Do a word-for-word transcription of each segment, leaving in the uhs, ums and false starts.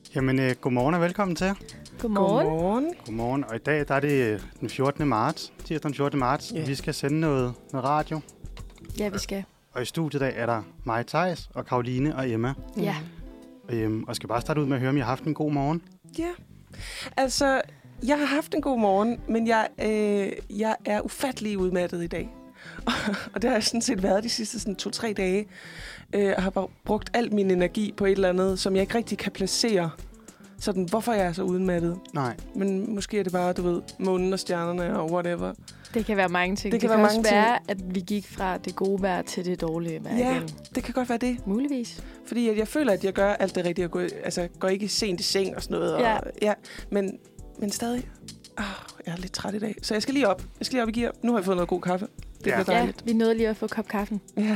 Jamen, øh, godmorgen og velkommen til. Godmorgen. Godmorgen. Godmorgen, og i dag der er det den fjortende marts, tirsdag den fjortende marts. Yeah. Vi skal sende noget, noget radio, Ja, vi skal. og i studiet i dag er der mig, Theis, og Karoline og Emma. Ja. Øhm, og skal bare starte ud med at høre, om I har haft en god morgen. Ja, altså, jeg har haft en god morgen, men jeg, øh, jeg er ufattelig udmattet i dag. Og det har jeg sådan set været de sidste sådan, to-tre dage. Øh, og har bare brugt al min energi på et eller andet, som jeg ikke rigtig kan placere. Sådan, hvorfor jeg er så udmattet. Nej. Men måske er det bare, du ved, månen og stjernerne og whatever. Det kan være mange ting. Det Det kan kan, være også mange være, at vi gik fra det gode vejr til det dårlige vejr Ja, igen. det kan godt være det. Muligvis. Fordi at jeg føler, at jeg gør alt det rigtige. Jeg går, altså, går ikke sent i seng og sådan noget. Og, Ja. ja men, men stadig. Oh, jeg er lidt træt i dag. Så jeg skal lige op. Jeg skal lige op i gear. Nu har jeg fået noget god kaffe. Det Ja. bliver Ja, dejligt. vi nåede lige at få kop kaffen. Ja.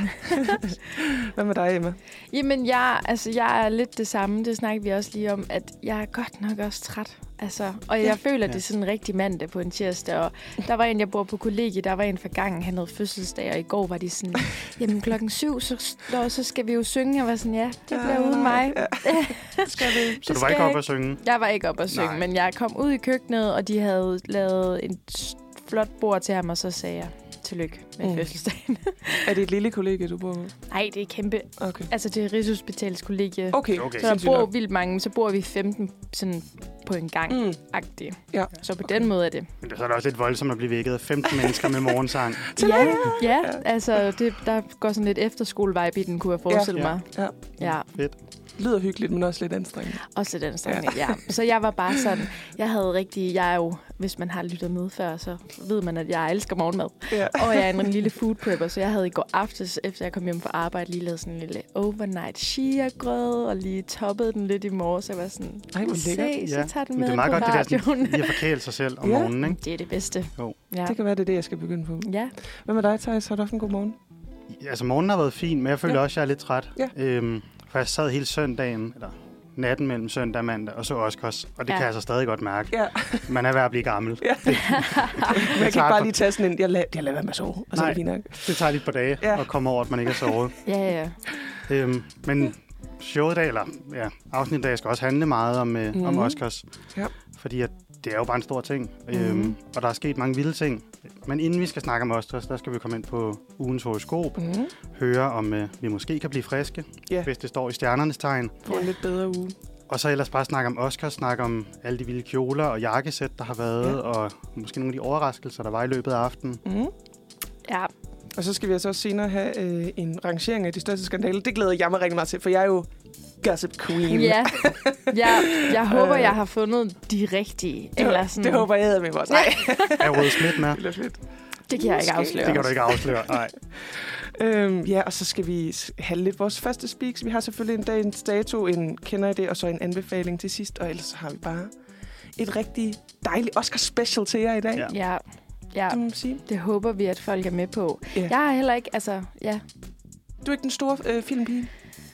Hvad med dig, Emma? Jamen, jeg, altså, jeg er lidt det samme. Det snakker vi også lige om, at jeg er godt nok også træt. Altså, og jeg Ja. føler, Ja. det er sådan en rigtig mandag på en tirsdag. Og der var en, jeg bor på kollegie, der var en for gangen, han havde fødselsdag, og i går var de sådan, jamen klokken syv, så, så skal vi jo synge. Jeg var sådan, ja, det bliver Ja, uden mig. ja. Skal vi? Så du var skal ikke jeg oppe at synge? Jeg var ikke oppe at synge, Nej. men jeg kom ud i køkkenet, og de havde lavet en s- flot bord til ham, og så sagde jeg, tillykke med Mm. mm. fødselsdagen. Er det et lille kollega, du bor på? Nej, det er kæmpe. Okay. Altså, det er Rigshospitalets kollegie. Okay. Okay. Så der Sindssygt bor nok. vildt mange, så bor vi femten sådan på en gang Mm. agtigt. Ja. Så på den måde er det. Men det er så er det også lidt voldsomt at blive vækket af femten mennesker med morgensang. Ja, ja, altså det, der går sådan lidt efterskole-vibe i den, kunne jeg forestille Ja. mig. Ja. Ja, Fedt. Lyder hyggeligt, men også lidt anstrengende. også den strenge, ja. ja. Så jeg var bare sådan, jeg havde rigtig, jeg er jo, hvis man har lyttet med før, så ved man, at jeg elsker morgenmad. Ja. Og jeg er en lille food prepper, så jeg havde i går aftes, efter jeg kom hjem fra arbejde, lige lavet sådan en lille overnight chia-grød, og lige toppet den lidt i morges. Jeg var sådan, Ej, hvor lækkert. se, så tager den Men med det er meget på godt, det der radioen. sådan, lige at forkæle sig selv om Ja. morgenen, ikke? Det er det bedste. Jo. Ja. Det kan være, det er det, jeg skal begynde på. Ja. Hvad med dig, Theis? Har du haft en god morgen? Altså, morgenen har været fin, men jeg føler Ja. også, at jeg er lidt træt. Ja. Øhm, for jeg sad hele søndagen, eller natten mellem søndag og mandag, og så Oscars. Og det Ja. kan jeg så stadig godt mærke. Ja. Man er ved at blive gammel. Ja. Det, Man kan ikke bare lige tage sådan en, jeg lader, jeg lader være med at sove, og så er det fint nok. det tager lidt på dage Ja. at komme over, at man ikke har sovet. Ja, ja. øhm, men showet i dag, eller ja, afsnittet i dag, skal også handle meget om, øh, Mhm. om Oscars. Ja. Fordi at det er jo bare en stor ting. Mhm. Øhm, og der er sket mange vilde ting. Men inden vi skal snakke om Oscars, der skal vi komme ind på ugens horoskop. Mm-hmm. Høre om øh, vi måske kan blive friske, Ja. hvis det står i stjernernes tegn. Få en lidt bedre uge. Og så ellers bare snakke om Oscars, snakke om alle de vilde kjoler og jakkesæt, der har været, Ja. og måske nogle af de overraskelser, der var i løbet af aftenen. Mm-hmm. Ja, Og så skal vi altså også senere have øh, en rangering af de største skandaler. Det glæder jeg mig rigtig meget til, for jeg er jo gossip queen. ja. Jeg, jeg håber, Øh. jeg har fundet de rigtige. Det, Eller sådan. det håber jeg med også. Nej, Er Røde Smidt med? det bliver fedt. Det kan jeg ikke Måske. afsløre. Det kan du ikke afsløre. Nej. Øhm, ja, og så skal vi s- have lidt vores første speaks. Vi har selvfølgelig en dagens dato, en kender I det, og så en anbefaling til sidst. Og ellers så har vi bare et rigtig dejligt Oscar-special til jer i dag. Ja. Ja. Ja, ja. Det må man sige. Det håber vi, at folk er med på. Ja. Jeg har heller ikke, altså, ja. Du er ikke den store øh, filmpige?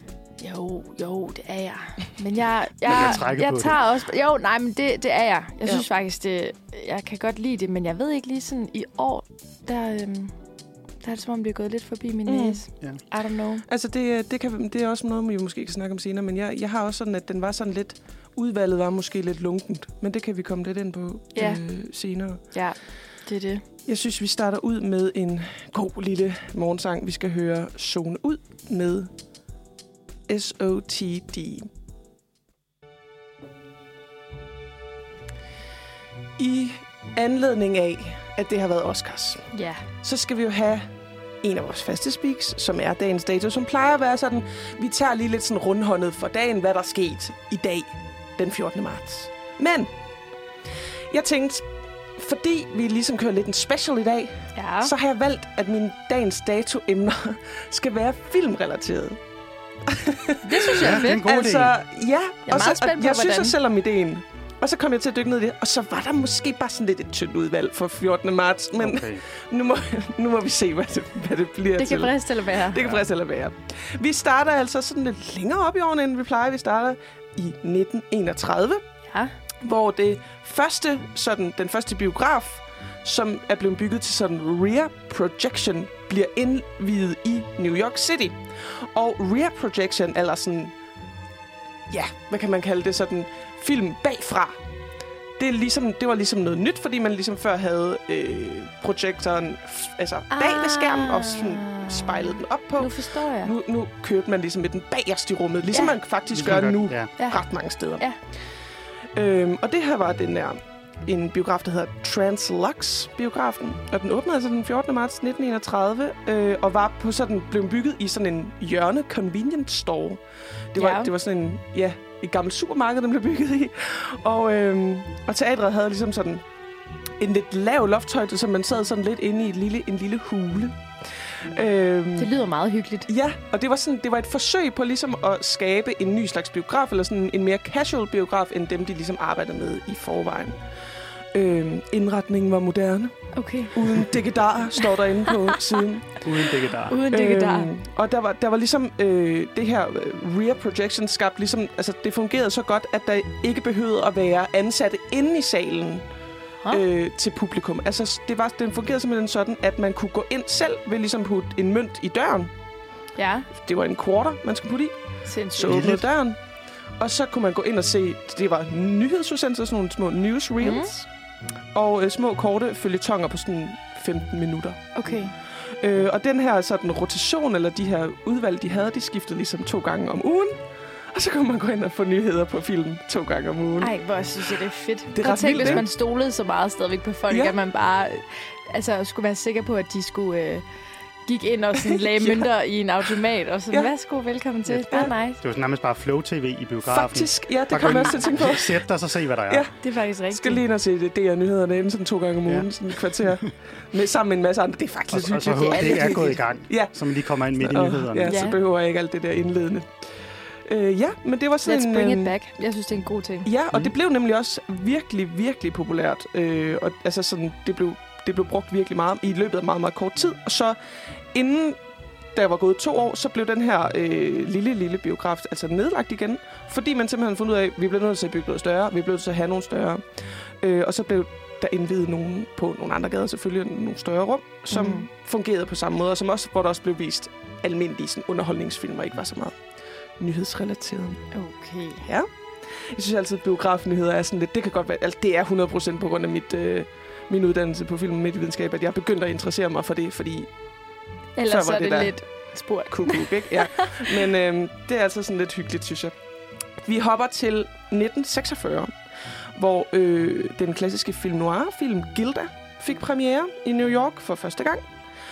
Jo, jo, det er jeg. Men jeg, jeg jeg, trækker jeg på tager også... Jo, nej, men det, det er jeg. Jeg Ja. synes faktisk, det, jeg kan godt lide det, men jeg ved ikke lige sådan, i år, der, øhm, der er det som om, det er gået lidt forbi min Mm. næse. Ja. I don't know. Altså, det, det, kan, det er også noget, vi måske kan snakke om senere, men jeg, jeg har også sådan, at den var sådan lidt... Udvalget var måske lidt lunkent, men det kan vi komme lidt ind på Ja. øh, senere. Ja, det er det. Jeg synes, vi starter ud med en god lille morgensang. Vi skal høre Zone Ud med S O T D. I anledning af, at det har været Oscars, Ja. så skal vi jo have en af vores faste speaks, som er dagens dato, som plejer at være sådan, vi tager lige lidt sådan rundhåndet for dagen, hvad der er sket i dag, den fjortende marts. Men jeg tænkte, fordi vi ligesom kører lidt en special i dag, Ja. så har jeg valgt, at mine dagens dato-emner skal være filmrelateret. Det synes jeg Ja, er det er en fedt. god Altså, idé. ja. Jeg er og så, meget spændt og på, jeg synes hvordan. også selv om ideen. Og så kom jeg til at dykke ned i det, og så var der måske bare sådan lidt et tyndt udvalg for fjortende marts. Men Okay. nu, må, nu må vi se, hvad det, hvad det bliver Det til. kan briste eller være. Det kan briste eller være. Vi starter altså sådan lidt længere op i årene, end vi plejer. Vi starter i nitten enogtredive, Ja. hvor det første, sådan, den første biograf, som er blevet bygget til sådan rear projection, bliver indviet i New York City. Og rear projection, eller sådan ja, hvad kan man kalde det, sådan film bagfra. Det, er ligesom, det var ligesom noget nyt, fordi man ligesom før havde øh, projektoren altså bag ved skærmen og sådan spejlede den op på. Nu forstår jeg. Nu, nu kørte man ligesom med den bagerst i rummet, ligesom ja. man faktisk ligesom gør nu ja. ret mange steder. Ja. Øhm, og det her var den der en biograf, der hedder Translux-biografen. Og den åbnede altså den fjortende marts nitten enogtredive, øh, og var på sådan, blev bygget i sådan en hjørne convenience store. Det var, ja. det var sådan en, ja, et gammelt supermarked, den blev bygget i. Og, øh, og teatret havde ligesom sådan en lidt lav lofthøjde, så man sad sådan lidt inde i et lille, en lille hule. Øhm, det lyder meget hyggeligt. Ja, og det var, sådan, det var et forsøg på ligesom at skabe en ny slags biograf, eller sådan en mere casual biograf, end dem, de ligesom arbejdede med i forvejen. Øhm, indretningen var moderne. Okay. Uden dækkedarer, står der inde på siden. Uden dækkedarer. Uden dækkedarer. Øhm, og der var, der var ligesom øh, det her rear projection skabt ligesom, altså det fungerede så godt, at der ikke behøvede at være ansatte inde i salen. Øh, til publikum. Altså, det var, den fungerede simpelthen sådan, at man kunne gå ind selv ved ligesom putte en mønt i døren. Ja. Det var en quarter, man skulle putte i. Sindssygt. Så åbnede døren. Og så kunne man gå ind og se, det var nyhedsudsendelser, sådan nogle små newsreels. Mm. Og øh, små korte følgetonger på sådan femten minutter. Okay. Øh, og den her sådan rotation, eller de her udvalg, de havde, de skiftede ligesom to gange om ugen. Og så kunne man gå ind og få nyheder på film to gange om ugen. Ej, hvor synes jeg, det er fedt. Det er ret tænk, vildt, hvis man stolede så meget stadigvæk på folk, ja. At man bare altså, skulle være sikker på, at de skulle øh, gik ind og sådan, lagde ja. mønter i en automat. Og sådan, ja. Værsgo, velkommen til. Ja. Bare nice. Det var sådan nærmest bare Flow T V i biografen. Faktisk, ja, det kommer jeg også til at tænke på. Sæt dig, så se, hvad der er. Ja. Det er faktisk rigtigt. Skal lige ind og se D R-nyhederne inden sådan to gange om ugen, ja. Sådan et kvarter. Med, sammen med en masse andre. Det er faktisk lidt hyggeligt. Og så det er gået i gang, ja. så man lige kommer ind midt i nyhederne. Ja, så behøver jeg ikke alt det der indledende. Uh, ja, men det var sådan Let's en... bring um, it back. Jeg synes, det er en god ting. Ja, og mm. det blev nemlig også virkelig, virkelig populært. Uh, og altså sådan, det blev, det blev brugt virkelig meget i løbet af meget, meget kort tid. Og så inden der var gået to år, så blev den her øh, lille, lille biograf altså nedlagt igen. Fordi man simpelthen fundet ud af, at vi blev nødt til at bygge noget større. Vi blev nødt til at have nogle større. Uh, og så blev der indvidet nogen på nogle andre gader, selvfølgelig nogle større rum, som mm. fungerede på samme måde. Og som også, hvor der også blev vist almindelige sådan, underholdningsfilm, og ikke var så meget nyhedsrelateret. Okay. Ja. Jeg synes altid, at biografnyheder er sådan lidt... Det kan godt være... Altså, det er hundrede procent på grund af mit, øh, min uddannelse på film- og medievidenskab, at jeg begyndte at interessere mig for det, fordi... Ellers var er det, det lidt spurgt. Kuk, ikke? Ja. Men øh, det er altså sådan lidt hyggeligt, synes jeg. Vi hopper til nitten seksogfyrre, hvor øh, den klassiske film noir-film Gilda fik premiere i New York for første gang.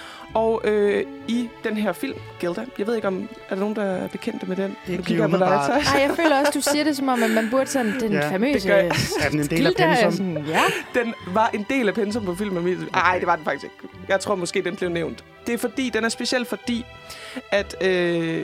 Og øh, i den her film, Gilda, jeg ved ikke om, er der nogen, der er bekendte med den? Det kigger på dig. Nej, jeg føler også, du siger det som om, at man burde sådan den ja, famøse... Er den en del af pensum? Sådan, ja. Den var en del af pensum på filmen. Nej, det var den faktisk ikke. Jeg tror måske, den blev nævnt. Det er fordi, den er speciel fordi, at øh,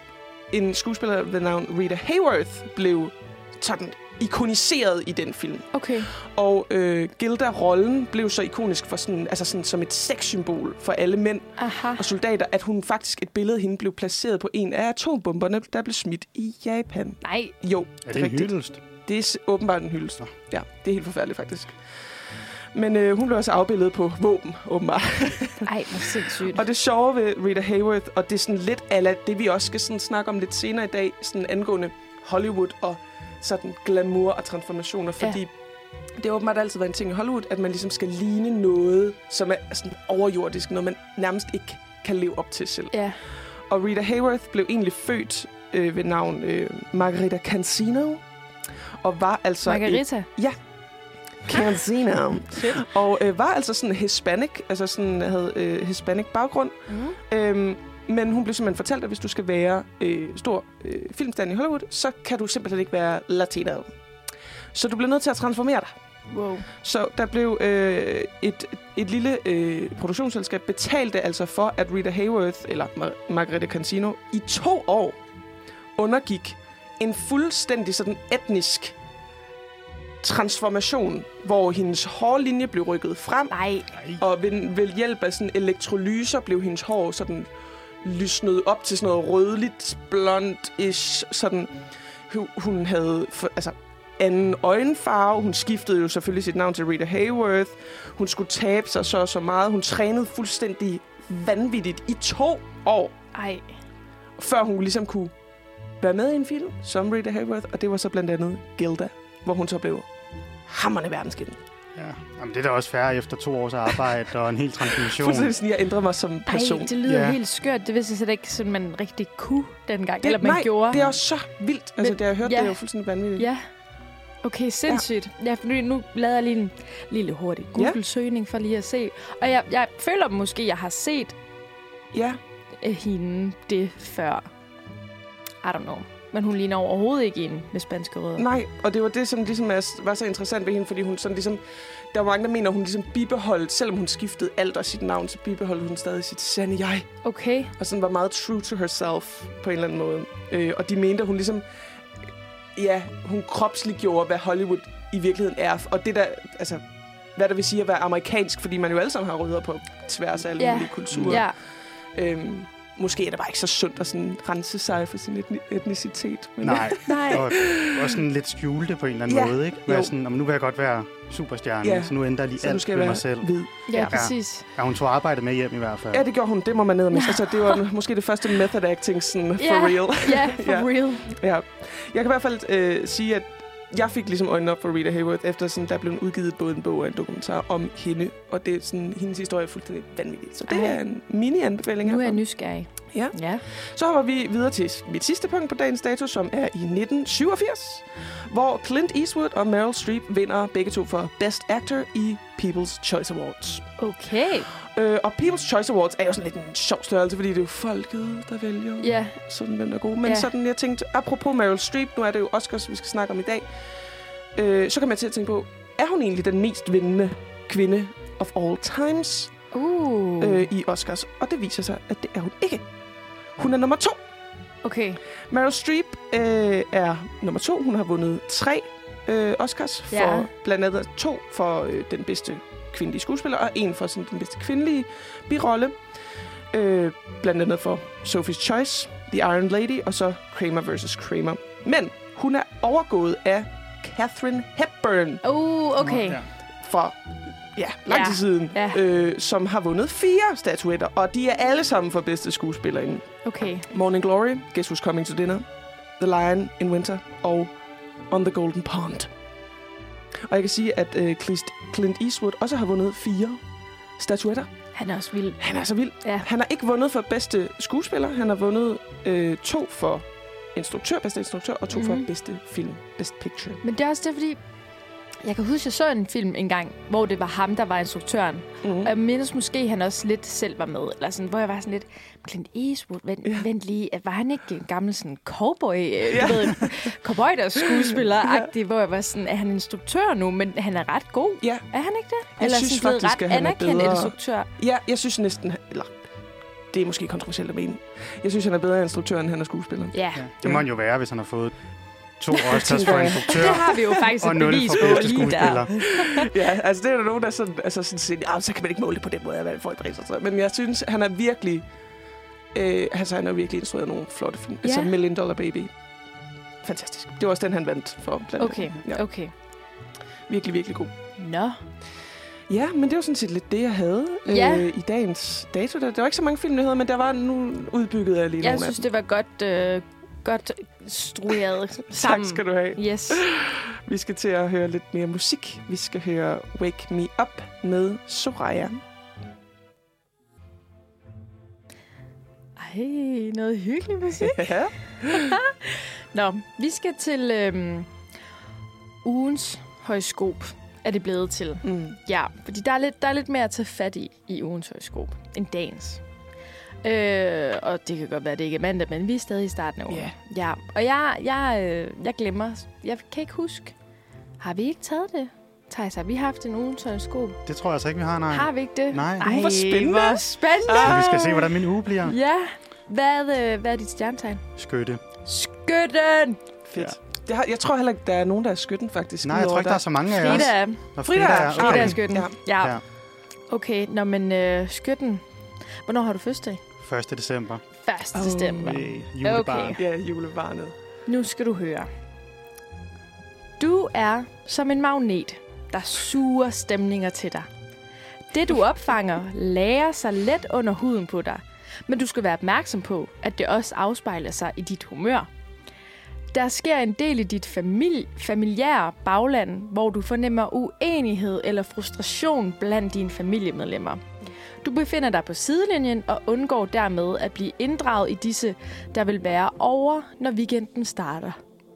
en skuespiller ved navn Rita Hayworth blev sådan ikoniseret i den film. Okay. Og øh, Gilda-rollen blev så ikonisk for sådan, altså sådan som et sexsymbol for alle mænd Aha. og soldater, at hun faktisk et billede af hende blev placeret på en af atombomberne, der blev smidt i Japan. Nej. Jo, er det en hyldest? Det er åbenbart en hyldest. Ja, det er helt forfærdeligt faktisk. Men øh, hun blev også afbildet på våben, åbenbart. Ej, hvor sindssygt. Og det sjove ved Rita Hayworth, og det er sådan lidt ala det, vi også skal sådan snakke om lidt senere i dag, sådan angående Hollywood og sådan glamour og transformationer, fordi ja. Det har åbenbart altid været en ting i Hollywood, at man ligesom skal ligne noget, som er sådan overjordisk, noget man nærmest ikke kan leve op til selv. Ja. Og Rita Hayworth blev egentlig født øh, ved navn øh, Margarita Cancino, og var altså... Margarita? Et, ja. Cancino. Og øh, var altså sådan hispanic, altså sådan havde øh, hispanic baggrund. Mm. Øhm, Men hun blev simpelthen fortalt, at hvis du skal være øh, stor øh, filmstjerne i Hollywood, så kan du simpelthen ikke være latino. Så du bliver nødt til at transformere dig. Wow. Så der blev øh, et, et lille øh, produktionsselskab betalte altså for, at Rita Hayworth, eller Mar- Margarita Cancino, i to år undergik en fuldstændig sådan etnisk transformation, hvor hendes hårlinje blev rykket frem. Nej. Og ved, ved hjælp af sådan elektrolyser blev hendes hår sådan lysnet op til sådan noget rødligt, blondt-ish. Sådan, hun, hun havde for, altså, anden øjenfarve. Hun skiftede jo selvfølgelig sit navn til Rita Hayworth. Hun skulle tabe sig så så meget. Hun trænede fuldstændig vanvittigt i to år. Ej. Før hun ligesom kunne være med i en film som Rita Hayworth, og det var så blandt andet Gilda, hvor hun så blev hammerende verdenskendt. Ja, jamen, det er da også fair efter to års arbejde og en hel transformation. Fuldstændig sådan, jeg ændrede mig som person. Ej, det lyder Ja. helt skørt. Det vidste jeg slet ikke, sådan man rigtig kunne dengang. Det, eller man nej, gjorde. det er også så vildt. Altså, Men- det har jeg hørt, ja. det er jo fuldstændig vanvittigt. Ja. Okay, sindssygt. Ja, for nu lavede jeg lige en lille hurtig Google-søgning for lige at se. Og jeg, jeg føler måske, jeg har set Ja. øh, hende det før. I don't know. Men hun ligner overhovedet ikke en med spanske rødder. Nej, og det var det, som ligesom er, var så interessant ved hende, fordi hun sådan ligesom... Der var mange, der mener, hun ligesom bibeholdt, selvom hun skiftede alt og sit navn, så bibeholdt hun stadig sit sande jeg. Okay. Og sådan var meget true to herself på en eller anden måde. Øh, og de mente, at hun ligesom... Ja, hun kropsliggjorde, hvad Hollywood i virkeligheden er. Og det der... Altså, hvad der vil sige at være amerikansk, fordi man jo alle sammen har rødder på tværs af alle Ja. mulige kulturer. Ja. Øhm, måske er det bare ikke så sundt at sådan rense sig for sin etni- etnicitet. Men Nej, Nej. og også sådan lidt skjulte på en eller anden Ja, måde, ikke? jo. Være sådan, om nu vil jeg godt være superstjerne, Ja. så nu ændrer jeg lige så nu alt skal ved jeg mig være selv. hvid. Ja, Ja. præcis. Ja, hun tog arbejdet med hjem i hvert fald. Ja, det gjorde hun. Det må man ned med. Altså, det var måske det første method acting sådan, for Ja. real. Ja, for Ja. real. Ja. Jeg kan i hvert fald øh, sige, at jeg fik ligesom øjnene op for Rita Hayworth, efter sådan, der blev udgivet både en bog og en dokumentar om hende. Og det er sådan, hendes historie er fuldstændig vanvittig. Så det Ej. er en mini-anbefaling Nu er jeg herfra. nysgerrig. Ja. Ja. Så hopper vi videre til mit sidste punkt på dagens dato, som er i nitten syvogfirs, hvor Clint Eastwood og Meryl Streep vinder begge to for Best Actor i People's Choice Awards. Okay. Øh, og People's Choice Awards er jo sådan lidt en sjov størrelse, fordi det er jo folket, der vælger Ja. sådan, hvem der er god. Men Ja. sådan, jeg tænkte, apropos Meryl Streep, nu er det jo Oscars, vi skal snakke om i dag, øh, så kan man til at tænke på, er hun egentlig den mest vindende kvinde of all times Uh. øh, i Oscars? Og det viser sig, at det er hun ikke. Hun er nummer to. Okay. Meryl Streep øh, er nummer to. Hun har vundet tre øh, Oscars, for Ja. blandt andet to for øh, den bedste kvindelige skuespiller, og en for sådan, den bedste kvindelige birolle. Øh, blandt andet for Sophie's Choice, The Iron Lady, og så Kramer versus. Kramer. Men hun er overgået af Katharine Hepburn Uh, okay. Ja. for ja, lang Ja. tid siden, Ja. øh, som har vundet fire statuetter, og de er alle sammen for bedste skuespillerinde. Okay. Morning Glory, Guess Who's Coming to Dinner, The Lion in Winter og On the Golden Pond. Og jeg kan sige, at øh, Clint Eastwood også har vundet fire statuetter. Han er også vild. Han er så vild. Ja. Han har ikke vundet for bedste skuespiller. Han har vundet øh, to for instruktør, bedste instruktør, og to mm-hmm. for Mhm. bedste film, best picture. Men det er også det, fordi... Jeg kan huske, jeg så en film engang, hvor det var ham, der var instruktøren. Mm. Og jeg mindes måske, at han også lidt selv var med. Eller sådan, hvor jeg var sådan lidt... Clint Eastwood, vent, Ja. ja. vent lige. Var han ikke en gammel sådan cowboy? Ja. Ja. Du ved, cowboy, der er skuespiller-agtig, ja. Hvor jeg var sådan, er han instruktør nu? Men han er ret god. Ja, Er han ikke det? Jeg Eller synes sådan, faktisk, ret at han er anerkendt bedre. instruktør. ja, jeg synes næsten... Eller, det er måske kontroversielt at mene. Jeg synes, han er bedre instruktør, end han er skuespiller. Ja. Ja. Det må han jo være, hvis han har fået to Oscars tænker for jeg. instruktør Det har vi jo faktisk og et nul bevis for på bedste lige der. skuespiller. Ja, altså det er der nogen, der sådan, altså sådan siger, ah, så kan man ikke måle det på den måde, at man får et pris. Men jeg synes, han er virkelig... Øh, altså, han har virkelig instrueret nogle flotte film. Ja. Altså Million Dollar Baby. Fantastisk. Det var også den, han vandt for. Blandt Okay, andet. Ja, okay. virkelig, virkelig god. Nå. Ja, men det var sådan set lidt det, jeg havde Ja. øh, i dagens dato. Der, der var ikke så mange filmnyheder, men der var nu udbygget af lige Jeg nogle synes, af det var godt, øh, godt strueret dem. Tak sammen. skal du have. Yes. Vi skal til at høre lidt mere musik. Vi skal høre Wake Me Up med Soraya. Ej, noget hyggeligt musik. Ja. Nå, vi skal til øhm, ugens højskop, er det blevet til. Mm. Ja, fordi der er lidt, der er lidt mere at tage fat i i ugens højskop end dagens. Øh, og det kan godt være, at det ikke er mandag, men vi er stadig i starten af ugen. Ja. Ja, og jeg, jeg, øh, jeg glemmer, jeg kan ikke huske, har vi ikke taget det? Thijs, har vi haft en ugens højskop? Det tror jeg altså ikke, vi har, nej. Har vi ikke det? Nej. Ej, Hvor spændende. Hvor spændende. Så vi skal se, hvordan min uge bliver. Ja. Hvad, øh, hvad er dit stjernetegn? Skytte. Skytten! Fedt. Ja. Jeg, har, jeg tror heller ikke, der er nogen, der er skytten, faktisk. Nej, jeg tror udover ikke, der er så mange af os. Frida er, Når Frida Frida er- er. Frida Okay. er skytten. Ja. Ja. Ja. Okay, nå, men øh, skytten. Hvornår har du fødselsdag? første december. første Oh. december. Hey, julebarn. Okay. Ja, julebarnet. Nu skal du høre. Du er som en magnet, der suger stemninger til dig. Det, du opfanger, lærer sig let under huden på dig. Men du skal være opmærksom på, at det også afspejler sig i dit humør. der sker en del i dit familie, familiære bagland, hvor du fornemmer uenighed eller frustration blandt dine familiemedlemmer. Du befinder dig på sidelinjen og undgår dermed at blive inddraget i disse, der vil være over, når weekenden starter.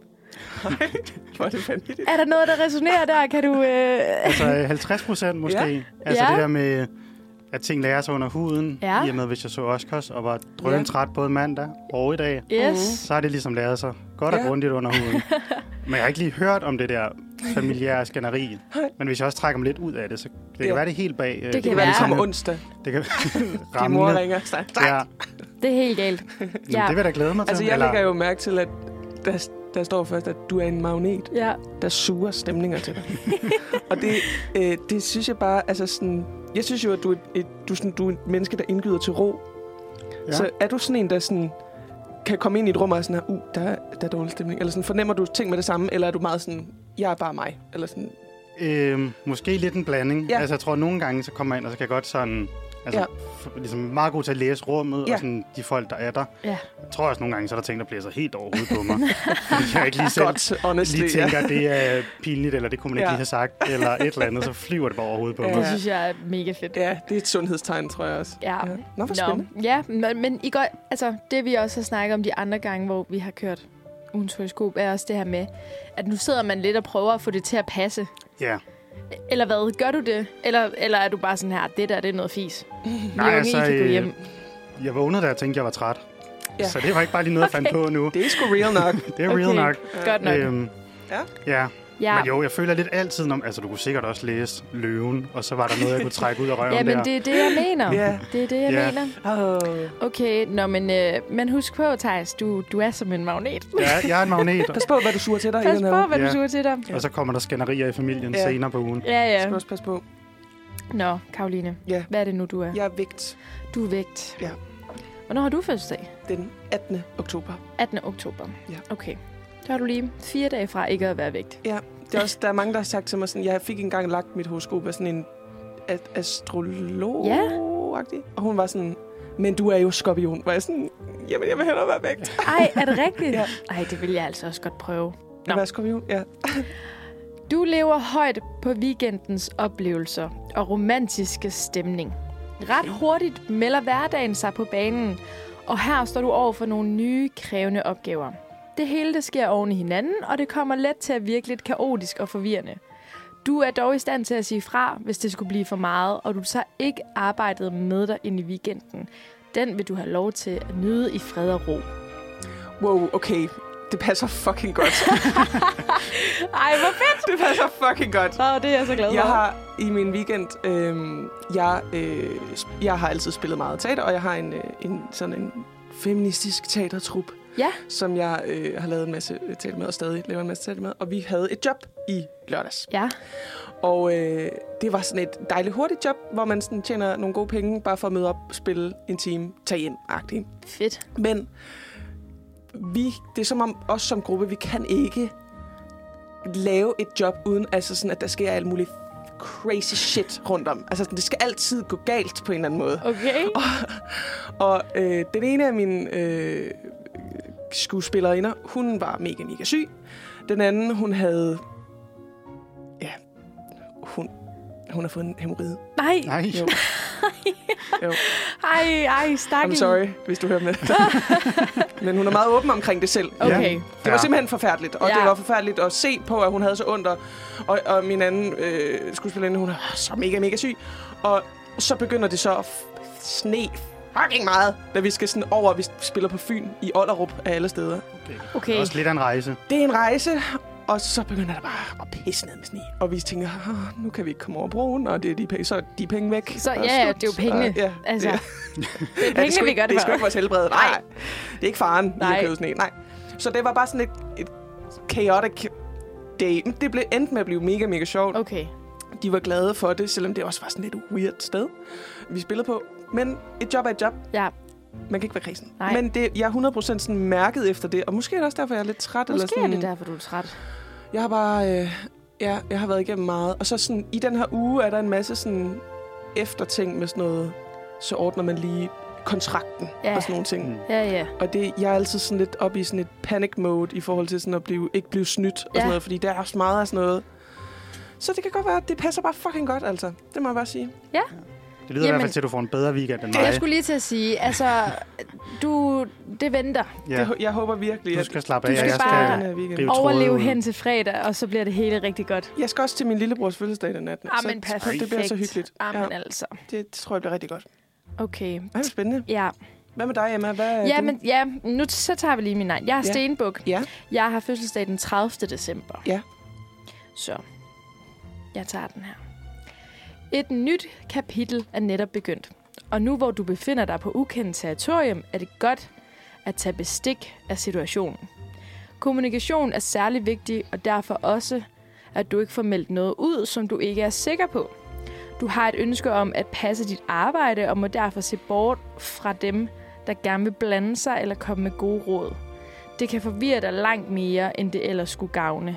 Hvor er det vanvittigt. Er der noget, der resonerer der? Kan du... Øh... Altså halvtreds procent måske. Ja. Altså ja. det der med, at ting lærer sig under huden. Ja. I og med, hvis jeg så Oscars og var drøn Ja. træt både mandag og i dag. Yes. Så har det ligesom læret sig godt og Ja. grundigt under huden. Men jeg har ikke lige hørt om det der familiære skænderi. Men hvis jeg også trækker mig lidt ud af det, så det kan Jo. være det helt bag. øh, kan Det kan være. være, det kommer ligesom- onsdag. Det kan Din ramme. mor ringer. Tak. Ja. Det er helt galt. Jamen, Ja. det vil jeg da glæde mig til. Altså, jeg Eller- lægger jo mærke til, at der, der står først, at du er en magnet, Ja. der suger stemninger til dig. Og det, øh, det synes jeg bare, altså sådan... Jeg synes jo, at du er et, du, er sådan, du er et menneske, der indgyder til ro. Ja. Så er du sådan en, der sådan, kan komme ind i et rum og sådan her, uh, der, er- der er dårlig stemning? Eller sådan, fornemmer du ting med det samme? Eller er du meget sådan, jeg er bare mig? Eller sådan, Øhm, måske lidt en blanding. Ja. Altså, jeg tror, at nogle gange, så kommer jeg ind, og så kan jeg godt sådan... Altså, Ja. f- ligesom meget god til at læse rummet, Ja. og sådan de folk, der er der. Ja. Jeg tror også nogle gange, så er der ting, der blæser helt over hovedet på mig. Fordi jeg ikke lige selv godt, honestly. lige tænker, at det er pinligt, eller det kunne man ikke Ja. lige have sagt, eller et eller andet, så flyver det bare over hovedet på Ja. mig. Det synes jeg er mega fedt. Ja, det er et sundhedstegn, tror jeg også. Ja. Ja. Nå, hvor spændende. Ja, men, men I går, altså, det vi også har snakket om de andre gange, hvor vi har kørt ugens horoskop, er også det her med, at nu sidder man lidt og prøver at få det til at passe. Ja. Eller hvad? Gør du det? Eller, eller er du bare sådan her, det der, det er noget fis? Vi Nej, unge, altså, I kan gå øh, hjem. Jeg vågnede, da jeg tænkte, jeg var træt. Ja. Så det var ikke bare lige noget, jeg fandt på nu. Det er sgu real nok. Det er real Okay. nok. Godt nok. Øhm, Ja. ja. Ja, Men jo, jeg føler lidt altid, om, altså du kunne sikkert også læse Løven, og så var der noget, jeg kunne trække ud af røven ja men der. det er det, jeg mener. Ja. Det er det, jeg Ja. mener. Oh. Okay, nå, men, øh, men husk på, Thijs, du, du er som en magnet. Ja, jeg er en magnet, Pas på, hvad du suger til dig i Pas den her på, uge. hvad du Ja. suger til dig. og så kommer der skænderier i familien Ja. senere på ugen. Ja, Du skal ja. også passe på. Nå, Karoline, Ja. hvad er det nu, du er? Jeg er vægt Du er vægt. Ja. Hvornår har du fødselsdag? den attende oktober. attende oktober. Ja. Okay. Så har du lige fire dage fra ikke at være vægt. Ja, det er også, der er mange, der har sagt til mig sådan, jeg fik engang lagt mit horoskop af sådan en a- astrolog Ja. Og hun var sådan, men du er jo skorpion. Var jeg sådan, jamen jeg vil hellere være vægt. Ej, er det rigtigt? Ja. Ej, det vil jeg altså også godt prøve. At være skorpion, ja. Du lever højt på weekendens oplevelser og romantiske stemning. Ret hurtigt melder hverdagen sig på banen, og her står du over for nogle nye, krævende opgaver. Det hele det sker oven i hinanden, og det kommer let til at virke lidt kaotisk og forvirrende. Du er dog i stand til at sige fra, hvis det skulle blive for meget, og du tager ikke arbejdet med dig ind i weekenden. Den vil du have lov til at nyde i fred og ro. Wow, okay. Det passer fucking godt. Ej, hvor fedt! det passer fucking godt. Åh, det er jeg så glad for. Jeg har i min weekend, øh, jeg, øh, sp- jeg har altid spillet meget teater, og jeg har en, øh, en sådan en feministisk teatertrup, Ja. som jeg øh, har lavet en masse teater med, og stadig laver en masse teater med. Og vi havde et job i lørdags. Ja. Og øh, det var sådan et dejligt hurtigt job, hvor man sådan tjener nogle gode penge, bare for at møde op, spille en time, tage hjem-agtigt. Fedt. Men vi, det er som om os som gruppe, vi kan ikke lave et job uden, altså sådan, at der sker alt muligt crazy shit rundt om. Altså sådan, det skal altid gå galt på en eller anden måde. Okay. Og, og øh, den ene af mine øh, skuespillerinder, hun var mega, mega syg. Den anden, hun havde... Ja, hun, hun har fået en hæmoride. Nej. Nej. Jo. jo. Ej, ej, stakkels. I'm sorry, hvis du hører med. Men hun er meget åben omkring det selv. Okay. Det var simpelthen forfærdeligt, og Ja. ja. det var forfærdeligt at se på, at hun havde så ondt, og, og, og min anden øh, skuespillerinde, hun er så mega, mega syg. Og så begynder det så at f- sne fucking meget, da vi skal sådan over, vi spiller på Fyn i Ollerup af alle steder. Okay. Okay. Også lidt af en rejse. Det er en rejse, og så begynder der bare at pisse ned med sne. Og vi tænker, nu kan vi ikke komme over broen, og det er de penge, så er de penge væk. Så Og ja, ja, slut. det er jo pengene. Og, ja, Altså, det, det er ja, det, pengene, er sgu vi ikke, gør det det er for. sgu ikke vores helbred. Nej. Nej. Det er ikke faren, Nej. vi har købt sne. Nej. Så det var bare sådan et, et chaotic day. Men det blev endt med at blive mega, mega sjovt. Okay. De var glade for det, selvom det også var sådan et weird sted, vi spillede på. Men et job er et job. Ja, Man kan ikke være kredsen. Nej. Men det, jeg er hundrede procent sådan mærket efter det, og måske er det også derfor, jeg er lidt træt. eller måske sådan. er det derfor, du er træt. Jeg har bare... Øh, ja, jeg har været igennem meget. Og så sådan, i den her uge er der en masse sådan efterting med sådan noget, så ordner man lige kontrakten Ja. og sådan nogle ting. Mm. Ja, ja. Og det, jeg er altid sådan lidt oppe i sådan et panic mode i forhold til sådan at blive, ikke blive snydt og Ja. sådan noget, fordi der er også meget af sådan noget. Så det kan godt være, at det passer bare fucking godt, altså. Det må jeg bare sige. Ja. Det lyder Jamen, i hvert fald til, at du får en bedre weekend end mig. Jeg skulle lige til at sige, altså, du, det venter. Ja. Det, jeg håber virkelig, Du skal at slappe Du af, skal og jeg bare skal weekend. rive overleve tråde ud. hen til fredag, og så bliver det hele rigtig godt. Jeg skal også til min lillebrors fødselsdag den natten. Amen, så perfekt. det bliver så hyggeligt. Amen, Ja, altså. det, det tror jeg bliver rigtig godt. Okay. Ej, hvor spændende. Ja. Hvad med dig, Emma? Hvad er Ja, du? men ja, nu så tager vi lige min egen. Jeg er Ja. Stenbuk. Ja. Jeg har fødselsdag den tredivte december. Ja. Så jeg tager den her. Et nyt kapitel er netop begyndt. Og nu hvor du befinder dig på ukendt territorium, er det godt at tage bestik af situationen. Kommunikation er særlig vigtig, og derfor også, at du ikke får meldt noget ud, som du ikke er sikker på. Du har et ønske om at passe dit arbejde, og må derfor se bort fra dem, der gerne vil blande sig eller komme med gode råd. Det kan forvirre dig langt mere, end det ellers skulle gavne.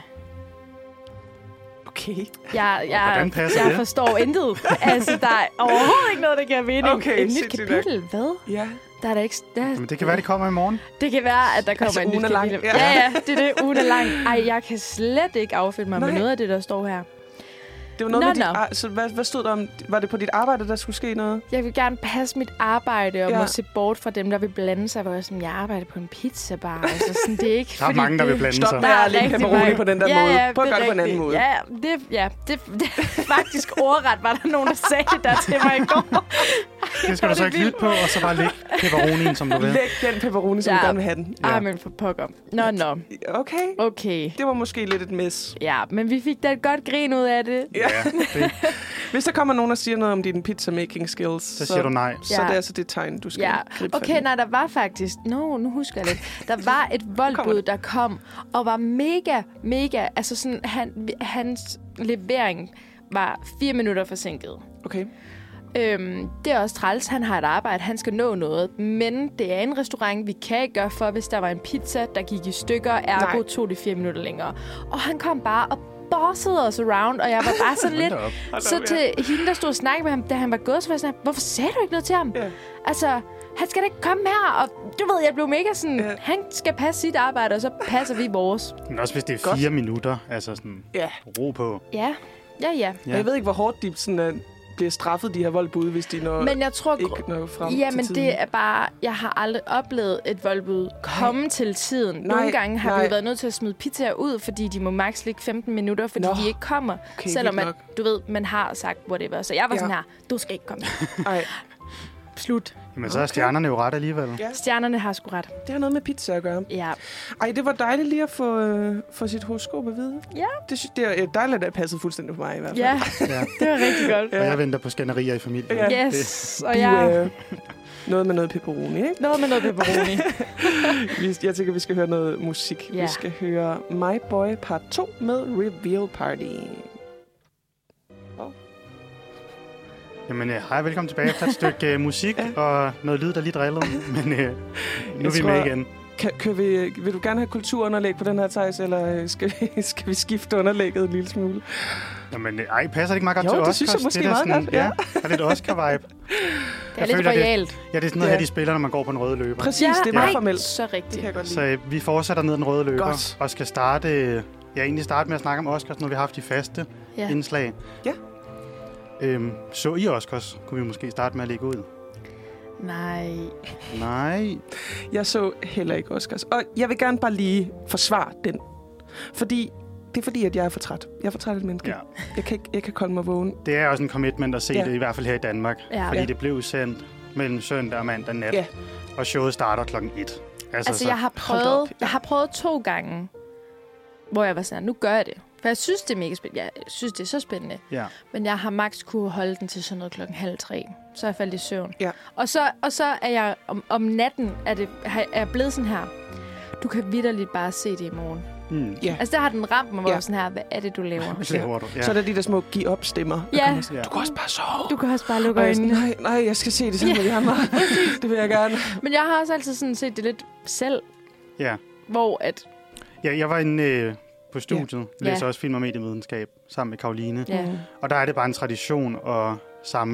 Okay. Jeg, jeg, hvordan passer jeg det? forstår intet. Altså, der er overhovedet ikke noget, der giver mening. Okay, Et nyt sindssygt kapitel? Hvad? Ja. Der er der ikke... Der, Men det kan være, det kommer i morgen. det kan være, at der kommer Altså, et ugen nyt er lang. kapitel. Ja. Ja, ja, det er det. Ugen er lang. Ej, jeg kan slet ikke affinde mig Nej. med noget af det, der står her. Det var noget Nå, med dit, nå. ar- så hvad, hvad stod der om? Var det på dit arbejde, der skulle ske noget? Jeg vil gerne passe mit arbejde og Ja. må se bort fra dem, der vil blande sig. Hvor jeg, sådan, jeg arbejder på en pizzabar. Altså, sådan, det er ikke, Der er fordi mange, der det, vil blande Stop sig. med Der er at lægge rigtig pepperoni mange. på den der ja, måde. Ja, Prøv at det er gøre det på en anden rigtigt. måde. Ja, det, ja det, det, faktisk ordret var der nogen, der sagde det der til mig i går. Det skal du så ikke lytte på, og så bare lægge pepperonien, som du vil. Læg den pepperoni, som Ja. du gerne vil have den. Ja. Ja. Ej, men for pokker. Nå, nå. Okay. Okay. Det var måske lidt et mis. Ja, men vi fik da et godt grin ud af det. Ja, det, Hvis der kommer nogen, der siger noget om dine pizza-making skills, så siger du nej. så Ja. det er altså det tegn, du skal Ja, gribe fat okay, i. nej, der var faktisk... Nå, nu husker jeg lidt. Der var et voldbud, der kom, og var mega, mega... Altså sådan, han, hans levering var fire minutter forsinket. Okay. Øhm, det er også træls. Han har et arbejde, han skal nå noget. Men det er en restaurant, vi kan ikke gøre for, hvis der var en pizza, der gik i stykker. Ergo Nej. tog det fire minutter længere. Og han kom bare og bossede os around, og jeg var bare sådan lidt... Hold da op. Så til hende, der stod og snakkede med ham, da han var gået, så var jeg sådan, hvorfor sagde du ikke noget til ham? Ja. Altså, han skal da ikke komme her. Og du ved, jeg blev mega sådan, Ja. han skal passe sit arbejde, og så passer vi vores. Men også hvis det er Godt. fire minutter. Altså sådan, Ja. ro på. Ja, ja, ja. Og jeg ved ikke, hvor hårdt de sådan, uh, bliver straffet, de her voldbud, hvis de når, Men jeg tror... ikke når frem Ja, til men tiden. det er bare... Jeg har aldrig oplevet et voldbud komme nej. til tiden. Nej, Nogle gange har nej. vi været nødt til at smide pizzaer ud, fordi de må maks ligge femten minutter, fordi Nå. de ikke kommer. Okay, Selvom vildt at, nok. du ved, man har sagt whatever. Så jeg var Ja. sådan her, du skal ikke komme. Ej, Slut. Jamen, så er stjernerne jo ret alligevel. ja, Stjernerne har sgu ret. det har noget med pizza at gøre. Ja. Ej, det var dejligt lige at få, øh, få sit horoskop at vide. Ja. Det, sy- det er øh, dejligt, at det passede fuldstændig på mig i hvert fald. Ja, Ja. det var rigtig godt. Og jeg venter på skænderier i familien. Ja. Yes. Og Du, jeg... øh, noget med noget pepperoni, ikke? Noget med noget pepperoni. Vi- Jeg tænker, vi skal høre noget musik. Ja. Vi skal høre My Boy part to med Reveal Party. Jamen, øh, hej, velkommen tilbage efter et stykke øh, musik Ja. og noget lyd, der lige drillede. Men øh, nu er vi tror- med igen. Kan, kan vi, vil du gerne have kulturunderlæg på den her, Thijs, eller øh, skal vi, skal vi skifte underlægget en lille smule? Jamen, øh, ej, passer det ikke meget godt Jo, til det Oscars? synes jeg måske det er meget sådan, godt, Ja, ja. der er lidt Oscar-vibe. Det er Jeg lidt føler, det- royalt. Ja, det er sådan noget Ja. her, de spiller, når man går på en røde løber. Præcis, det er meget ej, formelt. så Det rigtigt. kan jeg godt lide. Så øh, vi fortsætter ned den røde løber Godt. og skal starte... Øh, ja, egentlig starte med at snakke om Oscars, nu har vi haft de faste Ja. indslag. Ja. Øhm, så I Oscars? Kunne vi måske starte med at lægge ud? Nej. Nej. Jeg så heller ikke Oscars. Og jeg vil gerne bare lige forsvare den. Fordi det er fordi, at jeg er for træt. Jeg er for træt et menneske. Ja. Jeg kan ikke, jeg kan kolde mig vågen. Det er også en commitment at se Ja. det, i hvert fald her i Danmark. Ja. Fordi Ja. det blev sendt mellem søndag og mandag nat. Ja. Og showet starter klokken et. Altså, Altså, så, jeg har Hold da prøvet, op. jeg har prøvet to gange, hvor jeg var sådan, nu gør jeg det. For jeg synes, det er mega spændende. Jeg synes, det er så spændende. ja. Men jeg har maks kunne holde den til sådan noget klokken halv tre. Så er jeg faldet i søvn. Ja. Og så, og så er jeg om, om natten er, det, er jeg blevet sådan her. Du kan vitterligt bare se det i morgen. Mm. Ja. Altså, der har den ramt mig, hvor Ja. ja. sådan her, hvad er det, du laver? Hvad laver du? Ja. Så er der de der små give op stemmer. der Ja. kommer sådan, Ja. Du kan også bare sove. Du kan også bare lukke Og jeg er sådan, øjnene. nej, nej, jeg skal se det sammen med de andre. Det vil jeg gerne. Men jeg har også altid sådan set det lidt selv, ja. hvor at... ja, jeg var inde øh, på studiet. Ja. Læser også film- og medievidenskab sammen med Karoline. Ja. Mm. Og der er det bare en tradition at samle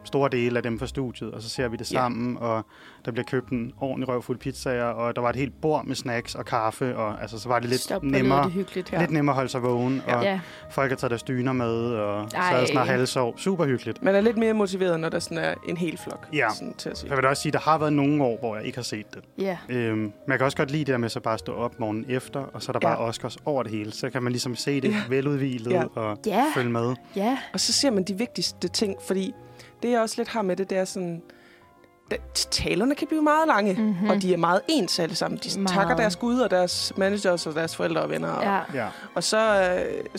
store dele af dem fra studiet, og så ser vi det sammen, yeah. og der bliver købt en ordentlig røvfuld pizzaer, og der var et helt bord med snacks og kaffe, og altså, så var det lidt Stop, nemmere det hyggeligt, ja. lidt nemmere at holde sig vågen, ja. og ja. folk har taget deres dyner med, og så er sådan halvsov. Super hyggeligt. Man er lidt mere motiveret, når der sådan er en hel flok. Ja, sådan, til at sige. jeg vil da også sige, der har været nogle år, hvor jeg ikke har set det. Ja. Øhm, men jeg kan også godt lide det der med så bare stå op morgenen efter, og så er der ja. bare Oscars over det hele. Så kan man ligesom se det ja. veludhvilet ja. og ja. følge med. Ja. Og så ser man de vigtigste ting, fordi det jeg også lidt har med det, det er sådan, det, talerne kan blive meget lange, mm-hmm. og de er meget ens alle sammen. De meget. takker deres gud og deres managers og deres forældre og venner. Ja. Og, ja. og så,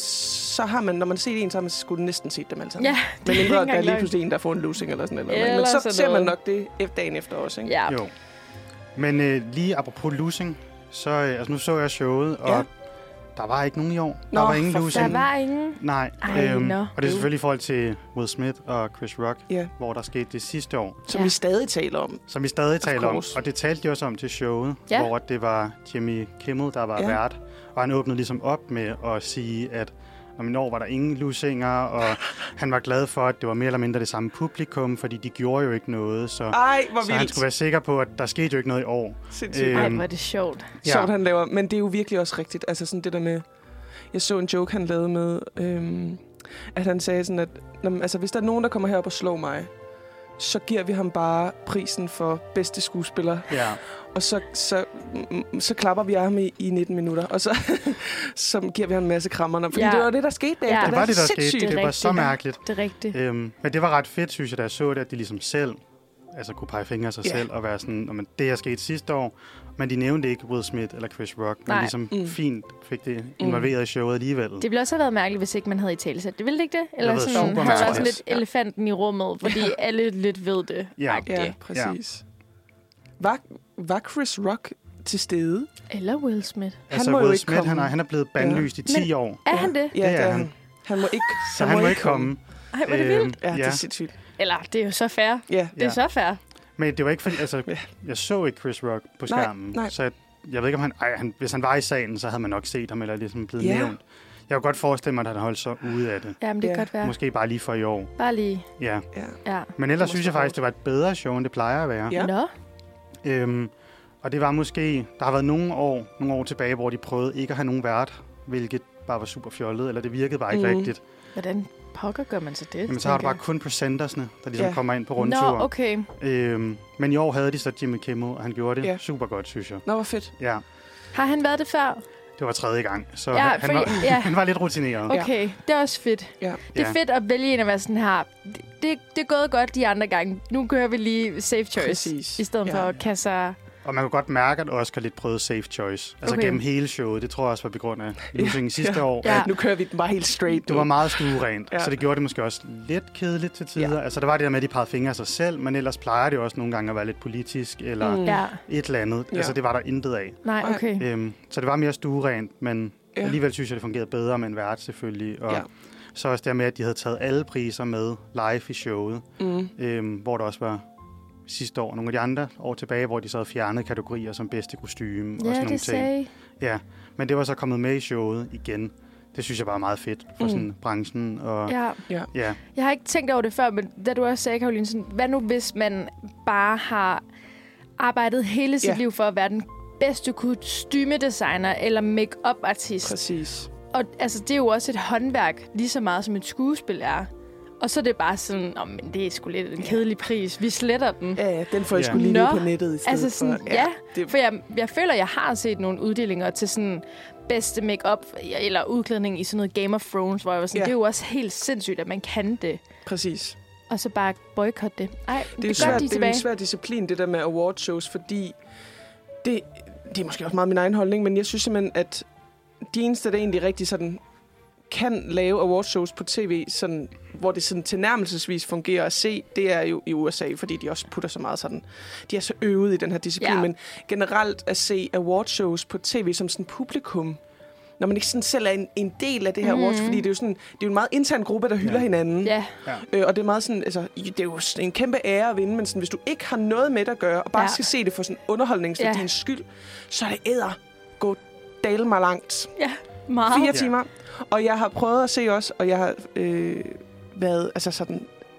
så har man, når man ser en sammen, så skulle næsten se dem alle sammen. Ja, men mindre, der er lige pludselig en, der får en losing eller sådan noget. Men så ser man nok det dagen efter også, ikke? Ja. Jo. Men øh, lige apropos losing, så øh, altså nu så jeg showet, og ja. der var ikke nogen i år. Nå, der var ingen losing. Der var ingen? Nej. Ej, øhm, no. Og det er selvfølgelig i forhold til Will Smith og Chris Rock, yeah. hvor der skete det sidste år. Som ja. vi stadig taler om. Som vi stadig taler om. Og det talte de også om til showet, ja. hvor det var Jimmy Kimmel, der var ja. vært. Og han åbnede ligesom op med at sige, at om i år var der ingen losinger, og han var glad for, at det var mere eller mindre det samme publikum, fordi de gjorde jo ikke noget. Så, Ej, hvor så han skulle være sikker på, at der skete jo ikke noget i år. Øhm, Ej, hvor er det sjovt. Ja. Sjovt, han laver. Men det er jo virkelig også rigtigt. Altså sådan det der med... Jeg så en joke, han lavede med, øhm, at han sagde sådan, at når, altså, hvis der er nogen, der kommer herop og slår mig, så giver vi ham bare prisen for bedste skuespiller. Ja. Og så, så, så klapper vi ham i, i nitten minutter, og så, så giver vi ham en masse krammer. Fordi ja. det var det, der skete bagefter. Ja. Det var det, der skete. Det, det var så mærkeligt. Det er rigtigt. Øhm, men det var ret fedt, synes jeg, da jeg så det, at de ligesom selv altså kunne pege fingre af sig yeah. selv og være sådan, men det her skete sidste år, men de nævnte ikke Will Smith eller Chris Rock, men Nej. ligesom mm. fint fik det involveret mm. i showet alligevel. Det ville også have været mærkeligt, hvis ikke man havde i talesæt. Det ville det ikke det? Eller det sådan, havde været sådan lidt ja. elefanten i rummet, fordi ja. alle lidt ved det. Ja, ja præcis. Ja. Var, var Chris Rock til stede? Eller Will Smith? Altså, han må Will jo ikke Smith, han er, han er blevet bandlyst ja. i ti år. Er han det? Ja, det er er han. han. Han må ikke Så han, han må ikke komme. Ej, hvor er det vildt. Ja, det er sindssygt. Eller, det er jo så fair. Ja. Det er så fair. Men det var ikke fordi, altså, jeg så ikke Chris Rock på skærmen, nej, nej. så jeg, jeg ved ikke, om han, ej, han, hvis han var i salen, så havde man nok set ham, eller ligesom blevet yeah. nævnt. Jeg kunne godt forestille mig, at han holdt sig ude af det. Jamen, det kan ja. godt være. Måske bare lige for i år. Bare lige. Ja. ja. ja. Men ellers synes jeg faktisk, det var et bedre show, end det plejer at være. Ja. Nå. Øhm, og det var måske, der har været nogle år, nogle år tilbage, hvor de prøvede ikke at have nogen vært, hvilket bare var super fjollet, eller det virkede bare ikke mm. rigtigt. Hvordan pokker gør man så det? Jamen, så har du bare kun presentersne, der ligesom ja. kommer ind på rundtur. Nå, okay. Øhm, men i år havde de så Jimmy Kimmel, og han gjorde det ja. super godt, synes jeg. Nå, hvor fedt. Ja. Har han været det før? Det var tredje gang, så ja, han, fordi, var, ja. han var lidt rutineret. Okay, det er også fedt. Ja. Det er fedt at vælge en at være sådan her. Det, det, det er gået godt de andre gange. Nu kører vi lige safe choice, Præcis. i stedet ja. for at kaste sig... Og man kunne godt mærke, at Oscar lidt prøvede safe choice. Altså okay. gennem hele showet. Det tror jeg også var på grund af losingen sidste ja. år. Ja. Nu kører vi den bare helt straight. Det var meget stuerent, ja. så det gjorde det måske også lidt kedeligt til tider. Ja. Altså der var det der med, at de pegede fingre af sig selv, men ellers plejer det også nogle gange at være lidt politisk, eller mm. ja. et eller andet. Ja. Altså det var der intet af. Nej, okay. Øhm, så det var mere stuerent, men ja. alligevel synes jeg, det fungerede bedre med en vært selvfølgelig. Og ja. så også der med, at de havde taget alle priser med live i showet, mm. øhm, hvor der også var... sidste år, nogle af de andre år tilbage, hvor de så havde fjernet kategorier som bedste kostume ja, og sådan nogle sagde. ting. Ja, men det var så kommet med i showet igen. Det synes jeg bare er meget fedt for mm. sådan branchen. Og, ja. Ja. ja. Jeg har ikke tænkt over det før, men da du også sagde, Caroline, sådan, hvad nu hvis man bare har arbejdet hele sit ja. liv for at være den bedste kostymedesigner eller make-up-artist? Præcis. Og altså, det er jo også et håndværk, lige så meget som et skuespil er. Og så er det bare sådan, oh, men det er sgu lidt en kedelig pris. Vi sletter den. Ja, ja, den får jeg ja. sgu lige ned på nettet i stedet altså sådan, for. Ja, ja det... for jeg, jeg føler, jeg har set nogle uddelinger til sådan bedste make-up eller udklædning i sådan noget Game of Thrones, hvor jeg var sådan, ja. det er jo også helt sindssygt, at man kan det. Præcis. Og så bare boykotte det. Ej, det er jo svært, de det er en svær disciplin, det der med awardshows, fordi det, det er måske også meget min egen holdning, men jeg synes simpelthen, at de eneste, der egentlig rigtig sådan kan lave awardshows på tv, sådan, hvor det sådan tilnærmelsesvis fungerer at se, det er jo i U S A, fordi de også putter så meget sådan. De er så øvet i den her disciplin, ja. men generelt at se awardshows på tv som sådan publikum, når man ikke sådan selv er en, en del af det her mm. awards, fordi det er jo sådan, det er jo en meget intern gruppe, der hylder ja. hinanden. Ja. Øh, og det er meget sådan, altså, det er jo en kæmpe ære at vinde, men sådan, hvis du ikke har noget med det at gøre, og bare ja. skal se det for sådan underholdningsværdiens ja. skyld, så er det æder gå dale mig langt. Ja, meget. Fire timer. Og jeg har prøvet at se også, og jeg har øh, været altså sådan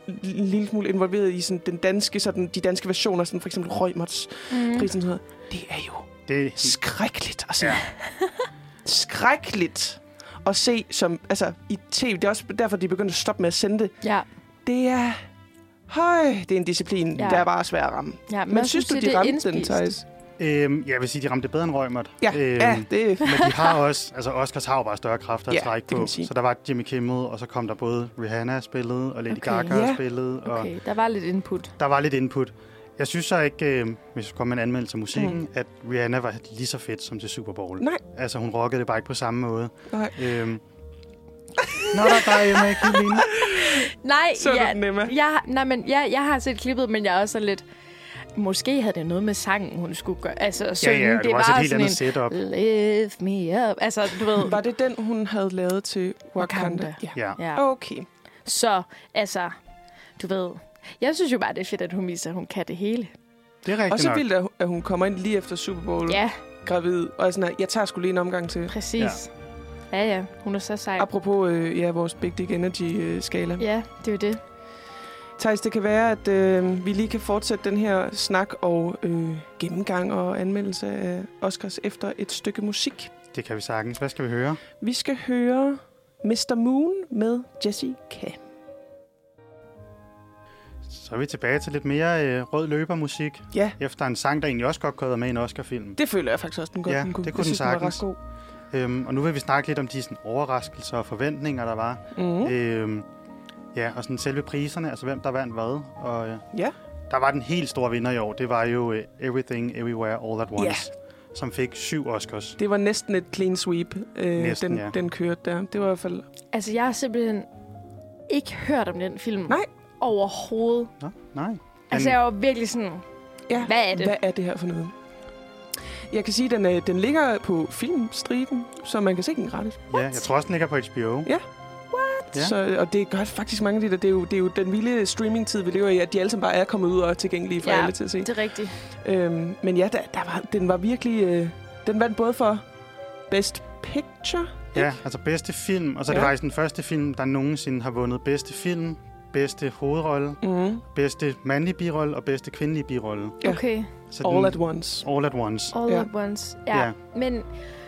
en lille smule involveret i sådan, den danske, sådan, de danske versioner, sådan for eksempel Reumers Mm. prisen, mm. det er jo Det, skrækkeligt at se. Ja. Skrækkeligt at se som, altså, i tv. Det er også derfor, de begyndte at stoppe med at sende det. Ja. Det er... Høj, det er en disciplin, Ja. der er bare svær at ramme. Ja, Men, men synes du, det de er ramte indspist. den, Thijs? øhm, jeg vil sige, de ramte det bedre end Reumert. Ja, Øhm, ja det Men de har også, altså Oscars har jo bare større kræfter at Ja, trække det kan på. man sige. Så der var Jimmy Kimmel, og så kom der både Rihanna spillede, og Lady Okay. Gaga Ja. spillede. Og Okay, der var lidt input. der var lidt input. Jeg synes så ikke, øh, hvis jeg kommer med en anmeldelse af musikken, mm. at Rihanna var lige så fedt som til Super Bowl. Nej. Altså, hun rockede det bare ikke på samme måde. Nej. Øhm. Nå, der er Emma Karoline. Nej, Så ja, du den, Emma? jeg, nej, men jeg, jeg har set klippet, men jeg er også sådan lidt... Måske havde det noget med sangen, hun skulle gøre. Altså, synge, Ja, ja, det var også et helt sådan andet setup. en, lift me up. Altså, du ved... Var det den, hun havde lavet til Wakanda? Wakanda. Ja. Ja. Ja. Okay. Så, altså, du ved... Jeg synes jo bare, det er fedt, at hun viser, at hun kan det hele. Det er rigtigt Og så nok. vildt, at hun- at hun kommer ind lige efter Super Bowl, Ja, gravid, og er sådan her, jeg tager sgu lige en omgang til. præcis. Ja, ja, hun er så sej. Apropos øh, ja, vores Big Dick Energy-skala. Ja, det er jo det. Thijs, det kan være, at øh, vi lige kan fortsætte den her snak og øh, gennemgang og anmeldelse af Oscars efter et stykke musik. Det kan vi sagtens. Hvad skal vi høre? Vi skal høre mister Moon med Jessica. Så er vi tilbage til lidt mere øh, rød løbermusik. Ja, Efter en sang, der egentlig også godt kunne have været med i en Oscar-film. det føler jeg faktisk også, den godt Ja, den kunne. det kunne jeg den synes, den var ret sagtens. god. Øhm, og nu vil vi snakke lidt om de sådan, overraskelser og forventninger, der var. Mm. Øhm, ja, og sådan selve priserne, altså hvem der vandt hvad. Og, øh, Ja. der var den helt store vinder i år. Det var jo øh, Everything, Everywhere, All at Once, Ja. som fik syv Oscars. Det var næsten et clean sweep, øh, Næsten, den, ja. den kørte der. Det var i hvert fald... Altså, jeg har simpelthen ikke hørt om den film. Nej. Overhovedet. Nå, nej. Altså, jeg var virkelig sådan... Ja, Hvad er det? Hvad er det her for noget? Jeg kan sige, at den, øh, den ligger på Filmstriben, så man kan se den gratis. Ja, jeg tror også, den ligger på H B O. Ja. Ja. Så, og det gør faktisk mange af de der. Det er jo, det er jo den vilde streamingtid, vi lever i, at de alle sammen bare er kommet ud og er tilgængelige for Ja, alle til at se. det er rigtigt. Øhm, men ja, der, der var, den var virkelig... Øh, den vandt både for Best Picture. Ja, altså bedste film. Og så er det Ja. faktisk den første film, der nogensinde har vundet bedste film, bedste hovedrolle, Mm. bedste mandlige birolle og bedste kvindelige birolle. Ja. Okay. Så All den, at once. All at Once. All Ja. at once. Ja. Ja. Men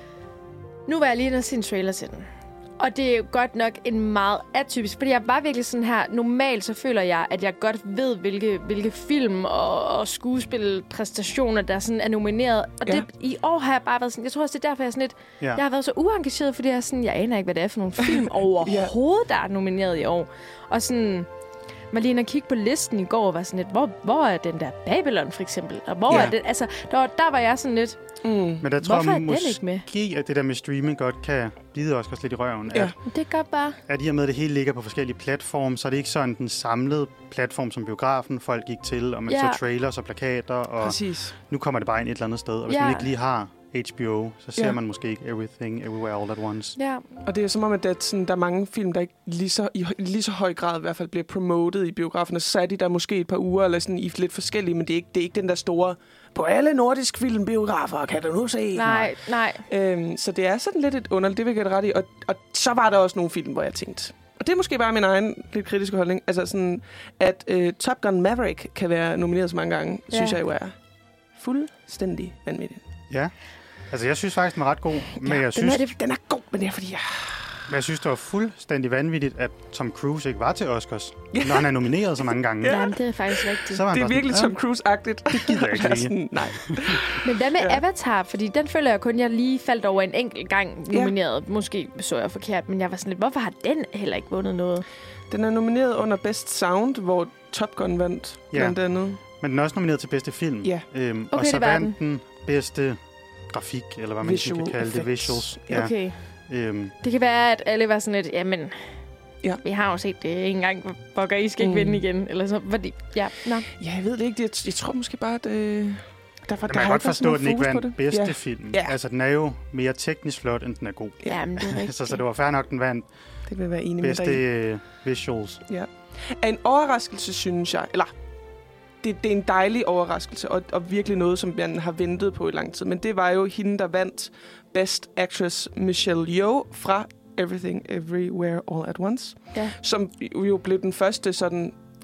nu var jeg lige inde og se en trailer til den. Og det er jo godt nok en meget atypisk, fordi jeg var virkelig sådan her, normalt så føler jeg, at jeg godt ved, hvilke, hvilke film og, og skuespilpræstationer, der sådan er nomineret. Og Ja. det, i år har jeg bare været sådan, jeg tror også, det er derfor, jeg er sådan lidt, Ja. jeg har været så uengageret, fordi jeg er sådan, jeg aner ikke, hvad det er for nogle film overhovedet, der er nomineret i år. Og sådan, var lige inde og kigge på listen i går, og var sådan lidt, hvor, hvor er den der Babylon for eksempel? Og hvor Ja. er den, altså, der, var- der var jeg sådan lidt, Mm. Men der tror hvorfor er jeg den måske, ikke med? at det der med streaming godt kan bide os også lidt i røven. Ja. At, Det gør bare, at i og med, at det hele ligger på forskellige platforme, så er det ikke sådan den samlede platform, som biografen folk gik til, og man Ja. så trailers og plakater, og Præcis. nu kommer det bare ind et eller andet sted. Og hvis Ja. man ikke lige har H B O, så ser Ja. man måske ikke Everything, Everywhere, All at Once. ja. Og det er som om, at der, sådan, der er mange film, der ikke lige så, i, i lige så høj grad i hvert fald bliver promotet i biograferne. Så er de der måske et par uger eller sådan, i lidt forskellige, men det er, ikke, det er ikke den der store, på alle nordisk filmbiografer, kan du nu se. Nej, nej. Øhm, så det er sådan lidt et underligt, det vil jeg give det ret i. Og, og så var der også nogle film, hvor jeg tænkte, og det er måske bare min egen lidt kritiske holdning, altså sådan, at øh, Top Gun Maverick kan være nomineret så mange gange, Ja. synes jeg jo er fuldstændig vanvittigt. Ja. Altså, jeg synes faktisk, den var ret god, men, Ja, jeg den, synes, er, det, den er god, men det er fordi, jeg... men jeg synes, det var fuldstændig vanvittigt, at Tom Cruise ikke var til Oscars, Ja. når han er nomineret så mange gange. Ja. Jamen, det er faktisk rigtigt. Så var han Det er bare virkelig sådan, Tom Cruise-agtigt. Det gider jeg ikke lige. sådan, nej. Men hvad med Ja. Avatar? Fordi den føler jeg kun, jeg lige faldt over en enkelt gang nomineret. Ja. Måske så jeg forkert, men jeg var sådan lidt, hvorfor har den heller ikke vundet noget? Den er nomineret under Best Sound, hvor Top Gun vandt, Ja. blandt andet. Men den er også nomineret til bedste film. Ja. Øhm, Okay, og så det var vandt den bedste grafik, eller hvad man Visual kan kalde det, effects. visuals. Ja. Okay. Øhm, Det kan være, at alle var sådan lidt, jamen, Ja. vi har jo set det en gang, hvor I skal ikke Mm. vinde igen. Eller så, fordi, ja, nå. Ja, jeg ved det ikke. Jeg, jeg tror måske bare, at... Øh, der, var, man der kan har godt ikke været så forstå, meget at den ikke fokus på vandt det. bedste Ja. film. Ja. Altså, den er jo mere teknisk flot, end den er god. Ja, men det er rigtigt. så, så det var fair nok, den vandt Det vil jeg være enig med bedste dig i. øh, visuals. Er en overraskelse, synes jeg. Eller, det, det er en dejlig overraskelse, og, og virkelig noget, som man har ventet på i lang tid. Men det var jo hende, der vandt Best Actress Michelle Yeoh fra Everything, Everywhere, All at Once. Ja. Som jo blev den første sådan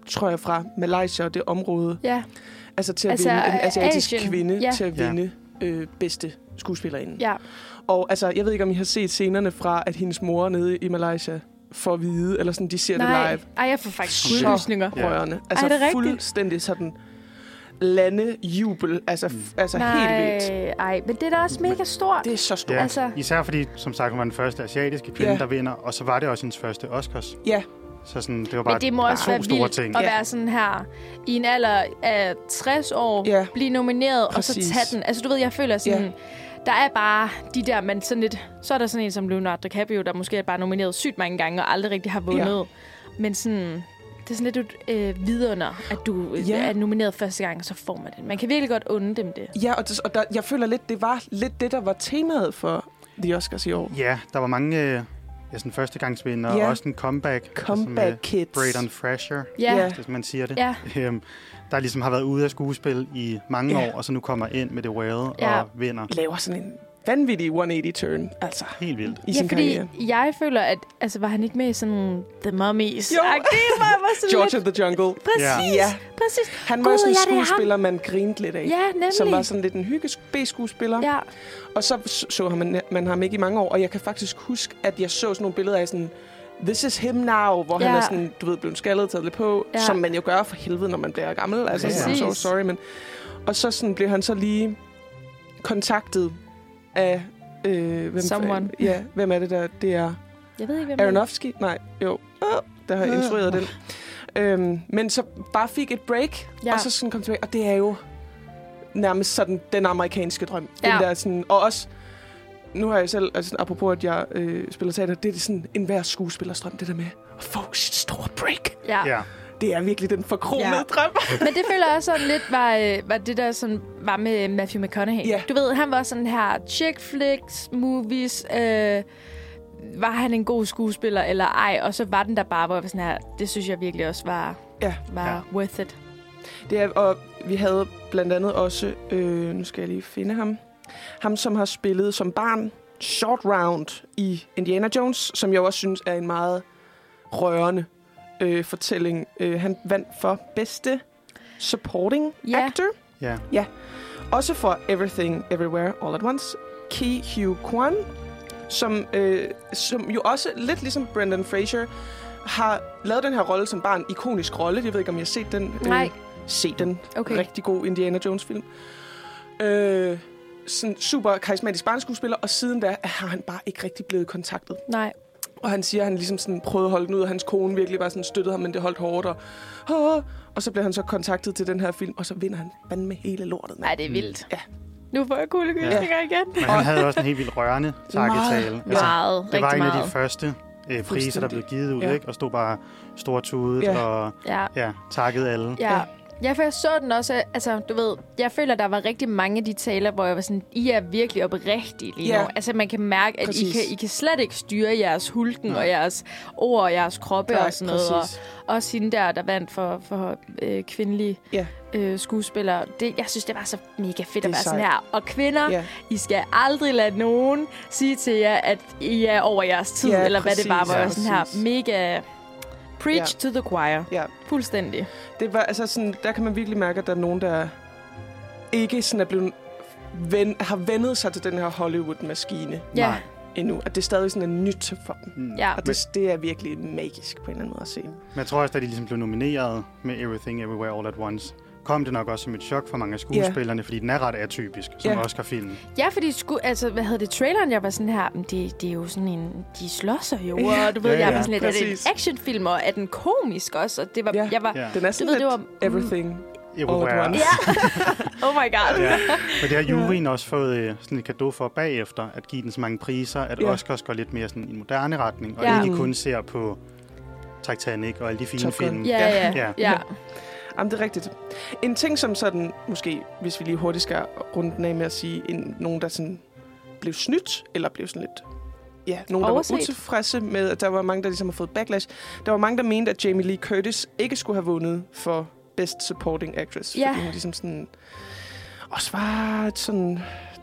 tror jeg, fra Malaysia og det område. Ja. Altså til at Altså, vinde en asiatisk Asien. kvinde Ja. til at vinde øh, bedste skuespillerinde. Ja. Og altså, jeg ved ikke, om I har set scenerne fra, at hendes mor nede i Malaysia får at vide, eller sådan, de ser Nej. det live. Ej, jeg får faktisk Så skudlysninger. rørende. Altså Ej, er det rigtigt? fuldstændig sådan landejubel. Altså, f- altså helt vildt. Ej, men det er da også mega stort. Det er så stort. Ja, Altså- især fordi, som sagt, hun var den første asiatiske kvinde, Ja. der vinder, og så var det også hendes første Oscars. Ja, Så sådan, det var bare Men det må også to være store vildt ting. at Ja. være sådan her i en alder af tres år, Ja. blive nomineret, Præcis. og så tage den. Altså du ved, jeg føler sådan, Ja. der er bare de der, men sådan lidt, så er der sådan en som Leonardo DiCaprio, der måske er bare nomineret sygt mange gange, og aldrig rigtig har vundet. Ja. Men sådan, det er sådan lidt et øh, vidunder, at du øh, Ja. er nomineret første gang, og så får man det. Man kan virkelig godt unde dem det. ja og, det, og der, jeg føler lidt, det var lidt det, der var temaet for The Oscars i år. Ja, der var mange øh, ja, sådan førstegangsvindere, Ja. og også en comeback. Comeback altså med Kids. Braden Fraser, Ja, Ja. ja. hvis man siger det. Ja. Øhm, der ligesom har været ude af skuespil i mange Ja. år, og så nu kommer ind med The Whale Ja. og vinder. Laver sådan en vanvittig et hundrede og tres turn, altså, Helt vildt. i Ja, sin fordi karriere. jeg føler, at altså, var han ikke med i sådan The Mummies? Jo. Ej, det var, var sådan George lidt... of the Jungle. Præcis, Ja. præcis. Han var Gud, sådan en ja, det er ham. skuespiller, man grinte lidt af. Ja, nemlig. Som var sådan lidt en hygge B-skuespiller. Ja, Og så så man, man ham ikke i mange år, og jeg kan faktisk huske, at jeg så sådan nogle billeder af sådan, this is him now, hvor ja. han Ja. er sådan, du ved, blevet skaldet, taget lidt på, Ja. som man jo gør for helvede, når man bliver gammel. Altså, Ja. I'm so sorry, men... Og så sådan blev han så lige kontaktet af... Øh, hvem, Someone. Ja, hvem er det der? Det er jeg ved ikke, hvem det er. Aronofsky? Nej, jo. Oh, der har jeg instrueret den. Øhm, men så bare fik et break, Ja. ja. og så sådan kom tilbage. Og det er jo nærmest sådan den amerikanske drøm. Ja. Den der sådan, og også, nu har jeg selv, altså apropos at jeg øh, spiller teater, det er sådan en hver skuespillers drøm, det der med at få sit store break. Ja. Ja. Det er virkelig den forkromede Ja. drøm. Men det føler jeg også sådan lidt var, øh, var det der sådan, var med Matthew McConaughey. Ja. Du ved, han var sådan her chick flicks, movies, øh, var han en god skuespiller eller ej? Og så var den der bare, hvor jeg var sådan her, det synes jeg virkelig også var, Ja. var Ja. worth it. Det er, og vi havde blandt andet også, øh, nu skal jeg lige finde ham, ham som har spillet som barn Short Round i Indiana Jones, som jeg også synes er en meget rørende øh, fortælling. Øh, han vandt for bedste supporting Ja. actor. Ja. Også for Everything Everywhere All at Once. Ki Hugh Kwan, som, øh, som jo også lidt ligesom Brendan Fraser har lavet den her rolle som barn, ikonisk rolle. Jeg ved ikke, om jeg har set den. Nej. Øh, se den. Okay. Rigtig god Indiana Jones-film. Øh, sådan super karismatisk barneskuespiller, og siden da har han bare ikke rigtig blevet kontaktet. Nej. Og han siger, at han ligesom sådan prøvede at holde den ud, og hans kone virkelig bare sådan støttede ham, men det holdt hårdt. Og, og, og så bliver han så kontaktet til den her film, og så vinder han fanden med hele lortet. Nej, det er vildt. Ja. Nu får jeg kuldegysninger ja. igen. Men han havde også en helt vildt rørende takketale. Meget. Meget, det var rigtig en af meget. de første øh, priser, der blev givet ud, Ja. ikke? Og stod bare stortudet Ja. og Ja. ja, takkede alle. Ja. Ja. Ja, for jeg så den også, altså, du ved, jeg føler, der var rigtig mange af de taler, hvor jeg var sådan, I er virkelig oprigtige lige Ja. nu. Altså, man kan mærke, at I Præcis. kan, I kan slet ikke styre jeres hulken Nej. og jeres ord og jeres kroppe Nej, og sådan noget. Og præcis. også hende der, der vandt for, for øh, kvindelige Ja. øh, skuespillere. Det, jeg synes, det var så mega fedt Det at er være sådan sejt. her. Og kvinder, Ja. I skal aldrig lade nogen sige til jer, at I er over jeres tid, Ja, eller hvad det var, præcis, hvor jeg ja, var sådan her præcis. mega preach Ja. to the choir. Ja. Fuldstændig. Det var, altså sådan, der kan man virkelig mærke, at der er nogen, der ikke sådan er blevet ven, har vendet sig til den her Hollywood-maskine Ja. Nej. endnu. At det stadig sådan er nyt for dem. Mm. Ja. Og det, det er virkelig magisk på en eller anden måde at se. Men jeg tror også, da de ligesom blev nomineret med Everything Everywhere All at Once, kom det nok også som et chok for mange af skuespillerne, fordi den er ret atypisk som Ja. Oscar-film. Ja, fordi sku, altså, hvad hedder det, traileren, jeg var sådan her, men det, det er jo sådan en, de slår sig jo, Ja. og du ved, Ja, jeg ja, var sådan lidt, er det præcis. en actionfilm, og er den komisk også? Og det var, Ja. jeg var, Ja. Den er du sådan ved, lidt det var, everything. Everywhere. once. Ja. Oh my god. Ja. Men det har juryen også fået øh, sådan et cadeau for bagefter, at give den så mange priser, at Ja. Oscars går lidt mere sådan i en moderne retning, og Ja. ikke kun ser på Titanic og alle de fine Top Gun. film. Ja, ja, Ja. ja. ja. Jamen, det er rigtigt. En ting, som sådan, måske, hvis vi lige hurtigt skal runde den af med at sige, en, nogen, der sådan blev snydt, eller blev sådan lidt... Ja, nogen, der Overset. var utilfredse med, at der var mange, der ligesom har fået backlash. Der var mange, der mente, at Jamie Lee Curtis ikke skulle have vundet for Best Supporting Actress. Ja. Fordi hun ligesom sådan... Også var sådan...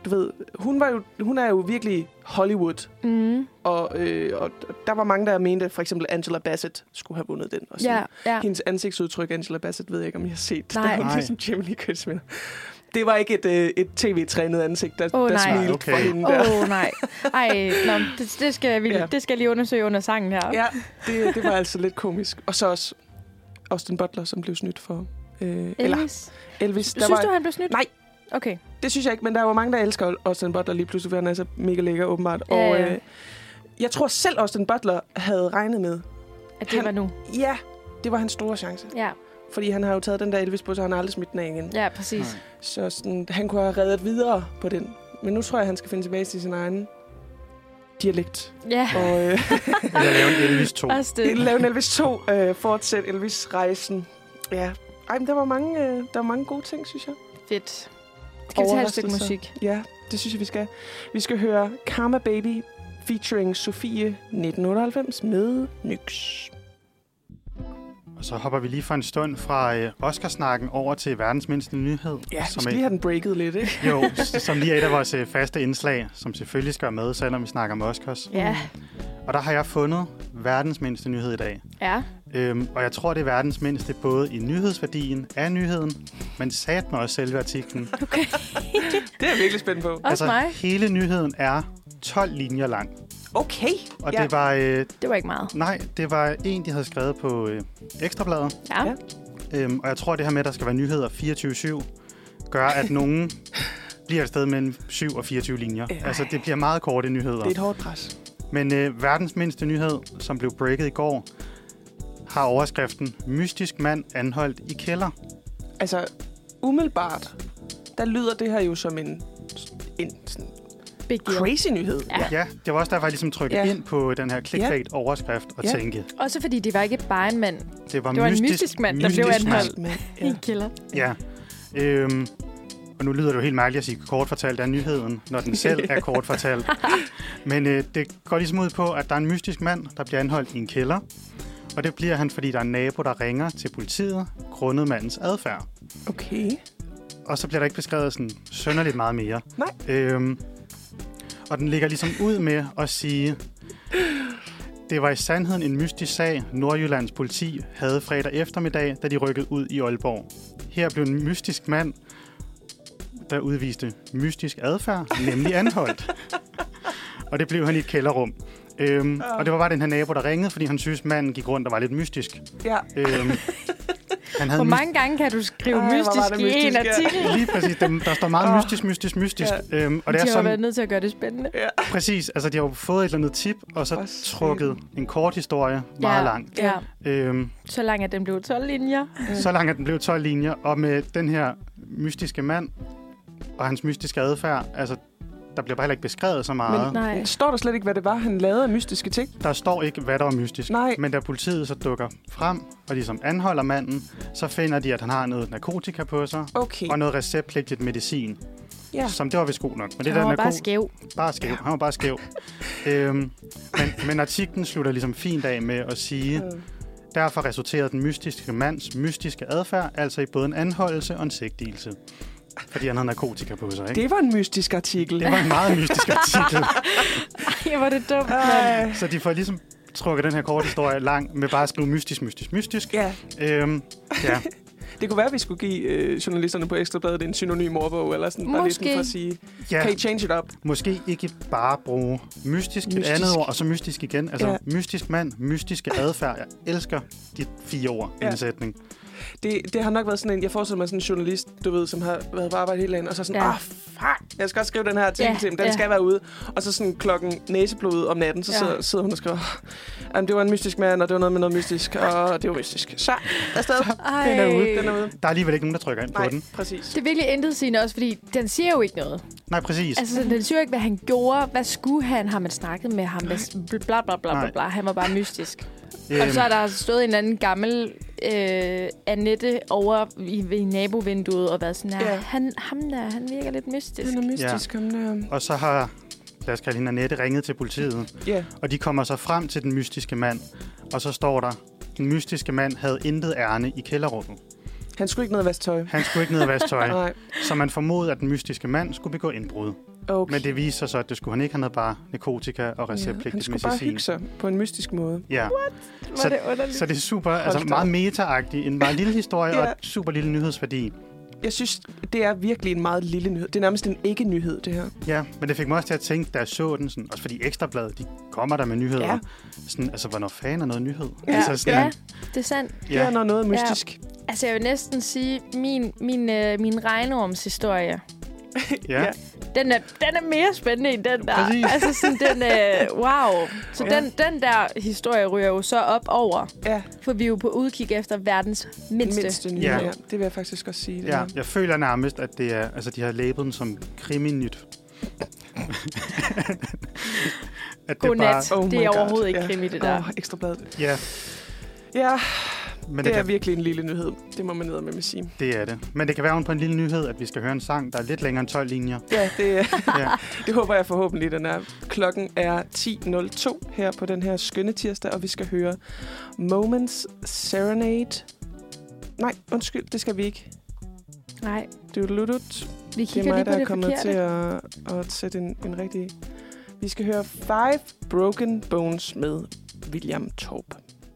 du ved, hun, var jo, hun er jo virkelig Hollywood. Mm. Og, øh, og der var mange, der mente, at for eksempel Angela Bassett skulle have vundet den. Og Ja, ja. Hendes ansigtsudtryk, Angela Bassett, ved jeg ikke, om I har set. Nej. Der er hun Nej. ligesom Jamie Lee Curtis. Det var ikke et, øh, et tv-trænet ansigt, der, Åh, der nej. smilte Okay. for hende Åh, der. oh, nej. Ej, nå, det, det, skal vi, Ja. det skal jeg lige undersøge under sangen her. Ja, det, det var altså lidt komisk. Og så også Austin Butler, som blev snydt for... Øh, eller Elvis. Elvis. Der Synes var, du, han blev snydt? Nej. Okay. Det synes jeg ikke, men der er jo mange, der elsker Austin Butler lige pludselig, for han er så mega lækker, åbenbart. Ja, og ja. øh, jeg tror selv, Austin Butler havde regnet med, At det Han- var nu. ja, det var hans store chance. Ja, Fordi han har jo taget den der Elvis på, så han har aldrig smidt den af igen. ja præcis. Så sådan, han kunne have reddet videre på den. Men nu tror jeg, han skal finde tilbage til sin egen dialekt. Ja, Og øh, Eller lave en Elvis to. også det. lave en Elvis to, øh, fortsæt Elvis-rejsen. Ja, ej, men der var, mange, øh, der var mange gode ting, synes jeg. Fedt. Skal vi tage et stykke Overraskelser. musik? Ja, det synes jeg, vi skal. Vi skal høre Karma Baby featuring Sofie nitten otteoghalvfems med Nyx. Og så hopper vi lige for en stund fra øh, Oscarsnakken over til verdens mindste nyhed. Ja, vi som skal er, lige have den breaket lidt, ikke? jo, s- som lige er et af vores øh, faste indslag, som selvfølgelig skal være med, selvom vi snakker om Oscars. Ja. Og der har jeg fundet verdens mindste nyhed i dag. Ja. Øhm, og jeg tror, det er verdens mindste både i nyhedsværdien af nyheden, men sat mig også selve artiklen. Okay. Det er jeg virkelig spændt på. Også altså, mig. hele nyheden er tolv linjer lang. Okay. Og Ja. det var... Øh, Det var ikke meget. nej, det var en, de havde skrevet på øh, Ekstrabladet. Ja. Ja. Øhm, og jeg tror, det her med, at der skal være nyheder fireogtyve syv, gør, at nogen bliver et sted mellem syv og fireogtyve linjer. Ej. Altså, det bliver meget korte nyheder. Det er et hårdt pres. Men øh, verdens mindste nyhed, som blev breaket i går, har overskriften Mystisk mand anholdt i kælder. Altså, umiddelbart, der lyder det her jo som en, en sådan Big deal. crazy nyhed. Ja. Ja, det var også derfor, jeg ligesom trykkede Ja. ind på den her clickbait-overskrift og Ja. tænkte, Også fordi det var ikke bare en mand det var, Det var en mystisk, mystisk mand, der blev mystisk anholdt. mand. Men, i ja. en kælder. Ja. Øhm, og nu lyder det jo helt mærkeligt at sige kort fortalt af nyheden, når den selv er kort fortalt. Men øh, det går ligesom ud på, at der er en mystisk mand, der bliver anholdt i en kælder. Og det bliver han, fordi der er en nabo, der ringer til politiet, grundet mandens adfærd. Okay. Og så bliver der ikke beskrevet sådan sønderligt meget mere. Nej. Øhm, og den ligger ligesom ud med at sige, det var i sandheden en mystisk sag, Nordjyllands politi havde fredag eftermiddag, da de rykkede ud i Aalborg. Her blev en mystisk mand, der udviste mystisk adfærd, nemlig anholdt. Og det blev han i et kælderrum. Øhm, og det var bare den her nabo, der ringede, fordi han synes, manden gik rundt og var lidt mystisk. Ja. Øhm, han havde Hvor myst- mange gange kan du skrive Ej, hvor mystisk var det i en mystisk, ja. artikel? Lige præcis. Dem, der står meget Åh. mystisk, mystisk, mystisk. Ja. Øhm, og De det er har jo sådan, været nødt til at gøre det spændende. Ja. præcis. Altså, de har jo fået et eller andet tip, og så For trukket en kort historie meget Ja. lang. Ja. Øhm, Så langt, at den blev tolv linjer. så lang, at den blev tolv linjer. Og med den her mystiske mand og hans mystiske adfærd, altså, der bliver bare heller ikke beskrevet så meget. Nej. Men står der slet ikke, hvad det var, han lavede af mystiske ting? Der står ikke, hvad der var mystisk. Nej. Men da politiet så dukker frem og ligesom anholder manden, så finder de, at han har noget narkotika på sig Okay. og noget receptpligtigt medicin. Ja. Som det var vist god nok. Men det Han der var bare narko- skæv. Bare skæv. Han var bare skæv. øhm, men, men artiklen slutter ligesom fint af med at sige, Øh. derfor resulterede den mystiske mands mystiske adfærd altså i både en anholdelse og en sigtelse. Fordi han havde narkotika på sig, ikke? Det var en mystisk artikel. Det var en meget mystisk artikel. Ej, hvor er det dumt, mand. Ej. Så de får ligesom trukket den her korte historie lang med bare at skrive mystisk, mystisk, mystisk. Ja. Øhm, ja. Det kunne være, at vi skulle give øh, journalisterne på Ekstrabladet en synonym ordbog, eller sådan, bare lige sådan Måske. for at sige, ja, kan I change it up? måske ikke bare bruge mystisk, mystisk, et andet ord, og så mystisk igen. Altså Ja. mystisk mand, mystiske adfærd. Jeg elsker de fire ord i Ja. en sætning. Det, det har nok været sådan en, jeg forestiller mig sådan en journalist, du ved, som har været på arbejde hele dagen, og så sådan, Ja. ah, ja. fuck, jeg skal også skrive den her artikel Ja, til dem, den ja. skal være ude. Og så sådan klokken næseblod om natten, så Ja. sidder, sidder hun og skriver, jamen, det var en mystisk mand, og det var noget med noget mystisk, og det var mystisk. Så, afsted. Ej. Den er ude. Den er ude. Der er alligevel ikke nogen, der trykker ind Nej, på den. præcis. Det er virkelig intetsigende også, fordi den siger jo ikke noget. Nej, præcis. Altså, den siger jo ikke, hvad han gjorde. Hvad skulle han? Har man snakket med ham? Hvad, bla, bla, bla, bla, Nej. bla. Han var bare mystisk. Øhm, Og så er der stået en anden gammel øh, Annette over i, i nabovinduet og været sådan, ja. Ja. han, ham der, han virker lidt mystisk. Den er mystisk, ja. Om der. og så har, lad os kalde hende Annette, ringet til politiet. Ja. Og de kommer så frem til den mystiske mand. Og så står der, den mystiske mand havde intet ærne i kælderrummet. Han skulle ikke ned og vaske tøj. Han skulle ikke ned og vaske tøj. Nej. Så man formodede, at den mystiske mand skulle begå indbrud. Okay. Men det viser sig så, at det skulle han ikke. Han havde bare narkotika og receptpligtigt ja, han skulle medicin. bare hygge sig på en mystisk måde. Ja. What? Var så, det underligt? så det er super, altså meget meta-agtigt. En meget lille historie ja. og et super lille nyhedsværdi. Jeg synes, det er virkelig en meget lille nyhed. Det er nærmest en ikke-nyhed, det her. Ja, men det fik mig også til at tænke, da jeg så den, sådan, også fordi Ekstrabladet, de kommer der med nyheder. Ja. Sådan, altså, hvornår fanden er noget nyhed? Ja, altså, sådan, ja det er sandt. Ja. Det er noget, noget mystisk. Ja. Altså, jeg vil næsten sige, min, min, øh, min regnormshistorie, ja. ja. Den er, den er mere spændende end den der. Præcis. Altså sådan den, øh, wow. Så ja. den, den der historie ryger jo så op over. Ja. For vi er jo på udkig efter verdens mindste. mindste nyhed, ja. Ja. ja. Det vil jeg faktisk også sige. Det Ja, her. jeg føler nærmest, at det er, altså, de har labet den som kriminyt. At Godnat. bare, Oh det er God. overhovedet ikke ja. krimi, det der. Åh, Ekstrabladet. ja, Ja, men det, det, er kan, virkelig en lille nyhed. Det må man ned med at sige. det er det. Men det kan være oven på en lille nyhed, at vi skal høre en sang, der er lidt længere end tolv linjer. Ja, det, Ja. det håber jeg forhåbentlig, den er. Klokken er ti nul to her på den her skønne tirsdag, og vi skal høre Moments Serenade. Nej, undskyld, det skal vi ikke. Nej, Dudeludut. vi Det er kigger lige mig, på der er det kommet til forkerte. at, at sætte en, en rigtig... Vi skal høre Five Broken Bones med William Torp.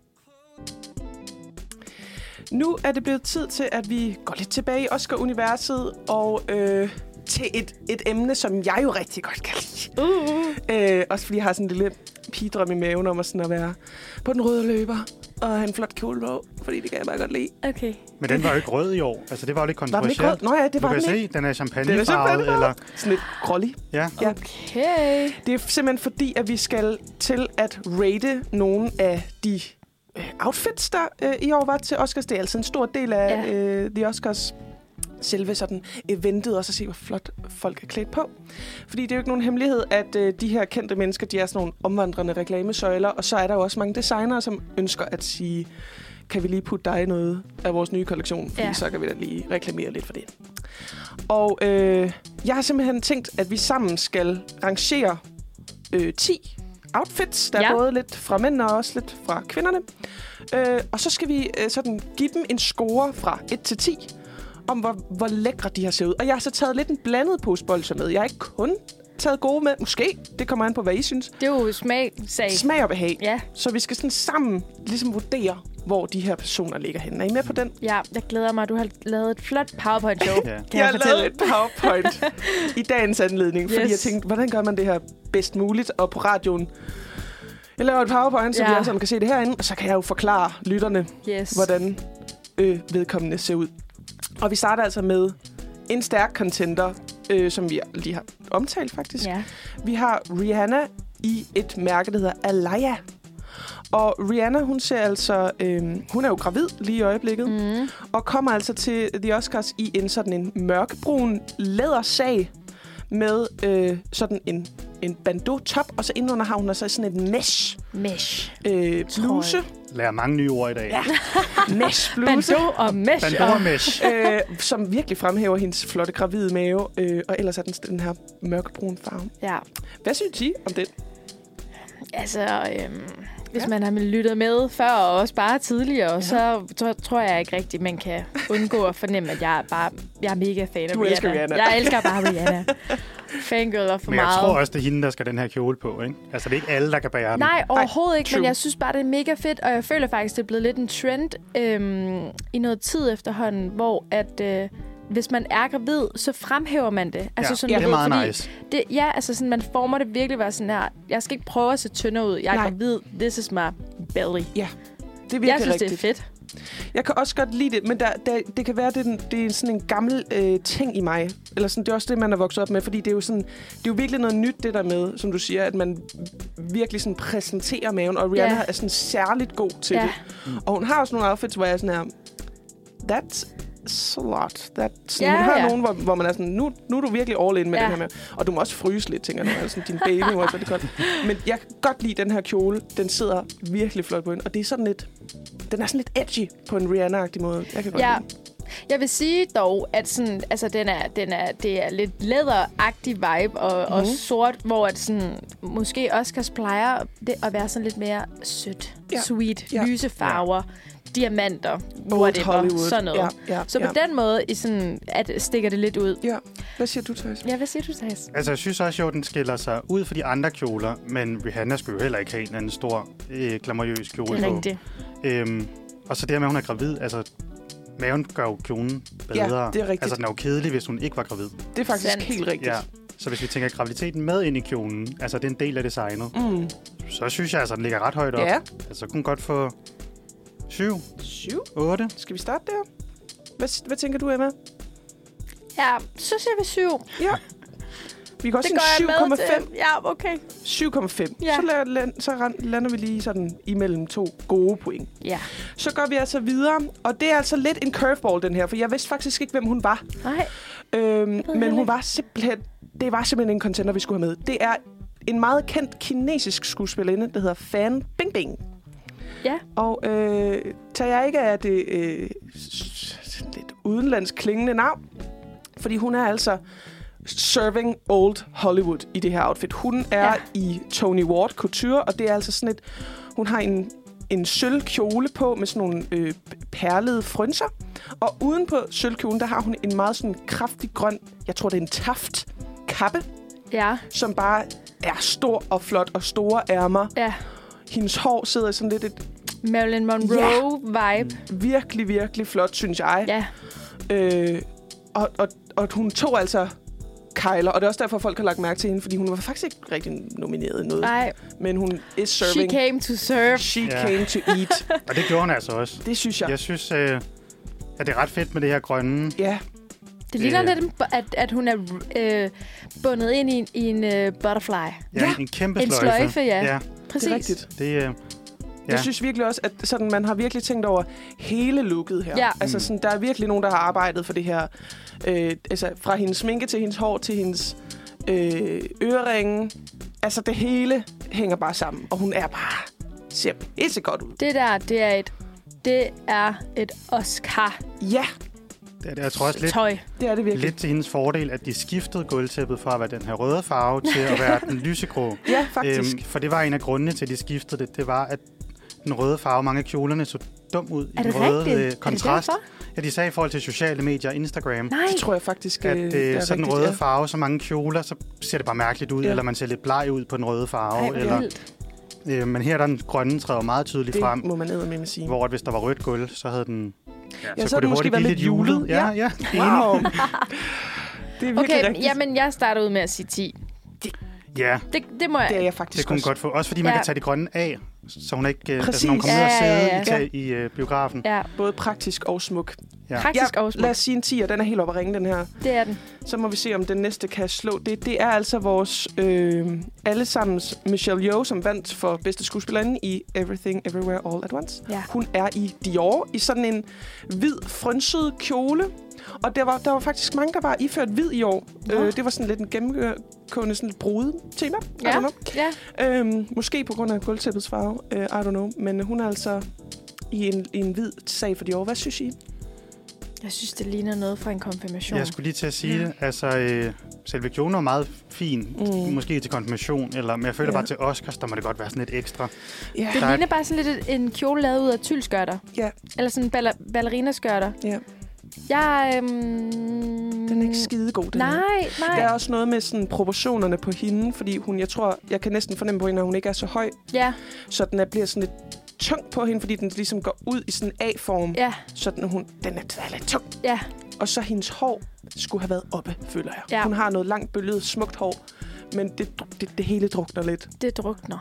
Nu er det blevet tid til, at vi går lidt tilbage i Oscar-universet og øh, til et, et emne, som jeg jo rigtig godt kan lide. Uh, uh. Øh, også fordi jeg har sådan en lille pigedrøm i maven om at, sådan at være på den røde løber og have en flot kjole på, fordi det kan jeg bare godt lide. Okay. Men den var jo ikke rød i år. Altså, det var jo lidt Var den ikke kontroversielt. rød? Nå ja, det Du var kan den se, ikke. den er Den er champagnefarvet. champagnefarvet. Eller, Sådan lidt grålig. ja. Ja. Okay. Det er simpelthen fordi, at vi skal til at rate nogle af de øh, outfits, der øh, i år var til Oscars. Det er altså en stor del af Ja. øh, The Oscars selve sådan eventet, og så se, hvor flot folk er klædt på. Fordi det er jo ikke nogen hemmelighed, at øh, de her kendte mennesker, de er sådan nogle omvandrende reklamesøjler, og så er der jo også mange designere, som ønsker at sige, kan vi lige putte dig i noget af vores nye kollektion, fordi Ja. så kan vi da lige reklamere lidt for det. Og øh, jeg har simpelthen tænkt, at vi sammen skal rangere øh, ti outfits. Der er Ja. både lidt fra mændene og også lidt fra kvinderne. Øh, og så skal vi øh, sådan give dem en score fra et til ti, om hvor, hvor lækre de har set ud. Og jeg har så taget lidt en blandet pose bolsjer med. Jeg har ikke kun taget gode med. Måske. Det kommer an på, hvad I synes. Det er jo smag-sag. Smag og behag. Ja, Så vi skal sådan sammen ligesom vurdere, hvor de her personer ligger henne. Er I med på den? ja, jeg glæder mig. Du har lavet et flot PowerPoint-show. Ja. Kan Jeg jeg har fortælle? lavet et PowerPoint i dagens anledning, fordi Yes. jeg tænkte, hvordan gør man det her bedst muligt? Og på radioen, jeg laver et PowerPoint, så Ja. vi alle sammen kan se det herinde, og så kan jeg jo forklare lytterne, Yes. hvordan øh, vedkommende ser ud. Og vi starter altså med en stærk contender, øh, som vi lige har omtalt faktisk. Ja. Vi har Rihanna i et mærke, der hedder Alaya. Og Rihanna, hun ser altså, øh, hun er jo gravid lige i øjeblikket, Mm. og kommer altså til The Oscars i en sådan en mørkebrun lædersag med øh, sådan en, en bandeau-top, og så indenunder har hun altså sådan et mesh Mesh. øh, bluse. Lærer mange nye ord i dag. Ja. Mesh bluse. Bandeau og mesh. Bandora og- mesh. øh, som virkelig fremhæver hendes flotte gravide mave, øh, og ellers er den den her mørkebrun farve. Ja. Hvad synes I om det? Altså, øhm, hvis Ja. man har lyttet med før, og også bare tidligere, ja. så tror, tror jeg ikke rigtigt, man kan undgå at fornemme, at jeg er bare jeg er mega fan af Du Rihanna. elsker Rihanna. Jeg elsker bare Rihanna. Fangirl og for Men jeg meget. tror også, det er hende, der skal den her kjole på, ikke? Altså, det er ikke alle, der kan bære den. Nej, overhovedet ikke, true. men jeg synes bare, det er mega fedt, og jeg føler faktisk, det er blevet lidt en trend øhm, i noget tid efterhånden, hvor at øh, hvis man er gravid, så fremhæver man det. Altså, Ja, sådan, det du er ved, meget fordi nice. Det, ja, altså sådan, man former det virkelig være sådan her. Jeg skal ikke prøve at se tyndere ud. Jeg er Nej. gravid. This is my belly. Det er virkelig Jeg synes, rigtigt. det er fedt. Jeg kan også godt lide det, men der, der, det kan være, at det, er den- det er sådan en gammel øh, ting i mig. Eller sådan, det er også det, man er vokset op med, fordi det er jo sådan, det er jo virkelig noget nyt, det der med, som du siger, at man virkelig sådan præsenterer maven, og Rihanna Ja. er sådan særligt god til Ja. det. Og hun har også nogle outfits, hvor jeg er sådan her, that's slot. That, sådan, Ja, hun har ja. nogen, hvor, hvor man er sådan, nu, nu er du virkelig all in med Ja. det her med. Og du må også fryse lidt, tænker jeg nu. Altså, din baby må også være lidt koldt. Men jeg kan godt lide den her kjole. Den sidder virkelig flot på hende. Og det er sådan lidt, den er sådan lidt edgy på en Rihanna-agtig måde. Jeg kan godt Ja. lide den. Jeg vil sige dog, at sådan, altså, den er, den er, det er lidt læderagtig vibe og, mm-hmm. og sort, hvor at sådan, måske Oscars plejer det at være sådan lidt mere sødt, Ja. sweet, Ja. lyse farver. diamanter, Old whatever, Hollywood. sådan noget. Ja, ja, så på ja. den måde i sådan, at stikker det lidt ud. Ja. Hvad siger du, Thijs? Ja, hvad siger du, Thijs? Altså, jeg synes også, at den skiller sig ud for de andre kjoler, men Rihanna skulle jo heller ikke have en anden stor, øh, glamourøs kjole Det er på. rigtigt. Øhm, og så det med, at hun er gravid, altså, maven gør jo kjolen bedre. Ja, det er rigtigt. Altså, den er jo kedelig, hvis hun ikke var gravid. Det er faktisk Sandt. helt rigtigt. Ja. Så hvis vi tænker graviditeten med ind i kjolen, altså det er en del af designet, Mm. så synes jeg altså, at den ligger ret højt op. Ja. Altså, så kunne den godt få syv, Syv. otte. Skal vi starte der? Hvad, hvad tænker du, Emma? Ja, så siger vi syv. Ja. Vi kan også Det sige går syv jeg med komma fem. til. Ja, okay. syv komma fem. Ja. Så, lader, så ran- lander vi lige sådan imellem to gode point. Ja. Så går vi altså videre, og det er altså lidt en curveball, den her, for jeg vidste faktisk ikke, hvem hun var. Nej. Øhm, men heller hun ikke. var simpelthen, det var simpelthen en contender, vi skulle have med. Det er en meget kendt kinesisk skuespillerinde, der hedder Fan Bingbing. Ja. Og øh, tager jeg ikke af det øh, s- lidt udenlandsk klingende navn, fordi hun er altså serving old Hollywood i det her outfit. Hun er Ja. ja. i Tony Ward Couture, og det er altså sådan et... Hun har en, en sølvkjole på med sådan nogle øh, perlede frynser. Og uden på sølvkjolen, der har hun en meget sådan kraftig grøn, jeg tror det er en taft kappe, Ja. som bare er stor og flot og store ærmer. Ja. Hendes hår sidder i sådan lidt et Marilyn Monroe-vibe. virkelig, virkelig flot, synes jeg. Ja. Øh, og, og, og hun tog altså Kyler, og det er også derfor, folk har lagt mærke til hende, fordi hun var faktisk ikke rigtig nomineret i noget. Nej, Men hun is she serving. came to serve. She Ja. came to eat. Og det gjorde hun altså også. Det synes jeg. Jeg synes, øh, at det er ret fedt med det her grønne. Ja, Det ligner Øh. lidt, en- at, at hun er øh, bundet ind i en, i en øh, butterfly. Ja, Ja. en kæmpe En sløjfe. sløjfe, ja. ja. Præcis. det er rigtigt. Det, øh, Ja. Ja. Jeg synes virkelig også, at sådan, man har virkelig tænkt over hele looket her. Ja. Altså, sådan, der er virkelig nogen, der har arbejdet for det her. Øh, altså, fra hendes sminke til hendes hår til hendes øh, øreringe. Altså, det hele hænger bare sammen. Og hun er bare... ser helt så godt ud. Det der, det er et, det er et Oscar-tøj. Ja, det, er- jeg tror også lidt, det er det virkelig. lidt til hendes fordel, at de skiftede gulvtæppet fra at være den her røde farve til at være den lysegrå. Ja, faktisk. Øhm, for det var en af grundene til, at de skiftede det. Det var, at den røde farve, mange af kjolerne så dum ud Er i det den røde rigtigt? øh, Er det kontrast. derfor? Ja, de sagde i forhold til sociale medier og Instagram, Nej. Det tror jeg faktisk, at øh, øh, det er så den rigtigt, røde ja. farve, så mange kjoler, så ser det bare mærkeligt ud, Ja. eller man ser lidt bleg ud på den røde farve. Ej, hvor eller, vildt. øh, men her er der den grønne træder meget tydeligt Det frem, må man eddermame sige. hvor at hvis der var rødt gulv, så havde den... Ja, så, så kunne havde den det måske hurtigt været blive lidt lidt julet. julet. Ja, ja. Wow. Det er virkelig Okay, rigtigt. jamen jeg starter ud med at sige ti. Ja, Det, det må jeg. Det er jeg det faktisk kunne hun også. godt få. Også fordi man Ja. kan tage de grønne af, så hun ikke... øh, Præcis. Altså, når hun kommer ned og Ja, ja, sidde ja. i, i, i uh, biografen. Ja, Både praktisk og smuk. Ja. praktisk Ja, og smuk. lad os sige en ti, og den er helt oppe at ringe, den her. Det er den. Så må vi se, om den næste kan slå det. Det er altså vores øh, allesammens Michelle Yeoh, som vandt for bedste skuespillerinde i Everything Everywhere All at Once. Ja. Hun er i Dior i sådan en hvid, frynset kjole. Og der var, der var faktisk mange, der var iført hvid i år. Nå. Øh, det var sådan lidt en gennemgående sådan lidt brudet-tema. I Ja. don't know. Ja. Øhm, måske på grund af gulvtæppets farve. Uh, I don't know. Men hun er altså i en, i en hvid sag for Dior. Hvad synes I? Jeg synes, det ligner noget fra en konfirmation. Jeg skulle lige til at sige Ja. det. Altså, øh, selve kjolen var meget fin. Mm. Måske til konfirmation, eller, men jeg føler Ja. bare til Oscars, der må det godt være sådan lidt ekstra. Ja. Det Der er- ligner bare sådan lidt en kjole lavet ud af tyldskørter. Ja. Eller sådan baller- ballerinaskørter. Ja. Jeg, øhm... Den er ikke skidegod, den her. Nej, nej. Der er også noget med sådan proportionerne på hende, fordi hun, jeg tror, jeg kan næsten fornemme på hende, at hun ikke er så høj, Ja, så den er, bliver sådan lidt tung på hende, fordi den ligesom går ud i sådan en A-form, ja, så den, hun, den er, er lidt tung. ja. Og så hendes hår skulle have været oppe, føler jeg. Ja. Hun har noget langt bølget, smukt hår, men det, det, det hele drukner lidt. Det drukner.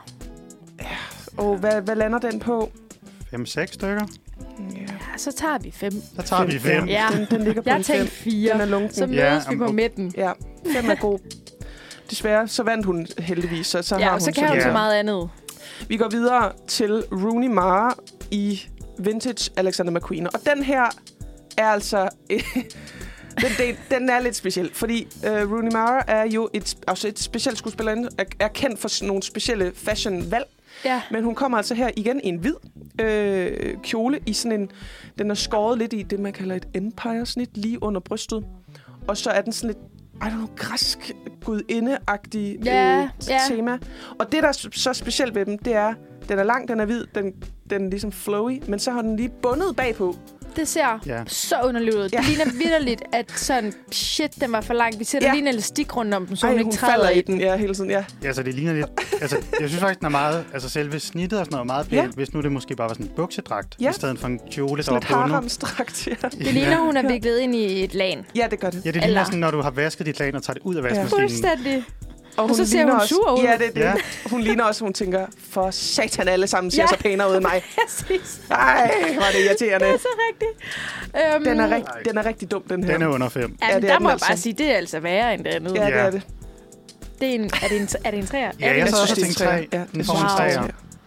Og hvad, hvad lander den på? Fem, seks stykker. Ja. Ja, så tager vi fem. Så tager vi fem. Ja. Den, den ligger på Jeg en tænkte fem. fire. Den er lunken. Så Ja, mødes vi på okay. midten. Ja, fem er god. Desværre, så vandt hun heldigvis, så, så har Ja, hun så kan hun Ja. så meget andet. Vi går videre til Rooney Mara i Vintage Alexander McQueen. Og den her er altså... den, del, den er lidt speciel, fordi uh, Rooney Mara er jo et, altså et specielt skuespillerinde, er, er kendt for sådan nogle specielle fashion-valg. Ja, Men hun kommer altså her igen i en hvid øh, kjole i sådan en... Den er skåret lidt i det, man kalder et empire-snit, lige under brystet. Og så er den sådan lidt, I don't know, græsk gudinde-agtig Ja, øh, ja. tema. Og det, der er så specielt ved dem, det er, Den er lang, den er hvid, den, den er ligesom flowy, men så har den lige bundet bagpå. Det ser Ja. så underligt ud. Ja. Det ligner vitterligt, at sådan, shit, den var for lang. Vi sætter Ja. lige en elastik rundt om den, så Ej, hun hun ikke træder falder i i den. den, ja, hele tiden, ja. Ja, så det ligner lidt... Altså, jeg synes faktisk, den er meget... Altså, selve snittet og sådan noget er meget pænt, Ja. hvis nu det måske bare var sådan en buksedragt, Ja. i stedet for en kjole, der Sådan var et bundet. haremsdragt, ja. Det ligner, hun er viklet ind i et lag. Ja, det gør det. Ja, det ligner Eller- sådan, når du har vasket dit lag og tager det ud af vaskemaskinen. Fuldstændig. Og, Og så ser ligner hun også, sur ud. Ja, det er det. Ja. Hun ligner også, hun tænker, for satan, alle sammen ser Ja. så pænere ud end mig. Præcis. Ej, hvor er det irriterende. Det er så rigtigt. Um, Den er, rigt, den er rigtig dum, den her. Den er under fem. Ja, Ja, men det er der den må jeg altså. bare sige, det er altså værre end det andet. Ja, Ja. det Ja. er det. Det er, en, er, det en, er det en træer? Ja, jeg så også det er tænkt en tre. træer. Ja, Den jeg får synes en også, træer.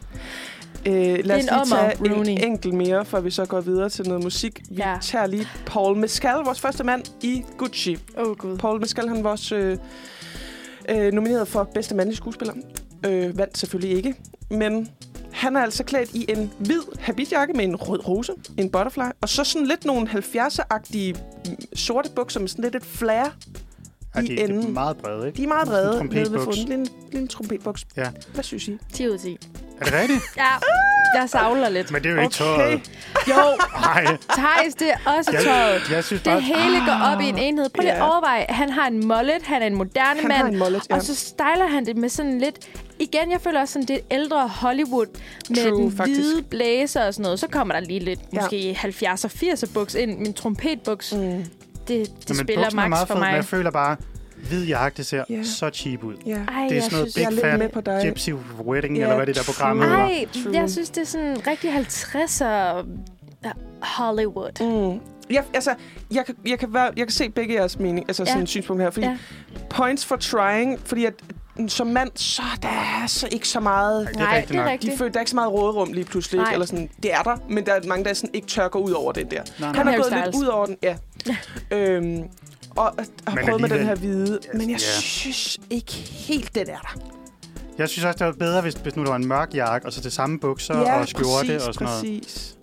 det er. Øh, lad os Det er en lige ommer, tage Rooney. en enkelt mere, før vi så går videre til noget musik. Vi Ja. tager lige Paul Mescal, vores første mand i Gucci. Åh, oh, gud. Paul Mescal, han var også øh, øh, nomineret for bedste mandlige skuespiller. Øh, vandt selvfølgelig ikke, men han er altså klædt i en hvid habitjakke med en rød rose, en butterfly, og så sådan lidt nogle halvfjerdser-agtige mm, sorte bukser med sådan lidt et flare Ja, i de, de er enden. meget brede, ikke? De er meget Sådan en brede nede ved trompetbuks. funden. Lille, lille trompetbuks. Ja. Hvad synes I? ti ud af ti. Er det rigtigt? Ja, jeg savler lidt. Men det er jo ikke Okay. tøjet. Jo, Nej. Thijs, det er også Jeg, tøjet. jeg synes bare... Det hele går op i en enhed. Prøv lige at Ja. overveje. Han har en mullet, han er en moderne Han mand. har en mullet, ja. Og så styler han det med sådan lidt... Igen, jeg føler også sådan lidt ældre Hollywood med True, den faktisk. hvide blazer og sådan noget. Så kommer der lige lidt, Ja. måske halvfjerdser firser buks ind. Min trompetbuks, Mm. det, det Men spiller buksen er max meget for fed, men mig. jeg føler bare, hvid jakke, det ser Ja. så cheap ud. Ja. Ej, Det er jeg sådan noget synes, jeg er Big lidt Fat med på dig. Gypsy Wedding, Ja, eller hvad det der program true. hedder. Ej, True. jeg synes, det er sådan rigtig halvtredser Hollywood. Mm. Jeg, altså, jeg, kan, jeg, kan være, jeg kan se begge jeres mening, altså Ja. sådan synspunkt her, fordi Ja. points for trying, fordi at som mand, så er der så ikke så meget... Ej, det er Nej, rigtigt det er nok. rigtigt. De føler, der er ikke så meget råderum lige pludselig, ikke? Nej. Eller sådan, det er der, men der er mange, der sådan ikke tør gå ud over den der. Nej, Han nej. har Harry gået lidt Styles. ud over den, ja. øhm, og og har Men prøvet med den alligevel- her hvide, men jeg Ja. synes ikke helt, den er der. Jeg synes også, det var bedre, hvis, hvis nu der var en mørk jakke, og så det samme bukser og skjorte præcis, og sådan noget. præcis.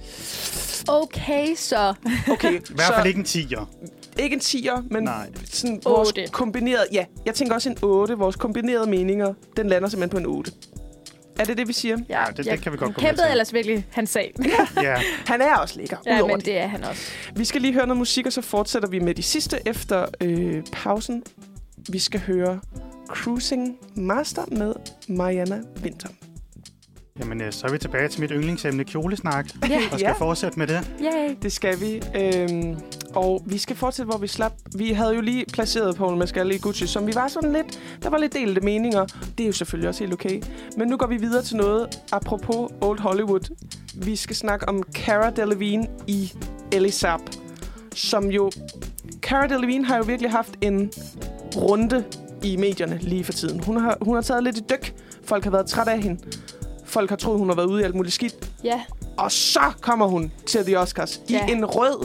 Okay, så. Okay, I hvert fald ikke en tiger. Ikke en tier, men Nej. sådan vores otte. kombinerede... Ja, jeg tænker også en otte. Vores kombinerede meninger, den lander simpelthen på en otte. Er det det, vi siger? Ja, det- det jeg- kan vi godt han gå med kæmpede til. ellers virkelig hans sag. Ja. Han er også lækker, Ja, udover men det. det er han også. Vi skal lige høre noget musik, og så fortsætter vi med de sidste efter øh, pausen. Vi skal høre Cruising Master med Mariana Winter. Jamen, øh, så er vi tilbage til mit yndlingsemne, kjolesnak, Ja. og skal Ja. fortsætte med det. Yay. Det skal vi. Øhm, og vi skal fortsætte, hvor vi slap. Vi havde jo lige placeret Paul Mescal i Gucci, som vi var sådan lidt... Der var lidt delte meninger. Det er jo selvfølgelig også helt okay. Men nu går vi videre til noget apropos Old Hollywood. Vi skal snakke om Cara Delevingne i Elisab, som jo... Cara Delevingne har jo virkelig haft en runde i medierne lige for tiden. Hun har, hun har taget lidt i dyk. Folk har været træt af hende. Folk har troet, hun har været ude i alt muligt skidt. Ja. Og så kommer hun til The Oscars i Ja. en rød,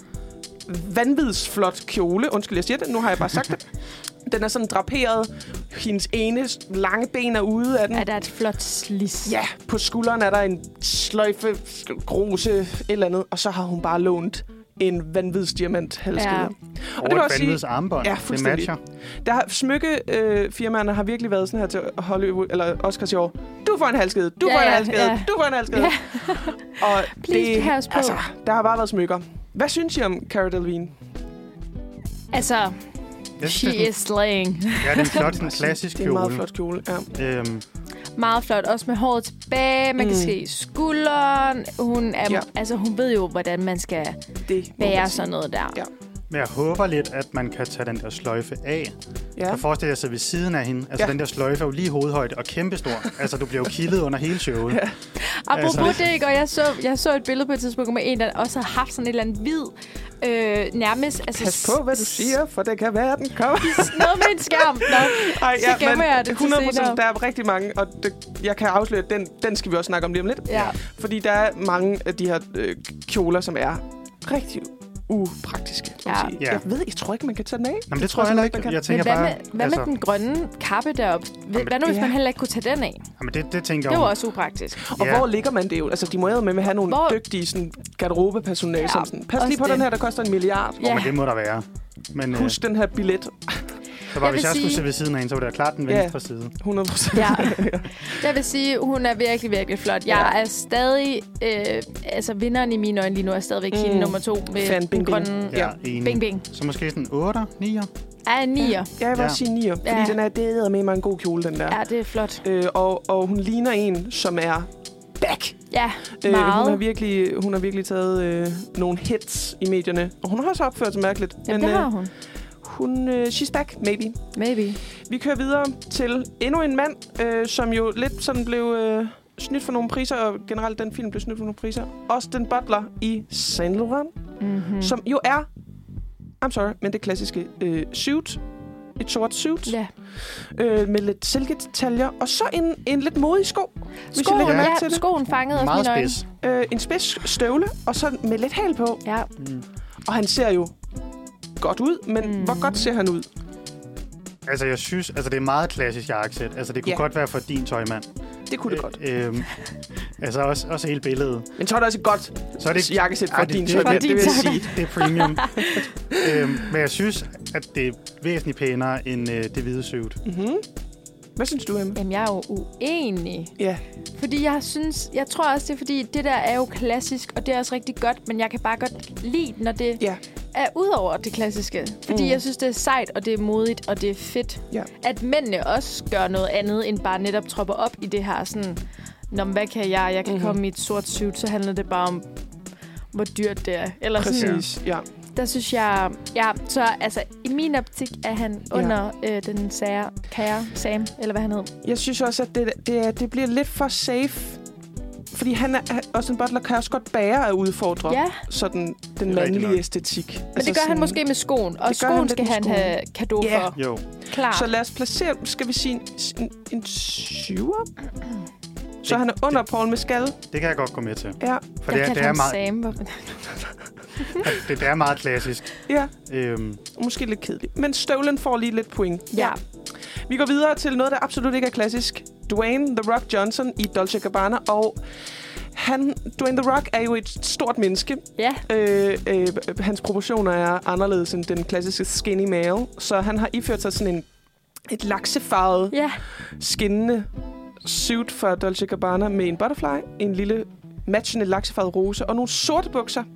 vanvidsflot kjole. Undskyld, jeg siger det. Nu har jeg bare sagt det. Den er sådan draperet. Hendes ene lange ben er ude af den. Er der et flot slis? Ja, på skulderen er der en sløjfe, grose, et eller andet. Og så har hun bare lånt en vanvidsdiamant halskæde. Ja. Ja. Og det vil et også sige- vanvids armbånd. Ja, det fuldstændig. matcher. Der har smykkefirmaerne øh, har virkelig været sådan her til Hollywood, eller Oscars i år. Du får en halskæde, du Ja, får en ja, halskæde, ja. du får en halskæde. Ja. Og Please pass på. altså, der har bare været smykker. Hvad synes I om Cara Delevingne? Altså, Jeg she synes, det er is slaying. sådan- Ja, det er en flot, sådan klassisk Det er en meget kjole. flot kjole, ja. Øhm, Meget flot. Også med håret tilbage. Man kan Mm. se skulderen. Hun, er, Ja. altså, hun ved jo, hvordan man skal Det må bære man sige. sådan noget der. Ja. men jeg håber lidt, at man kan tage den der sløjfe af. Ja. Så forestil dig sig ved siden af hende. Altså, Ja. den der sløjfe er jo lige hovedhøjde og kæmpestor. Altså, du bliver jo kildet under hele showet. Ja. Apropos Altså- det, ikke? Og jeg så, jeg så et billede på et tidspunkt med en, der også har haft sådan et eller andet hvid, øh, nærmest... Altså, Pas på, hvad du siger, for det kan være, den kommer. Noget med en skærm. Nå, Ej, så gemmer jeg det til hundrede procent, senere. der er rigtig mange, og det, jeg kan afsløre, at den, den skal vi også snakke om lige om lidt. Ja. Fordi der er mange af de her øh, kjoler, som er rigtig upraktiske. må man Ja. sige. Ja. Jeg ved, jeg tror ikke, man kan tage den af. Jamen, det tror jeg heller ikke. Jeg Men tænker hvad, bare... med, hvad med den grønne kappe deroppe? Hvad nu, hvis ja. man heller ikke kunne tage den af? Jamen, det, det tænker Det jeg var om. også upraktisk. Og Ja. hvor ligger man det jo? Altså, de må jo med at have nogle Hvor- dygtige sådan, garderobepersonale. Ja, Ja, sådan, pas også lige på det. den her, der koster en milliard. Ja. Men det må der være. Men, øh, Husk den her billet. Så bare, Jeg hvis vil jeg sige- skulle sidde ved siden af hende, så var det klart den Ja. venstre side. hundrede procent. Ja. Jeg vil sige, hun er virkelig, virkelig flot. Jeg Ja. er stadig... Øh, altså, vinderen i mine øjne lige nu er stadigvæk Mm. hende nummer to med Fan den Bing Bing. grønne... Ja, enig. Bing, bing. Så måske sådan otter, nier. Er en nier. Ja, jeg vil Ja. også sige nier, fordi Ja. den er, det er med mig en god kjole, den der. Ja, det er flot. Øh, og, og hun ligner en, som er back. Ja, Øh, hun, har meget. virkelig, hun har virkelig taget øh, nogle hits i medierne. Og hun har også opført sig mærkeligt. Jamen, det øh, har hun. hun øh, she's back, maybe. Maybe. Vi kører videre til endnu en mand, øh, som jo lidt sådan blev øh, snydt for nogle priser, og generelt den film blev snydt for nogle priser. Austin Butler i Saint Laurent, Mm-hmm. mm. som jo er, I'm sorry, men det klassiske øh, suit. Et sort suit. Ja. Øh, med lidt silkedetaljer. Og så en, en lidt modig sko. Hvis I Skoen, lægger mærke ja, til det. skoen fangede også Meget mine øjne. spids. Øh, en spids støvle, og så med lidt hal på. Ja. Mm. Og han ser jo godt ud, men Mm. mm. hvor godt ser han ud? Altså, jeg synes, altså, det er meget klassisk jakkesæt. Altså, det kunne Ja. godt være for din tøjmand. Det kunne det godt. Øh, øhm, altså, også, også hele billedet. Men så er det også et godt Så er det jakkesæt for Ej, din det, tøj, det, det, det, det vil jeg det, sige. det er premium. øhm, men jeg synes, at det er væsentligt pænere end øh, det hvide suit. Mm-hmm. Hvad synes du, Emma? Jamen, jeg er jo uenig. Ja. Fordi jeg synes... Jeg tror også, det er fordi, det der er jo klassisk, og det er også rigtig godt, men jeg kan bare godt lide, når det Ja. er ud over det klassiske. Fordi Mm. jeg synes, det er sejt, og det er modigt, og det er fedt. Ja. At mændene også gør noget andet, end bare netop tropper op i det her sådan... Nå, men hvad kan jeg? Jeg kan Mhm. mm-hmm. komme i et sort suit, så handler det bare om, hvor dyrt det er. Eller sådan. Præcis, ja. Der synes jeg... Ja, så altså, i min optik er han Ja. under øh, den sære, kære Sam, eller hvad han hed. Jeg synes også, at det, det, er, det bliver lidt for safe. Fordi han er, Austin Butler kan også godt bære at udfordre Ja, sådan, den Det er rigtigt mandlige nok. æstetik. men det gør han måske med skoen. Og det gør han skoen lidt skal med han skoen. have kado Ja. for. Jo. Klart. Så lad os placere, skal vi sige, en, en, en syver? Så Det- han er under det- Paul Mescal. Det kan jeg godt gå med til. Ja, For jeg det er, kaldte det, er ham meget, Sam. Hvor- det, det er meget klassisk. ja. Øhm, Måske lidt kedeligt. Men støvlen får lige lidt point. Ja. Vi går videre til noget, der absolut ikke er klassisk. Dwayne The Rock Johnson i Dolce and Gabbana. Og han, Dwayne The Rock er jo et stort menneske. Ja. Øh, øh, hans proportioner er anderledes end den klassiske skinny male. Så han har iført sig sådan en, et laksefarvet, Ja. skinnende suit fra Dolce and Gabbana med en butterfly, en lille matchende laksefarvet rose og nogle sorte bukser.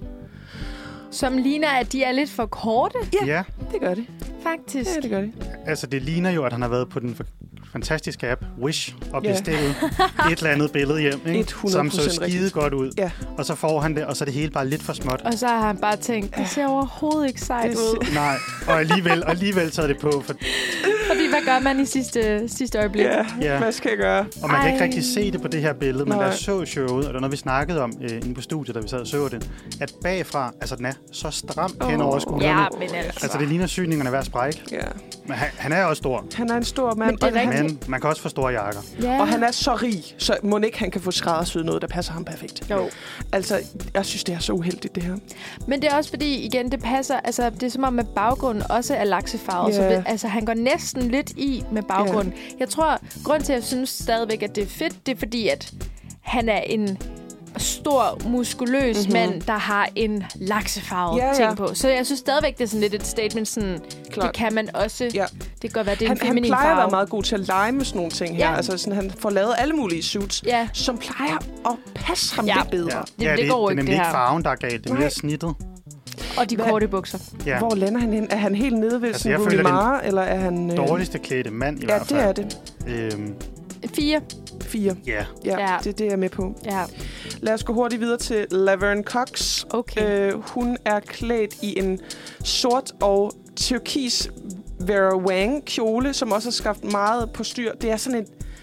Som ligner, at de er lidt for korte, Ja. ja, Det gør det. faktisk. Ja, det gør det. altså det ligner jo, at han har været på den fa- fantastiske app Wish og Ja. bestilt et eller andet billede hjem, ikke? hundrede som så procent skide rigtigt. godt ud. Ja. Og så får han det, og så er det hele bare lidt for småt. Og så har han bare tænkt, det ser overhovedet ikke sejt Det ud. Nej, og alligevel, og alligevel taget det på. For, Fordi hvad gør man i sidste, sidste øjeblik? Ja, Ja. hvad skal jeg gøre? og man kan Ej. ikke rigtig se det på det her billede, men Nej. da jeg så showet, og det var noget, vi snakkede om øh, inde på studiet, da vi sad og så det, at bagfra, altså den er så stram Åh. hen over skuldrene. Ja, men altså. Altså det ligner syningerne er ved at sprække. Ja. Men han, han er også stor, Han er en stor mand, Men det er og, han, rigtigt. men man kan også få store jakker. Ja. og han er så rig, så må ikke han kan få skræddersyet noget, der passer ham perfekt. Jo. Altså, jeg synes, det er så uheldigt, det her. Men det er også fordi, igen, det passer. Altså, det er som om, at baggrunden også er laksefarvet. Ja. Så det, altså, han går næsten lidt i med baggrunden. Jeg tror, grund til, at jeg synes stadigvæk, at det er fedt, det er fordi, at han er en stor, muskuløs Mhm. mm-hmm. mand, der har en laksefarvet Ja, ja. ting på. Så jeg synes stadigvæk, det er sådan lidt et statement, sådan, Klart. det kan man også. Ja. Det kan godt være, det er Han, en han feminin plejer at være farve. meget god til at lege med sådan nogle ting her. Ja. Altså, sådan, han får lavet alle mulige suits, Ja, som plejer at passe ham Ja. lidt bedre. Ja, det ja, går det ikke, er nemlig det ikke her. farven, der er galt. Det er Nej. mere snittet. og de Hvad- korte bukser. Ja. Hvor lander han hen? Er han helt nede ved Altså, sådan jeg Rooney føler, det er Mara, eller er han... Øh... Dårligste klædte mand i Ja, hvert det fald. er det. Øhm, Fire. Fire. ja, Ja, Ja. det er det, jeg er med på. Ja, Lad os gå hurtigt videre til Laverne Cox. okay. Øh, hun er klædt i en sort og turkis Vera Wang kjole, som også har skabt meget på styr. Det er sådan et...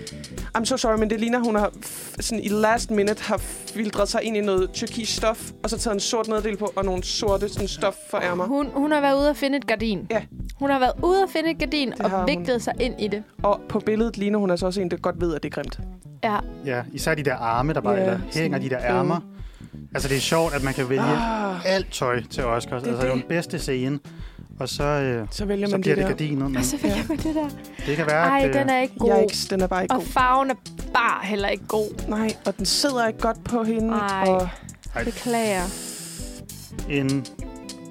I'm so sorry, men det ligner, hun har f- sådan i last minute har filtret sig ind i noget turkis stof, og så taget en sort neddel på, og nogle sorte sådan, stof for ærmer. Hun, hun har været ude at finde et gardin. Ja. Hun har været ude at finde et gardin Det har og hun. vigtet sig ind i det. Og på billedet ligner hun altså også en, der godt ved, at det er grimt. Ja. ja, især de der arme, der bare Ja, yeah, der hænger, sådan, de der ærmer. Altså, det er sjovt, at man kan vælge Ah, alt tøj til Oscars. Det er Altså, det er jo det. den bedste scene. Og så, øh, så vælger så man bliver det det der. gardinet. Men Og så fik Ja. jeg med det der. det kan være, Ej, at... øh, den er ikke god. Yikes, den er bare ikke Og god. farven er bare heller ikke god. Nej, og den sidder ikke godt på hende. Ej. Og Beklager. en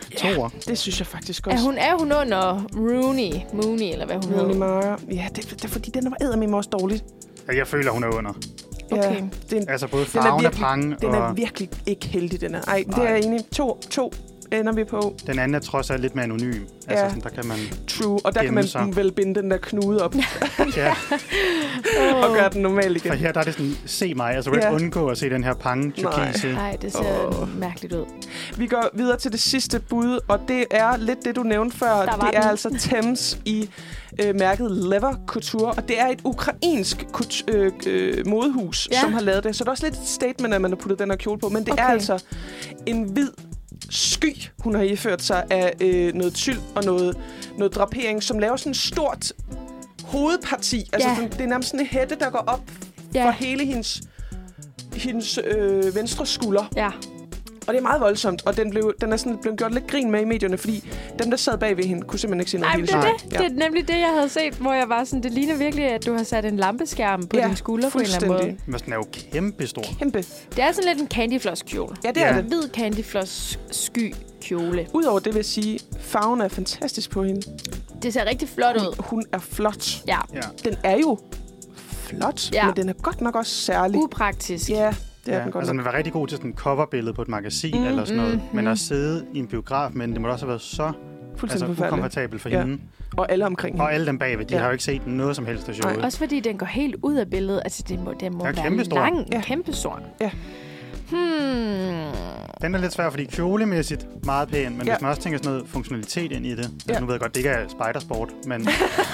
Ja, toer. Det synes jeg faktisk også. Er hun, er hun under Rooney, Mooney, eller hvad hun Rooney hedder? Mara. Ja, det, det er fordi, den var eddermame også dårligt. Ja, jeg føler, hun er under. Okay. Ja, den, Altså både den er farven af virkelig, prang den er og virkelig ikke heldig, den er. Ej, det Ej. er jeg enig. To, to ender vi på. den anden er trods alt lidt mere anonym. Ja. Altså, sådan, der kan man... True. Og der kan Gemme man sig. vel binde den der knude op Ja, og gøre den normal igen. for her der er det sådan, se mig. Altså, du kan Ja. ikke undgå at se den her pang turkise. Nej, det ser Åh. oh. mærkeligt ud. Vi går videre til det sidste bud, og det er lidt det, du nævnte før. Der var Det er den. altså Thames i øh, mærket Lever Couture, og det er et ukrainsk kut- øh, øh, modehus, Ja. som har lavet det. Så det er også lidt et statement, at man har puttet den her kjole på, men det Okay. er altså en hvid sky, hun har iført sig af øh, noget tyld og noget, noget drapering, som laver sådan et stort hovedparti. Altså, Ja. sådan, det er nærmest sådan en hætte, der går op Ja. for hele hendes, hendes øh, venstre skulder. Ja. Og det er meget voldsomt, og den, blev, den er sådan blevet gjort lidt grin med i medierne, fordi dem, der sad bag ved hende, kunne simpelthen ikke se noget Nej, hele men det er tiden. det. Det er nemlig det, jeg havde set, hvor jeg var sådan, det ligner virkelig, at du har sat en lampeskærm på Ja, din skulder på en eller anden fuldstændig. måde. Men den er jo kæmpestor. Kæmpe. Det er sådan lidt en candyfloss-kjole. Ja, det Ja. er det. Hvid candyfloss-sky-kjole. Udover det vil jeg sige, farven er fantastisk på hende. Det ser rigtig flot ud. Hun, hun er flot. Ja. Ja. Den er jo flot, Ja. men den er godt nok også særlig. Upraktisk. Ja, det er Ja, den godt altså, den nok. vil være rigtig god til sådan et coverbillede på et magasin Mm, mm, eller sådan noget. mm, Men mm. at sidde i en biograf, men det må da også have været så Fuldstændig altså, forfærdeligt. ukomfortabelt for Ja. ja. hende. Og alle omkring hende. Og alle dem bagved, de Ja. har jo ikke set noget som helst af showet. Nej. Også fordi den går helt ud af billedet. Altså, det må, den må Den er være kæmpestor. lang. Ja. Ja. Kæmpestor. Ja. Hmm. Den er lidt svær, fordi kjolemæssigt meget pæn, men Ja. ja. hvis man også tænker sådan noget funktionalitet ind i det. Altså, Ja. nu ved jeg godt, det ikke er spidersport, men,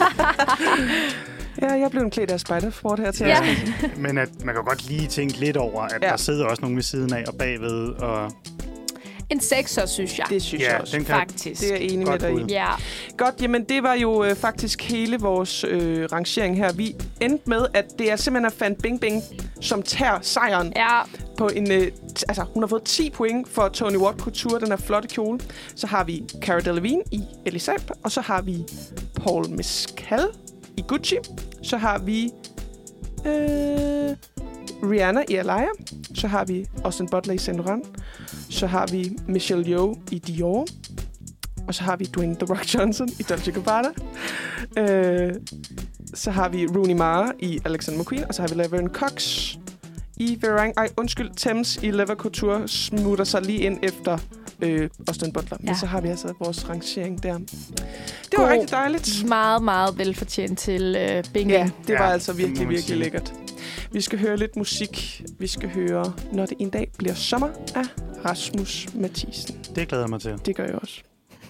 Ja, jeg blev en klædt af spidersport her til. Ja. men at man kan godt lige tænke lidt over, at Ja. ja. der sidder også nogen ved siden af og bagved. Og En sekser, synes jeg. Det synes ja, jeg også. den kan Faktisk. Det er jeg enig med Godt dig i. bud. Ja. Godt, jamen det var jo øh, faktisk hele vores øh, rangering her. Vi endte med, at det er simpelthen er Fan Bingbing, som tager sejren Ja. på en... Øh, t- altså, hun har fået ti point for Tony Watt Couture, den her flotte kjole. Så har vi Cara Delevingne i Elisab, og så har vi Paul Mescal i Gucci. Så har vi øh, Rihanna i Alaya. Så har vi Austin Butler i Saint Laurent. Så har vi Michelle Yeoh i Dior. Og så har vi Dwayne The Rock Johnson i Dolce and Gabbana. Øh, så har vi Rooney Mara i Alexander McQueen. Og så har vi Laverne Cox i Verang. Ej, undskyld, Thames i Lever Couture smutter sig lige ind efter øh, Austin Butler. Ja. Ja. Men så har vi altså vores rangering der. Det var God. rigtig dejligt. Meget, meget velfortjent til øh, Bing. Ja, det var Ja, altså det virkelig, må man virkelig sige. lækkert. Vi skal høre lidt musik. Vi skal høre Når det en dag bliver sommer af Rasmus Mathisen. det glæder jeg mig til. Det gør jeg også.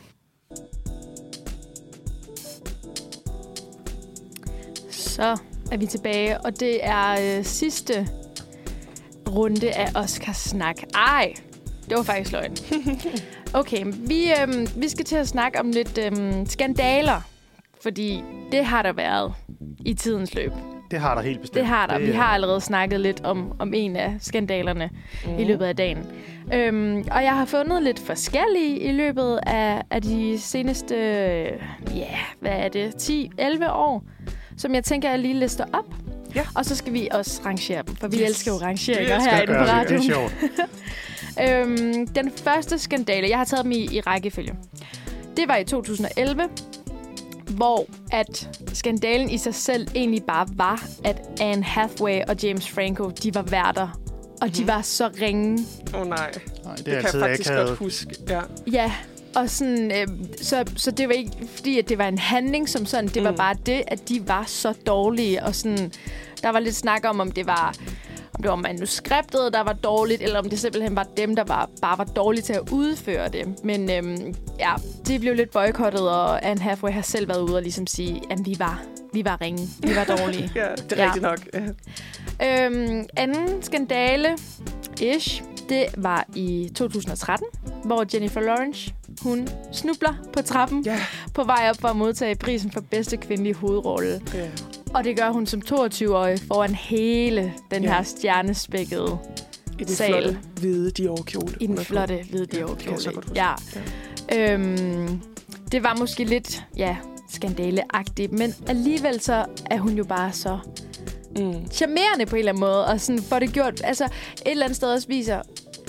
Så er vi tilbage, og det er øh, sidste runde af Oscar-snak. Ej, det var faktisk løgn. Okay, vi, øh, vi skal til at snakke om lidt øh, skandaler, fordi det har der været i tidens løb. Det har der helt bestemt. Det har der. Vi er- har allerede snakket lidt om, om en af skandalerne mm. i løbet af dagen. Øhm, og jeg har fundet lidt forskellige i løbet af, af de seneste, ja, yeah, hvad er det, ti elleve år, som jeg tænker, jeg lige lister op. Ja. Og så skal vi også rangere dem, for vi Yes. elsker jo rangeringer Vi elsker herinde på Det er radioen. sjovt. Øhm, den første skandale, jeg har taget dem i, i rækkefølge, det var i to tusind og elleve, hvor at skandalen i sig selv egentlig bare var, at Anne Hathaway og James Franco, de var værter, og de Mhm. var så ringe. Åh oh, nej, Nej, det det er kan altid jeg faktisk akavet. godt huske. Ja. Ja, og sådan, øh, så, så det var ikke fordi, at det var en handling som sådan. Det var Mm. bare det, at de var så dårlige, og sådan, der var lidt snak om, om det var om det var manuskriptet, der var dårligt, eller om det simpelthen var dem, der var, bare var dårlige til at udføre det. Men øhm, ja, det blev lidt boykottet, og Anne Hathaway har selv været ude og ligesom sige, at vi var, vi var ringe, vi var dårlige. Ja, det er Ja. rigtigt nok. Ja. Øhm, anden skandale, ish, det var i to tusind og tretten, hvor Jennifer Lawrence, hun snubler på trappen Ja. på vej op for at modtage prisen for bedste kvindelige hovedrolle. Ja. Og det gør hun som toogtyve-årig foran hele den Ja. her stjernespækkede I den Sal. flotte hvide Dior-kjole. i den hun er på. flotte hvide Ja, det kan jeg så Dior-kjole. godt huske. Ja. Øhm, det var måske lidt, ja, skandaleagtigt, men alligevel så er hun jo bare så Mm. charmerende på en eller anden måde, og sådan får det gjort, altså et eller andet sted også viser,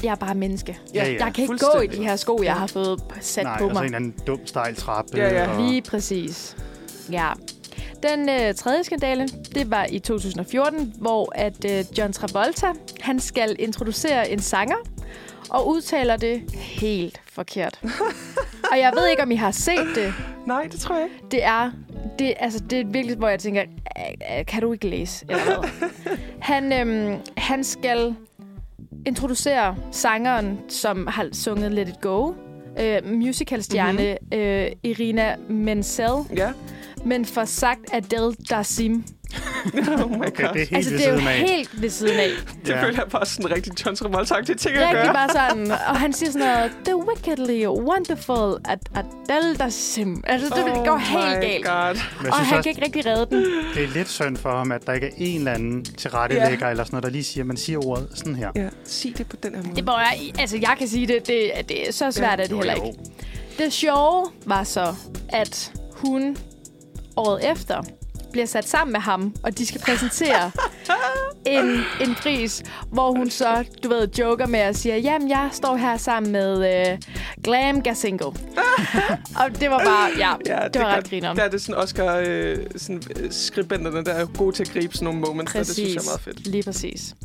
jeg er bare menneske. Ja, ja. Jeg kan ikke gå i de her sko, jeg har fået sat Nej, på mig. Nej, altså en anden dum stejl trappe. Ja, ja. Og... Lige præcis. Ja. Den øh, tredje skandale, det var i to tusind og fjorten, hvor at øh, John Travolta, han skal introducere en sanger, og udtaler det helt forkert. Og jeg ved ikke, om I har set det. Nej, det tror jeg ikke. Det er, det, altså, det er virkelig, hvor jeg tænker, kan du ikke læse? Eller hvad? Han, øhm, han skal introducere sangeren, som har sunget Let It Go, øh, musicalstjerne mm-hmm. øh, Irina Menzel, ja. men for sagt Adele Dazeem. Oh my okay, god. det er helt altså, ved det er jo siden af. helt ved siden af. Det ja. føler jeg bare sådan rigtig John Travolta-agtige ting at gøre. Rigtig bare sådan. Og han siger sådan noget, the wickedly wonderful at Adele Dazeem. Altså, det oh går helt galt. God. Og han kan ikke rigtig redde den. Det er lidt synd for ham, at der ikke er en eller anden tilrettelægger yeah. eller sådan noget, der lige siger, man siger ordet sådan her. Ja, sig det på den her måde. Det må jeg, altså, jeg kan sige det. Det, det er så svært, ja. at det heller ikke. Det sjove var så, at hun året efter bliver sat sammen med ham, og de skal præsentere en, en pris, hvor hun så, du ved, joker med at sige, jamen, jeg står her sammen med uh, Glam Gazingo. Og det var bare, ja, ja det, det var ret griner. Der er det sådan Oscar, øh, sådan, øh, skribenterne, der er gode til at gribe sådan nogle moments, præcis. Og det synes jeg er meget fedt. Lige præcis.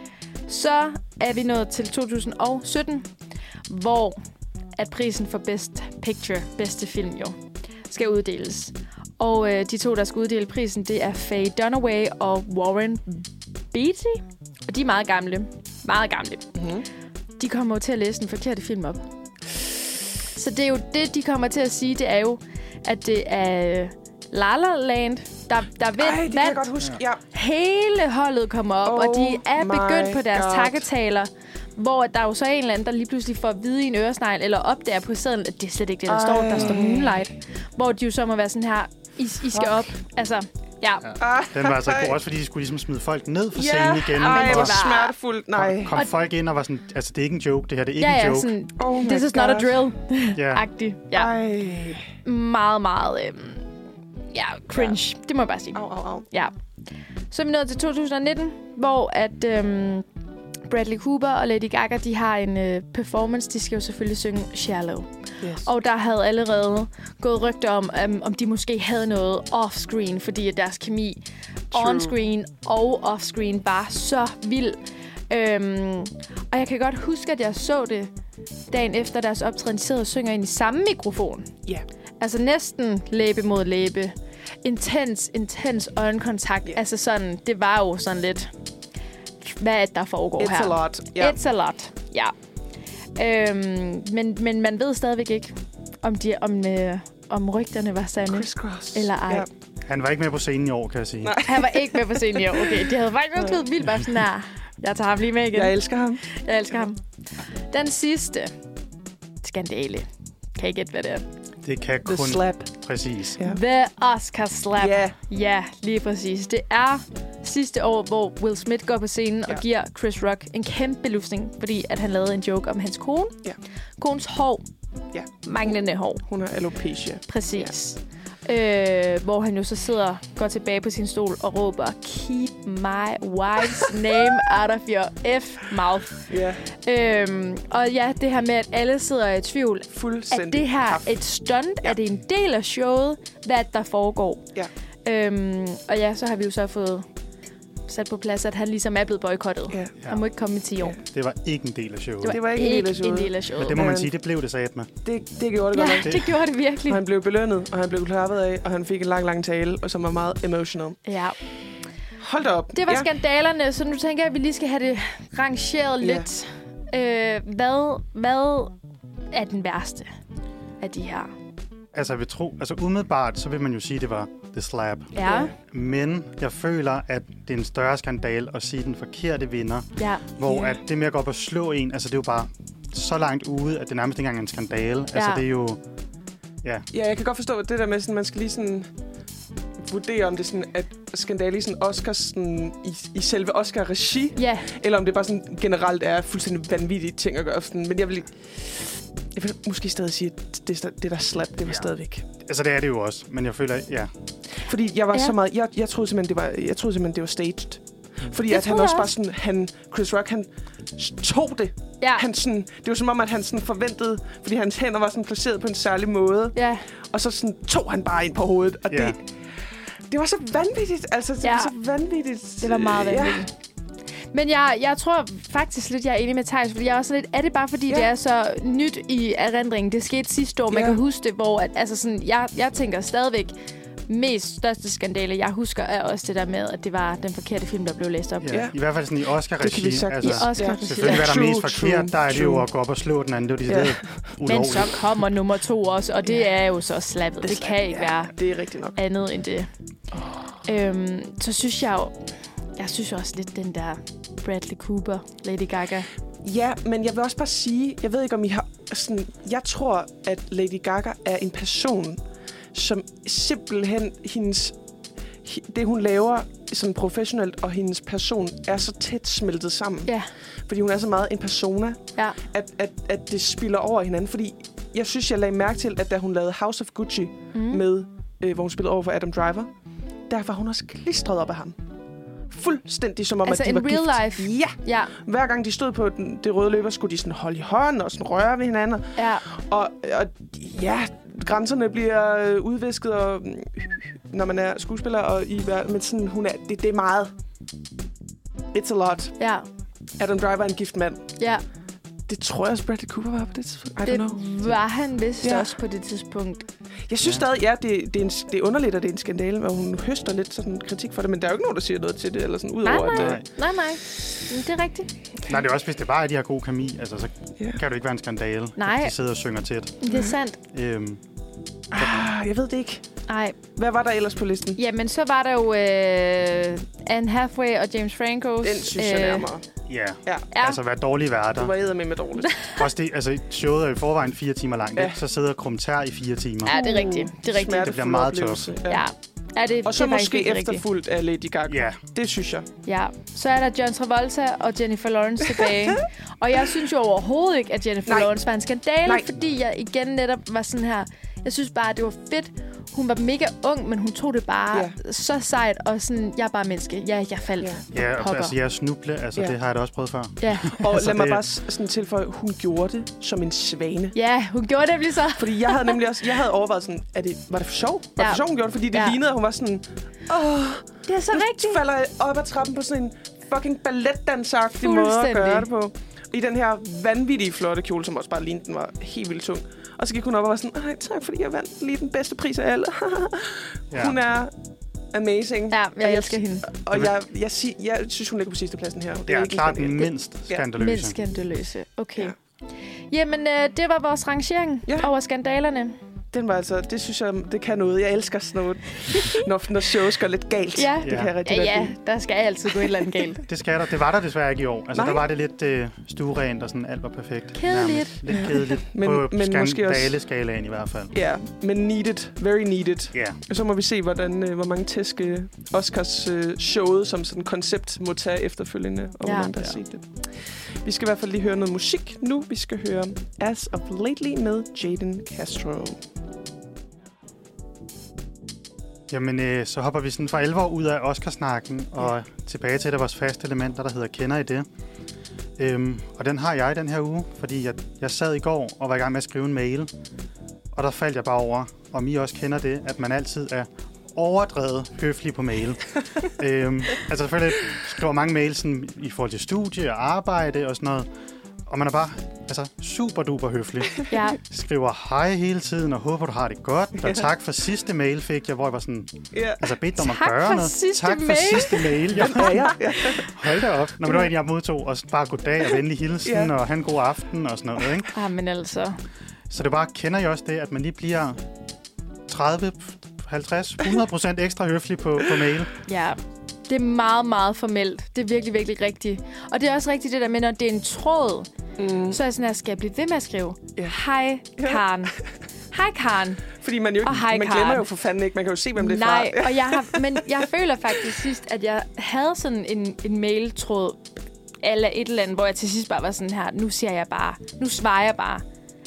Så er vi nået til to tusind og sytten, hvor at prisen for Best Picture, bedste film jo, skal uddeles. Og øh, de to, der skal uddele prisen, det er Faye Dunaway og Warren Beatty. Og de er meget gamle. Meget gamle. Mm-hmm. De kommer jo til at læse den forkerte film op. Så det er jo det, de kommer til at sige, det er jo, at det er La La Land, der, der vind, Ej, det kan jeg godt huske. Ja. Hele holdet kommer op, oh og de er begyndt på deres takketaler, hvor der er jo så en eller anden, der lige pludselig får at vide i en øresnegl, eller opdager på sedlen, at det er slet ikke det, der Ej. står. Der står Moonlight. Hvor de jo så må være sådan her, I, I skal op. Altså, ja. ja. Den var altså god, også fordi de skulle ligesom smide folk ned fra scenen yeah. igen. Ej, det var smertefuldt. Nej. Kom, kom folk ind og var sådan, altså det er ikke en joke, det her, det er ikke ja, en joke. Sådan, oh this is God. Not a drill. Agtig. Ja. Ej. Meget, meget, øhm, ja, cringe. Ja. Det må jeg bare sige. Au, au, au. Ja. Så er vi nået til to tusind og nitten, hvor at øhm, Bradley Cooper og Lady Gaga, de har en øh, performance. De skal jo selvfølgelig synge Shallow. Yes. Og der havde allerede gået rygter om, um, om de måske havde noget off-screen, fordi at deres kemi on-screen og off-screen var så vild. Øhm, og jeg kan godt huske, at jeg så det dagen efter deres optræden, de sidder og synger ind i samme mikrofon. Ja. Yeah. Altså næsten læbe mod læbe. Intens, intens øjenkontakt. Yeah. Altså sådan, det var jo sådan lidt, hvad er det, der foregår It's her? It's a lot. Yeah. It's a lot, ja. Øhm, men, men man ved stadigvæk ikke, om, de, om, øh, om rygterne var sande. Eller ej. Yeah. Han var ikke med på scenen i år, kan jeg sige. Nej. Han var ikke med på scenen i år. Okay, de havde faktisk også blevet vildt bare sådan her. Jeg tager ham lige med igen. Jeg elsker ham. Jeg elsker ham. Den sidste skandale. Kan I gætte, hvad det er? Det kan The kun... slap. Præcis. Yeah. The Oscar slap. Yeah. Ja, lige præcis. Det er sidste år, hvor Will Smith går på scenen yeah. og giver Chris Rock en kæmpe luftning, fordi at han lavede en joke om hans kone. Yeah. Kones hår. Yeah. Manglende hår. Hun har alopecia. Præcis. Yeah. Øh, hvor han jo så sidder, går tilbage på sin stol og råber, keep my wife's name out of your F-mouth. Yeah. Øhm, og ja, det her med, at alle sidder i tvivl. Fuldstændig. Er det her et stunt? Ja. Er det en del af showet? Hvad der foregår? Ja. Øhm, og ja, så har vi jo så fået sat på plads, at han ligesom er blevet boykottet. Ja. Han må ikke komme i ti år. Ja. Det var ikke en del af showet. Det var, det var ikke, ikke en, del af showet. en del af showet. Men det må man sige, det blev det sat med. Det, det gjorde det godt ja, nok. det gjorde det virkelig. Og han blev belønnet, og han blev klappet af, og han fik en lang, lang tale, og som var meget emotional. Ja. Hold da op. Det var ja. skandalerne, så nu tænker jeg, at vi lige skal have det rangeret ja. lidt. Øh, hvad, hvad er den værste af de her? Altså, jeg vil tro, altså umiddelbart, så vil man jo sige, at det var The Slap. Ja. Men jeg føler, at det er en større skandal at sige den forkerte vinder. Ja. Hvor ja. at det med at gå op og slå en, altså det er jo bare så langt ude, at det nærmest ikke engang er en skandale. Ja. Altså det er jo... Ja. Ja, jeg kan godt forstå det der med, sådan, man skal lige sådan vurdere, om det er sådan, at skandale i sådan Oscars, sådan, i, i selve Oscar-regi, ja. eller om det bare sådan generelt er fuldstændig vanvittige ting at gøre. Sådan. Men jeg vil, jeg vil måske stadig sige, at det, det der slap, det var ja. stadigvæk. Altså det er det jo også, men jeg føler, ja. Fordi jeg var ja. så meget, jeg, jeg troede simpelthen, det var, jeg troede simpelthen, det var staged. Fordi det at han også bare sådan, han, Chris Rock, han tog det Ja. Han sådan, det var som om, at han sådan forventede, fordi hans hænder var sådan placeret på en særlig måde. Ja. Og så sådan tog han bare ind på hovedet. Og Ja. det, det var så vanvittigt. Altså, det Ja. var så vanvittigt. Det var meget Ja. vanvittigt. Men jeg, jeg tror faktisk lidt, jeg er enig med Thijs, fordi jeg er også lidt, er det bare fordi, Ja. det er så nyt i erindringen? Det skete sidste år, man Ja. kan huske det, hvor at, altså sådan, jeg, jeg tænker stadigvæk, mest største skandale, jeg husker, er også det der med, at det var den forkerte film, der blev læst op. Ja. Ja. I hvert fald sådan i Det kan vi Oscar-regi. sagtens. Altså, I Oscar Ja. selvfølgelig, hvad der er True, mest forkert, true, der er det jo true. at gå op og slå den anden. Det er jo Ja. det ulovligt. Men så kommer nummer to også, og det er jo så slappet. Det, det kan ikke ja, være det er rigtigt nok. andet end det. Øhm, så synes jeg jo, jeg synes jo også lidt den der Bradley Cooper, Lady Gaga. Ja, men jeg vil også bare sige, jeg ved ikke, om I har... Sådan, jeg tror, at Lady Gaga er en person, som simpelthen hendes... Det, hun laver sådan professionelt, og hendes person er så tæt smeltet sammen. Ja. Fordi hun er så meget en persona, Ja. at, at, at det spiller over hinanden. Fordi jeg synes, jeg lagde mærke til, at da hun lavede House of Gucci, Mm. med, øh, hvor hun spillede over for Adam Driver, der var hun også klistret op af ham. Fuldstændig som om, Altså at de in var real gift. life? Ja. Ja, Hver gang de stod på den, det røde løber, skulle de sådan holde i hånden og sådan røre ved hinanden. ja. Og, og ja, grænserne bliver øh, udvisket, og, øh, når man er skuespiller. Og i, men sådan, hun er, det, det er meget. It's a lot. Ja, Adam Driver er en gift mand. ja. Det tror jeg også, Bradley Cooper var på det tidspunkt. I Det don't know. var han vist Ja. også på det tidspunkt. Jeg synes Ja. stadig, ja, det, det, er en, det er underligt, at det er en skandale, og hun høster lidt sådan kritik for det, men der er jo ikke nogen, der siger noget til det, eller sådan, Nej, udover nej, at... Nej. nej, nej. Men det er rigtigt. Nej, det er også, hvis det bare er, de har god kemi, altså, så Ja. kan det ikke være en skandale. Nej. At de sidder og synger tæt. Det er sandt. Øhm, Ah, jeg ved det ikke. Nej. Hvad var der ellers på listen? Jamen, så var der jo øh, Anne Hathaway og James Franco's. Den synes jeg nærmere. ja, Ja, Ja. altså være dårlige du værter. var eddermame med dårligt. Også det, altså showet er i forvejen fire timer langt, Ja. ja. Så sidder Krumtær i fire timer. Ja, det er rigtigt. Det er rigtigt. Smertefuld Det bliver meget oplevelse. tough. Ja. Ja, det, Og så det er faktisk måske virkelig rigtigt. efterfulgt af Lady Gaga. Ja. Det synes jeg. Ja, så er der John Travolta og Jennifer Lawrence tilbage. Og jeg synes jo overhovedet ikke, at Jennifer Nej. Lawrence var en skandale, Nej. fordi jeg igen netop var sådan her... Jeg synes bare, at det var fedt. Hun var mega ung, men hun tog det bare Ja. så sejt, og sådan, jeg er bare menneske. Ja, jeg faldt. Ja. Ja, og, Pokker. altså jeg snuble, altså Ja. det har jeg da også prøvet før. Ja. Og Altså, lad mig det- bare s- sådan tilføje, hun gjorde det som en svane. Ja, hun gjorde det lige så. Fordi jeg havde nemlig også, jeg havde overvejet sådan, er det, var det for sjov? Var det Ja. for sjov, hun gjorde det? Fordi det Ja. lignede, at hun var sådan, åh, Det er så nu rigtigt. falder jeg op ad trappen på sådan en fucking balletdansagtig måde at Fuldstændig. gøre det på. I den her vanvittige flotte kjole, som også bare lignede, den var helt vildt tung. Og så gik hun op og var sådan, ej tak, fordi jeg vandt lige den bedste pris af alle. Ja. Hun er amazing. Ja, Og jeg elsker hende. Og jeg, jeg, sig, jeg synes, hun ligger på sidste pladsen her. Det Det er ikke en klart skandale. den Det- mindst Ja. skandaløse. Mindst skandaløse. Okay. Ja. Jamen, øh, det var vores rangering Ja. over skandalerne. Den var altså, det synes jeg, det kan noget. Jeg elsker sådan noget, når, når shows går lidt galt. Ja. Det kan jeg rigtig Ja, godt ja, lide. der skal altid gå et eller andet galt. Det skal der. Det var der desværre ikke i år. Altså, Nej. der var det lidt øh, stuerent, og sådan alt var perfekt. Kedeligt. Nærmest. Lidt kedeligt. Men- på men måske også- skandale-skalaen i hvert fald. Ja, men needed. Very needed. Ja. Og så må vi se, hvordan, øh, hvor mange tæsk øh, Oscars øh, showet som sådan koncept må tage efterfølgende, og Ja. hvor mange der har set det. Vi skal i hvert fald lige høre noget musik nu. Vi skal høre As of Lately med Jaden Castro. Jamen, øh, så hopper vi sådan for alvor ud af Oscarsnakken og tilbage til et af vores faste elementer, der hedder Kender I det? Øhm, og den har jeg den her uge, fordi jeg, jeg sad i går og var i gang med at skrive en mail, og der faldt jeg bare over, om I også kender det, at man altid er overdrevet høflig på mail. øhm, altså selvfølgelig skriver mange mails sådan, i forhold til studie og arbejde og sådan noget, og man er bare altså, super duper høflig. Ja. Skriver hej hele tiden og håber, du har det godt. Og tak for sidste mail fik jeg, hvor jeg var sådan, Ja. altså bedt dig om at Tak gøre for noget. sidste tak for mail. sidste mail. Ja. Ja, ja, ja. Hold da op. Når man var en, jeg modtog, og bare goddag og venlig hilsen, Ja. og have en god aften og sådan noget. Ikke? Ah, men altså. Så det bare, kender I også det, at man lige bliver tredive, halvtreds, hundrede procent ekstra høflig på, på mail? Ja, det er meget, meget formelt. Det er virkelig, virkelig rigtigt. Og det er også rigtigt det der med, når det er en tråd, Mm. så er jeg sådan her, skal jeg blive ved med at skrive? Ja. Hej, Karen. Hej, Karen. Fordi man jo ikke, Og hej, man glemmer Karen. jo for fanden ikke. Man kan jo se, hvem det er Nej, fra. og jeg har, men jeg føler faktisk sidst, at jeg havde sådan en, en mail-tråd eller et eller andet, hvor jeg til sidst bare var sådan her, nu siger jeg bare, nu svarer jeg bare.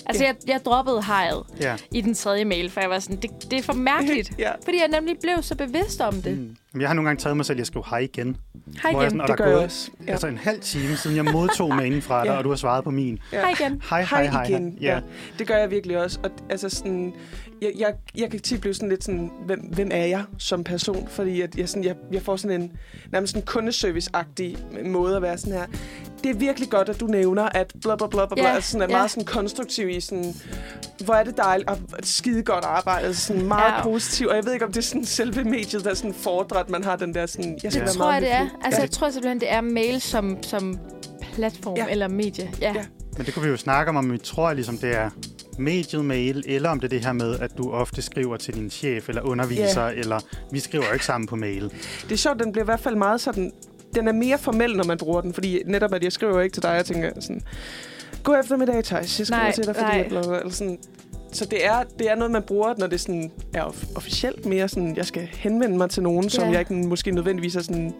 Altså, Ja. jeg, jeg droppede hajet Ja. i den tredje mail, for jeg var sådan, det, det er for mærkeligt. Ja. Fordi jeg nemlig blev så bevidst om det. Mm. Jamen, jeg har nogle gange taget mig selv, at jeg skriver hej igen. Hej Hvor jeg igen. sådan, og Det der gør er jeg gået, også. Ja. altså en halv time, siden jeg modtog mailen fra dig, Ja. og du har svaret på min. Ja. Hej igen. Hej, hej, hej. igen. hej. Ja. Det gør jeg virkelig også. Og altså sådan, jeg, jeg, jeg kan tit blive sådan lidt sådan, hvem, hvem er jeg som person? Fordi at jeg, sådan, jeg, jeg får sådan en nærmest en kundeservice-agtig måde at være sådan her. Det er virkelig godt, at du nævner, at bla bla bla bla, Ja, bla altså sådan er ja. meget sådan konstruktiv i sådan, hvor er det dejligt, og skide godt arbejde, altså sådan meget Ja. positiv. Og jeg ved ikke, om det er sådan selve mediet, der er sådan fordret, at man har den der sådan, jeg skal Ja. være Det tror meget jeg, det er. høflig. Altså, Ja. jeg tror simpelthen, det er mail som, som platform Ja. eller medie. Ja. Ja. Men det kunne vi jo snakke om, om vi tror, ligesom det er mediet mail, eller om det er det her med, at du ofte skriver til din chef eller underviser, Ja. eller vi skriver jo ikke sammen på mail. Det er sjovt, den bliver i hvert fald meget sådan, den er mere formel, når man bruger den, fordi netop, at jeg skriver jo ikke til dig, jeg tænker sådan, god eftermiddag, Thijs, jeg skriver Nej, til dig, fordi nej. jeg bla, bla, bla, eller sådan. Så det er, det er noget, man bruger, når det sådan er off- officielt mere sådan, jeg skal henvende mig til nogen, som Ja. jeg ikke måske nødvendigvis er sådan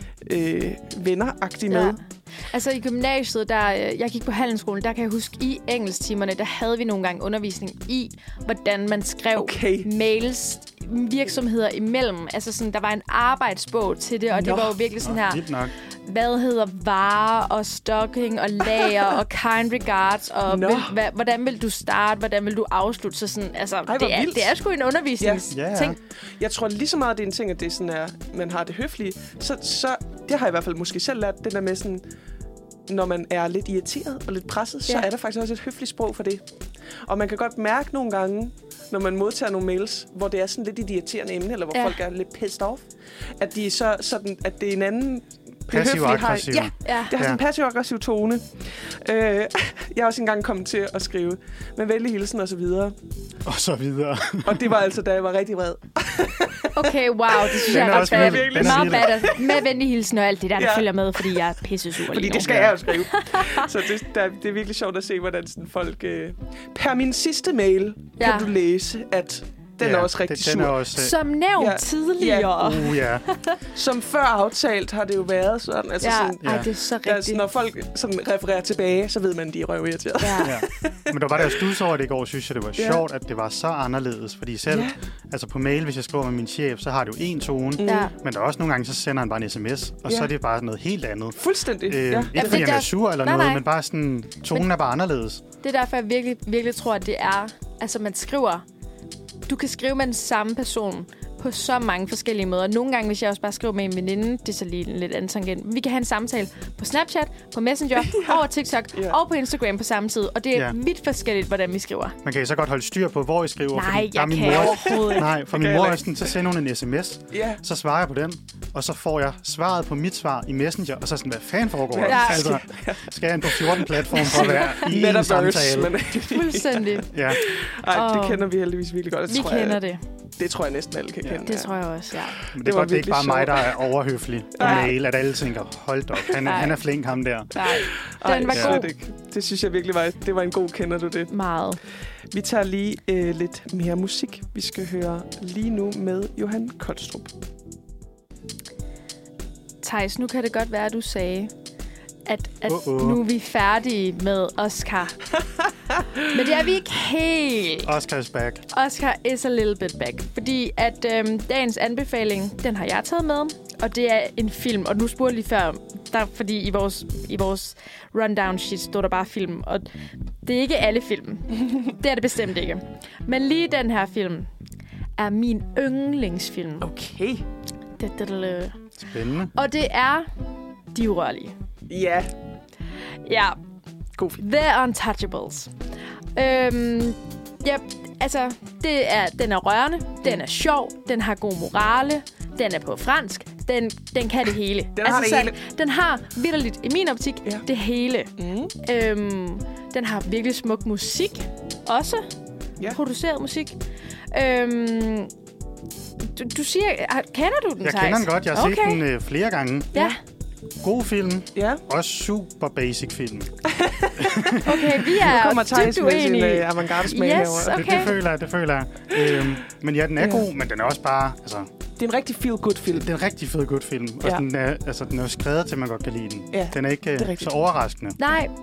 øh, venner-agtig med. Ja. Altså i gymnasiet, der øh, jeg gik på handelsskolen, der kan jeg huske, i engelsktimerne, der havde vi nogle gange undervisning i, hvordan man skrev Okay. mails virksomheder imellem. Altså sådan, der var en arbejdsbog til det, og det Nå. var jo virkelig sådan her, Vildt nok. hvad hedder varer og stocking og lager og kind regards, og Nå. vil, hva, hvordan vil du starte, hvordan vil du afslutte? Så sådan, altså, hvor det, er, vildt. det er sgu en undervisningsting. Ja, ja. Jeg tror lige så meget, det er en ting, at det er sådan er, man har det høflige. Så, så det har jeg i hvert fald måske selv lært, det der med sådan, når man er lidt irriteret og lidt presset, så Ja. er der faktisk også et høfligt sprog for det. Og man kan godt mærke nogle gange, når man modtager nogle mails, hvor det er sådan lidt et irriterende emne, eller hvor Ja. ja. folk er lidt pissed off, at de så sådan, at det er en anden Passiv og høflig har- aggressiv. Ja, Ja. det har sådan en Ja. passiv-aggressiv tone. Øh, jeg har også engang kommet til at skrive med venlig hilsen og så videre. Og så videre. Og det var altså, da jeg var rigtig vred. Okay, wow, det synes Den jeg er er også ret vild. bad. Den er Meget vild. bad. Med venlig hilsen og alt det der, der Ja. følger med, fordi jeg er pissesur Fordi lige nu. det skal jeg jo skrive. Så det, der, det er virkelig sjovt at se, hvordan sådan folk... Øh... Per min sidste mail Ja. kan du læse, at den Ja, er også rigtig den, sur. Den er også, Som nævnt Ja. tidligere. uh, ja. Som før aftalt har det jo været sådan. Altså Ja, sådan ej, Ja. det er så der, rigtigt. sådan, når folk sådan refererer tilbage, så ved man, at de er røvirriterede. Ja. Ja. Men der var der stus over det i går, synes jeg, det var Ja. sjovt, at det var så anderledes. Fordi selv, Ja. altså på mail, hvis jeg skriver med min chef, så har det jo en tone. Mm. Ja. Men der er også nogle gange, så sender han bare en sms, og Ja. så er det bare noget helt andet. Fuldstændig. Øh, Ja. ikke Ja, fordi men han er der- sur eller Nej, noget, nej. men bare sådan, tonen Men- er bare anderledes. Det er derfor, jeg virkelig, virkelig tror, at det er... Altså, man skriver... Du kan skrive med den samme person på så mange forskellige måder. Nogle gange, hvis jeg også bare skriver med en veninde, det er så lige en lidt anden tangent. Vi kan have en samtale på Snapchat, på Messenger, ja. over TikTok Ja. og på Instagram på samme tid. Og det er Ja. vidt forskelligt, hvordan vi skriver. Man kan så godt holde styr på, hvor I skriver. Nej, fordi der er jeg min kan mor, overhovedet ikke. Nej, for kan min jeg mor er ikke. sådan, så sender hun en sms, Ja. så svarer jeg på den, og så får jeg svaret på mit svar i Messenger, og så sådan, hvad fanden foregår der? Ja. Altså, skal jeg ind på fjorten platforme for at være i en Metaverse. samtale? Men, Fuldstændig. Ja, ej, det Åh. kender vi heldigvis virkelig godt. Det Vi tror kender jeg, det. Det tror jeg næsten alle kan Ja. kende. Det tror jeg også, ja. men det, Det er var godt, det er ikke bare virkelig mig, der er overhøflig på Nej. mail, at alle tænker, hold da op, han, er- Nej. han er flink, ham der. Nej, Ej, den var slet god. ikke. Det synes jeg virkelig var, det var en god, kender du det? Meget. Vi tager lige øh, lidt mere musik. Vi skal høre lige nu med Johan Kolstrup. Thijs, nu kan det godt være, at du sagde, at, at Uh-oh. nu er vi færdige med Oscar. Men det er vi ikke helt. Oscar's back. Oscar is a little bit back. Fordi at øhm, dagens anbefaling, den har jeg taget med. Og det er en film. Og nu spurgte jeg lige før, der, fordi i vores, i vores rundown sheet stod der bare film. Og det er ikke alle film. Det er det bestemt ikke. Men lige den her film er min yndlingsfilm. Okay. Da-da-da-da. Spændende. Og det er De Urørlige. Ja, Ja, god film. The Untouchables. Øhm, ja, altså, det er, den er rørende, den er sjov, den har god morale, den er på fransk, den, den kan det hele. Den altså, har det så, hele. Den har vitterligt, i min optik, Ja. det hele. Mm. Øhm, den har virkelig smuk musik, også. Ja. Produceret musik. Øhm, du, du siger, kender du den, Jeg Thijs? kender den godt. Jeg har set Okay. den øh, flere gange. Ja, God film. Ja. Også super basic film. okay, vi Nu er kommer Thijs dybt med sin uenige. øh, avantgarde smag Yes, herovre. Det, okay. det føler jeg, det føler jeg. Øhm, men ja, den er Ja. god, men den er også bare... Altså, Det er en rigtig feel-good-film. det er en rigtig fed good film. Og Ja. den er, altså, den er jo skrevet til, at man godt kan lide den. Ja, Den er ikke det er øh, rigtigt. så overraskende. Nej,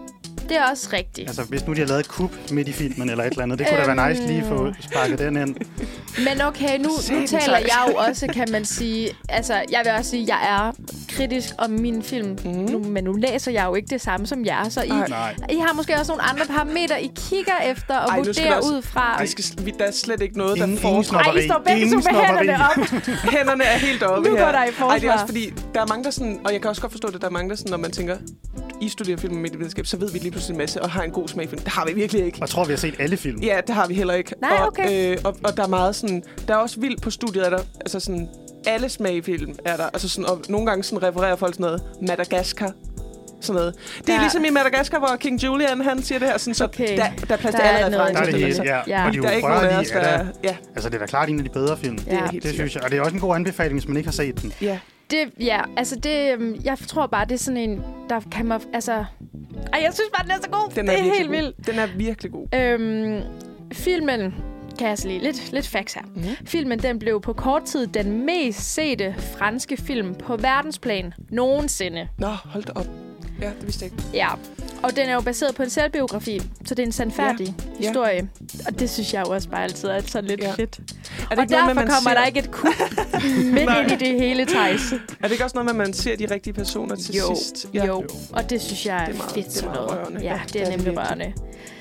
det er også rigtigt. Altså, hvis nu de har lavet et kup midt i filmen eller et eller andet, det kunne øhm... da være nice lige at få sparket den ind. Men okay, nu, nu taler jeg jo også, kan man sige... Altså, jeg vil også sige, at jeg er kritisk om min film, mm. nu, men nu læser jeg jo ikke det samme som jer, så I, I har måske også nogle andre parametre, I kigger efter og Ej, vurderer også, ud fra... Det skal, der er slet ikke noget, der får... Ej, I står begge to med hænderne op. Hænderne er helt oppe nu her. Nu går der i forsvar. Ej, det er også fordi, der er mange, der sådan... Og jeg kan også godt forstå det, der er mange, der sådan, når man tænker... I studerer film og medievidenskab, så ved vi lige pludselig en masse og har en god smag i film. Det har vi virkelig ikke. Jeg tror, vi har set alle film. Ja, det har vi heller ikke. Nej, okay. Og, øh, og, og der er meget sådan... Der er også vildt på studiet, er der... Altså sådan... Alle smag i film er der. Altså sådan, og nogle gange sådan refererer folk sådan noget. Madagaskar. Sådan noget. Det er ja. ligesom i Madagaskar, hvor King Julian, han siger det her. Sådan, så okay. der, der er plads til alle referencer. Der er det helt, ja. ja. Og de der er ikke nogen af os, der... Er, ja. Altså, det er da klart en af de bedre film. Ja. Det, det synes jeg. Og det er også en god anbefaling, hvis man ikke har set den. Ja. Det, ja, altså det... Jeg tror bare, det er sådan en, der kan man... Altså... Ej, jeg synes bare, den er så god. Den er det er helt god. vildt. Den er virkelig god. Øhm, filmen... Kan jeg så lige lidt, lidt facts her. Mm-hmm. Filmen den blev på kort tid den mest sete franske film på verdensplan nogensinde. Nå, hold da op. Ja, det vidste jeg ikke. Ja, og den er jo baseret på en selvbiografi, så det er en sandfærdig ja. historie. Ja. Og det synes jeg jo også bare altid er sådan lidt ja. fedt. Og derfor noget, kommer ser... der ikke et kup midt ind i det hele, Thijs. Er det ikke også noget med, at man ser de rigtige personer til jo. sidst? Ja. Jo, og det synes jeg er, er meget, fedt sådan noget. Rørende. Ja, det er, det er nemlig rørende.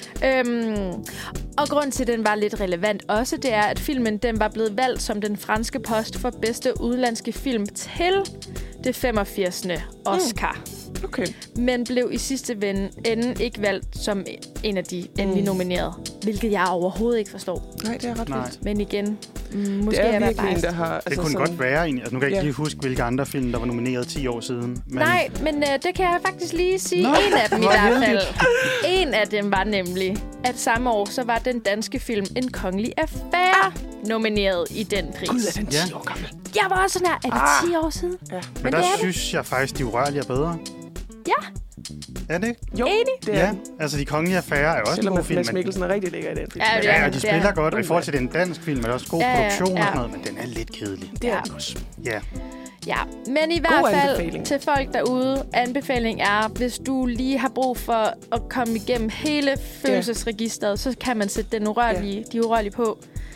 Øhm, og grund til, at den var lidt relevant også, det er, at filmen den var blevet valgt som den franske post for bedste udenlandske film til det femogfirsende Oscar. Mm. Okay. Men blev i sidste ende ikke valgt som en af de endelig nomineret, hvilket jeg overhovedet ikke forstår. Nej, det er ret vildt. Men igen, måske det er, er jeg virkelig en, der har... Altså det kunne sådan... godt være egentlig. Altså, nu kan jeg ikke ja. lige huske, hvilke andre film, der var nomineret ti år siden. Men... Nej, men uh, det kan jeg faktisk lige sige. Nå, en af dem i hvert fald. En af dem var nemlig, at samme år, så var den danske film En Kongelig Affære ah. nomineret i den pris. Gud, er den ti ja. år gammel? Jeg var også sådan her, er det ah. ti år siden? Ja. Men, men der synes det. jeg faktisk, De Urørlige er bedre. Ja. Er det ikke? Jo, enig. Det ja, altså De Kongelige Affærer er også Selvom en god film. Mads Mikkelsen er rigtig lækker i den film. Ja, det ja, er, og de spiller det er. godt, og i forhold til den dansk film er det også god ja, produktion ja. og sådan noget, men den er lidt kedelig. Det er den også. Ja. Ja, men i hvert fald til folk derude, anbefaling er, hvis du lige har brug for at komme igennem hele følelsesregisteret, så kan man sætte den urørlige, ja. de urørlige på.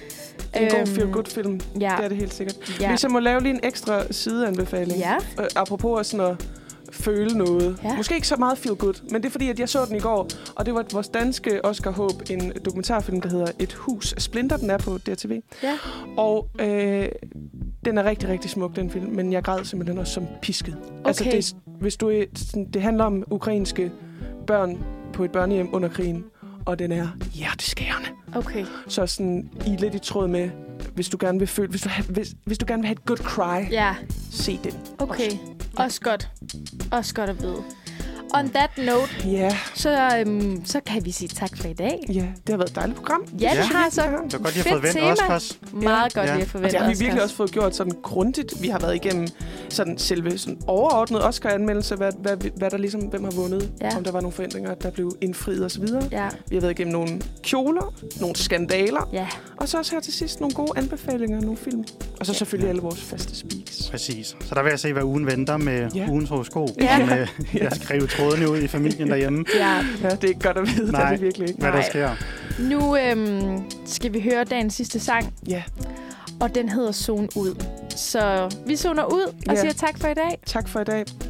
En øhm, god feel-good-film. Ja. Det er det helt sikkert. Ja. Hvis jeg må lave lige en ekstra sideanbefaling. Ja. Øh, apropos sådan at føle noget. Ja. Måske ikke så meget feel-good, men det er fordi, at jeg så den i går, og det var vores danske Oscar Håb, en dokumentarfilm, der hedder Et hus Splinter. Den er på D R T V. Ja. Og øh, den er rigtig, rigtig smuk, den film, men jeg græd simpelthen også som pisket. Okay. Altså, det, hvis du er, sådan, det handler om ukrainske børn på et børnehjem under krigen, og den er hjerteskærende. Okay. Så sådan, I er lidt i tråd med, hvis du gerne vil føle, hvis du, ha, hvis, hvis du gerne vil have et good cry, ja. se den. Okay, også, ja. også godt. Også godt at vide. On that note, yeah. så, øhm, så kan vi sige tak for i dag. Ja, det har været et dejligt program. Ja, det ja. har så. Det var godt, at I har fået vendt Oscars. Meget ja. godt, at I har fået vendt Oscars. Det har vi virkelig også fået gjort sådan grundigt. Vi har været igennem sådan selve sådan overordnet Oscar-anmeldelse, hvad, hvad, hvad der ligesom, hvem har vundet, ja. om der var nogle forandringer, der blev indfriet og så videre. Ja. Vi har været igennem nogle kjoler, nogle skandaler, ja. og så også her til sidst nogle gode anbefalinger, nogle film. Og så ja. selvfølgelig alle vores faste speaks. Præcis. Så der vil jeg se, hvad ugen venter med ja. ugens horoskop. Ja. Som, øh, jeg skriver trådene ud i familien derhjemme. Ja. ja, det er ikke godt at vide, Nej, det er det virkelig ikke. hvad der sker. Nu øhm, skal vi høre dagens sidste sang. Ja. Og den hedder Zone Ud. Så vi zoner ud og ja. siger tak for i dag. Tak for i dag.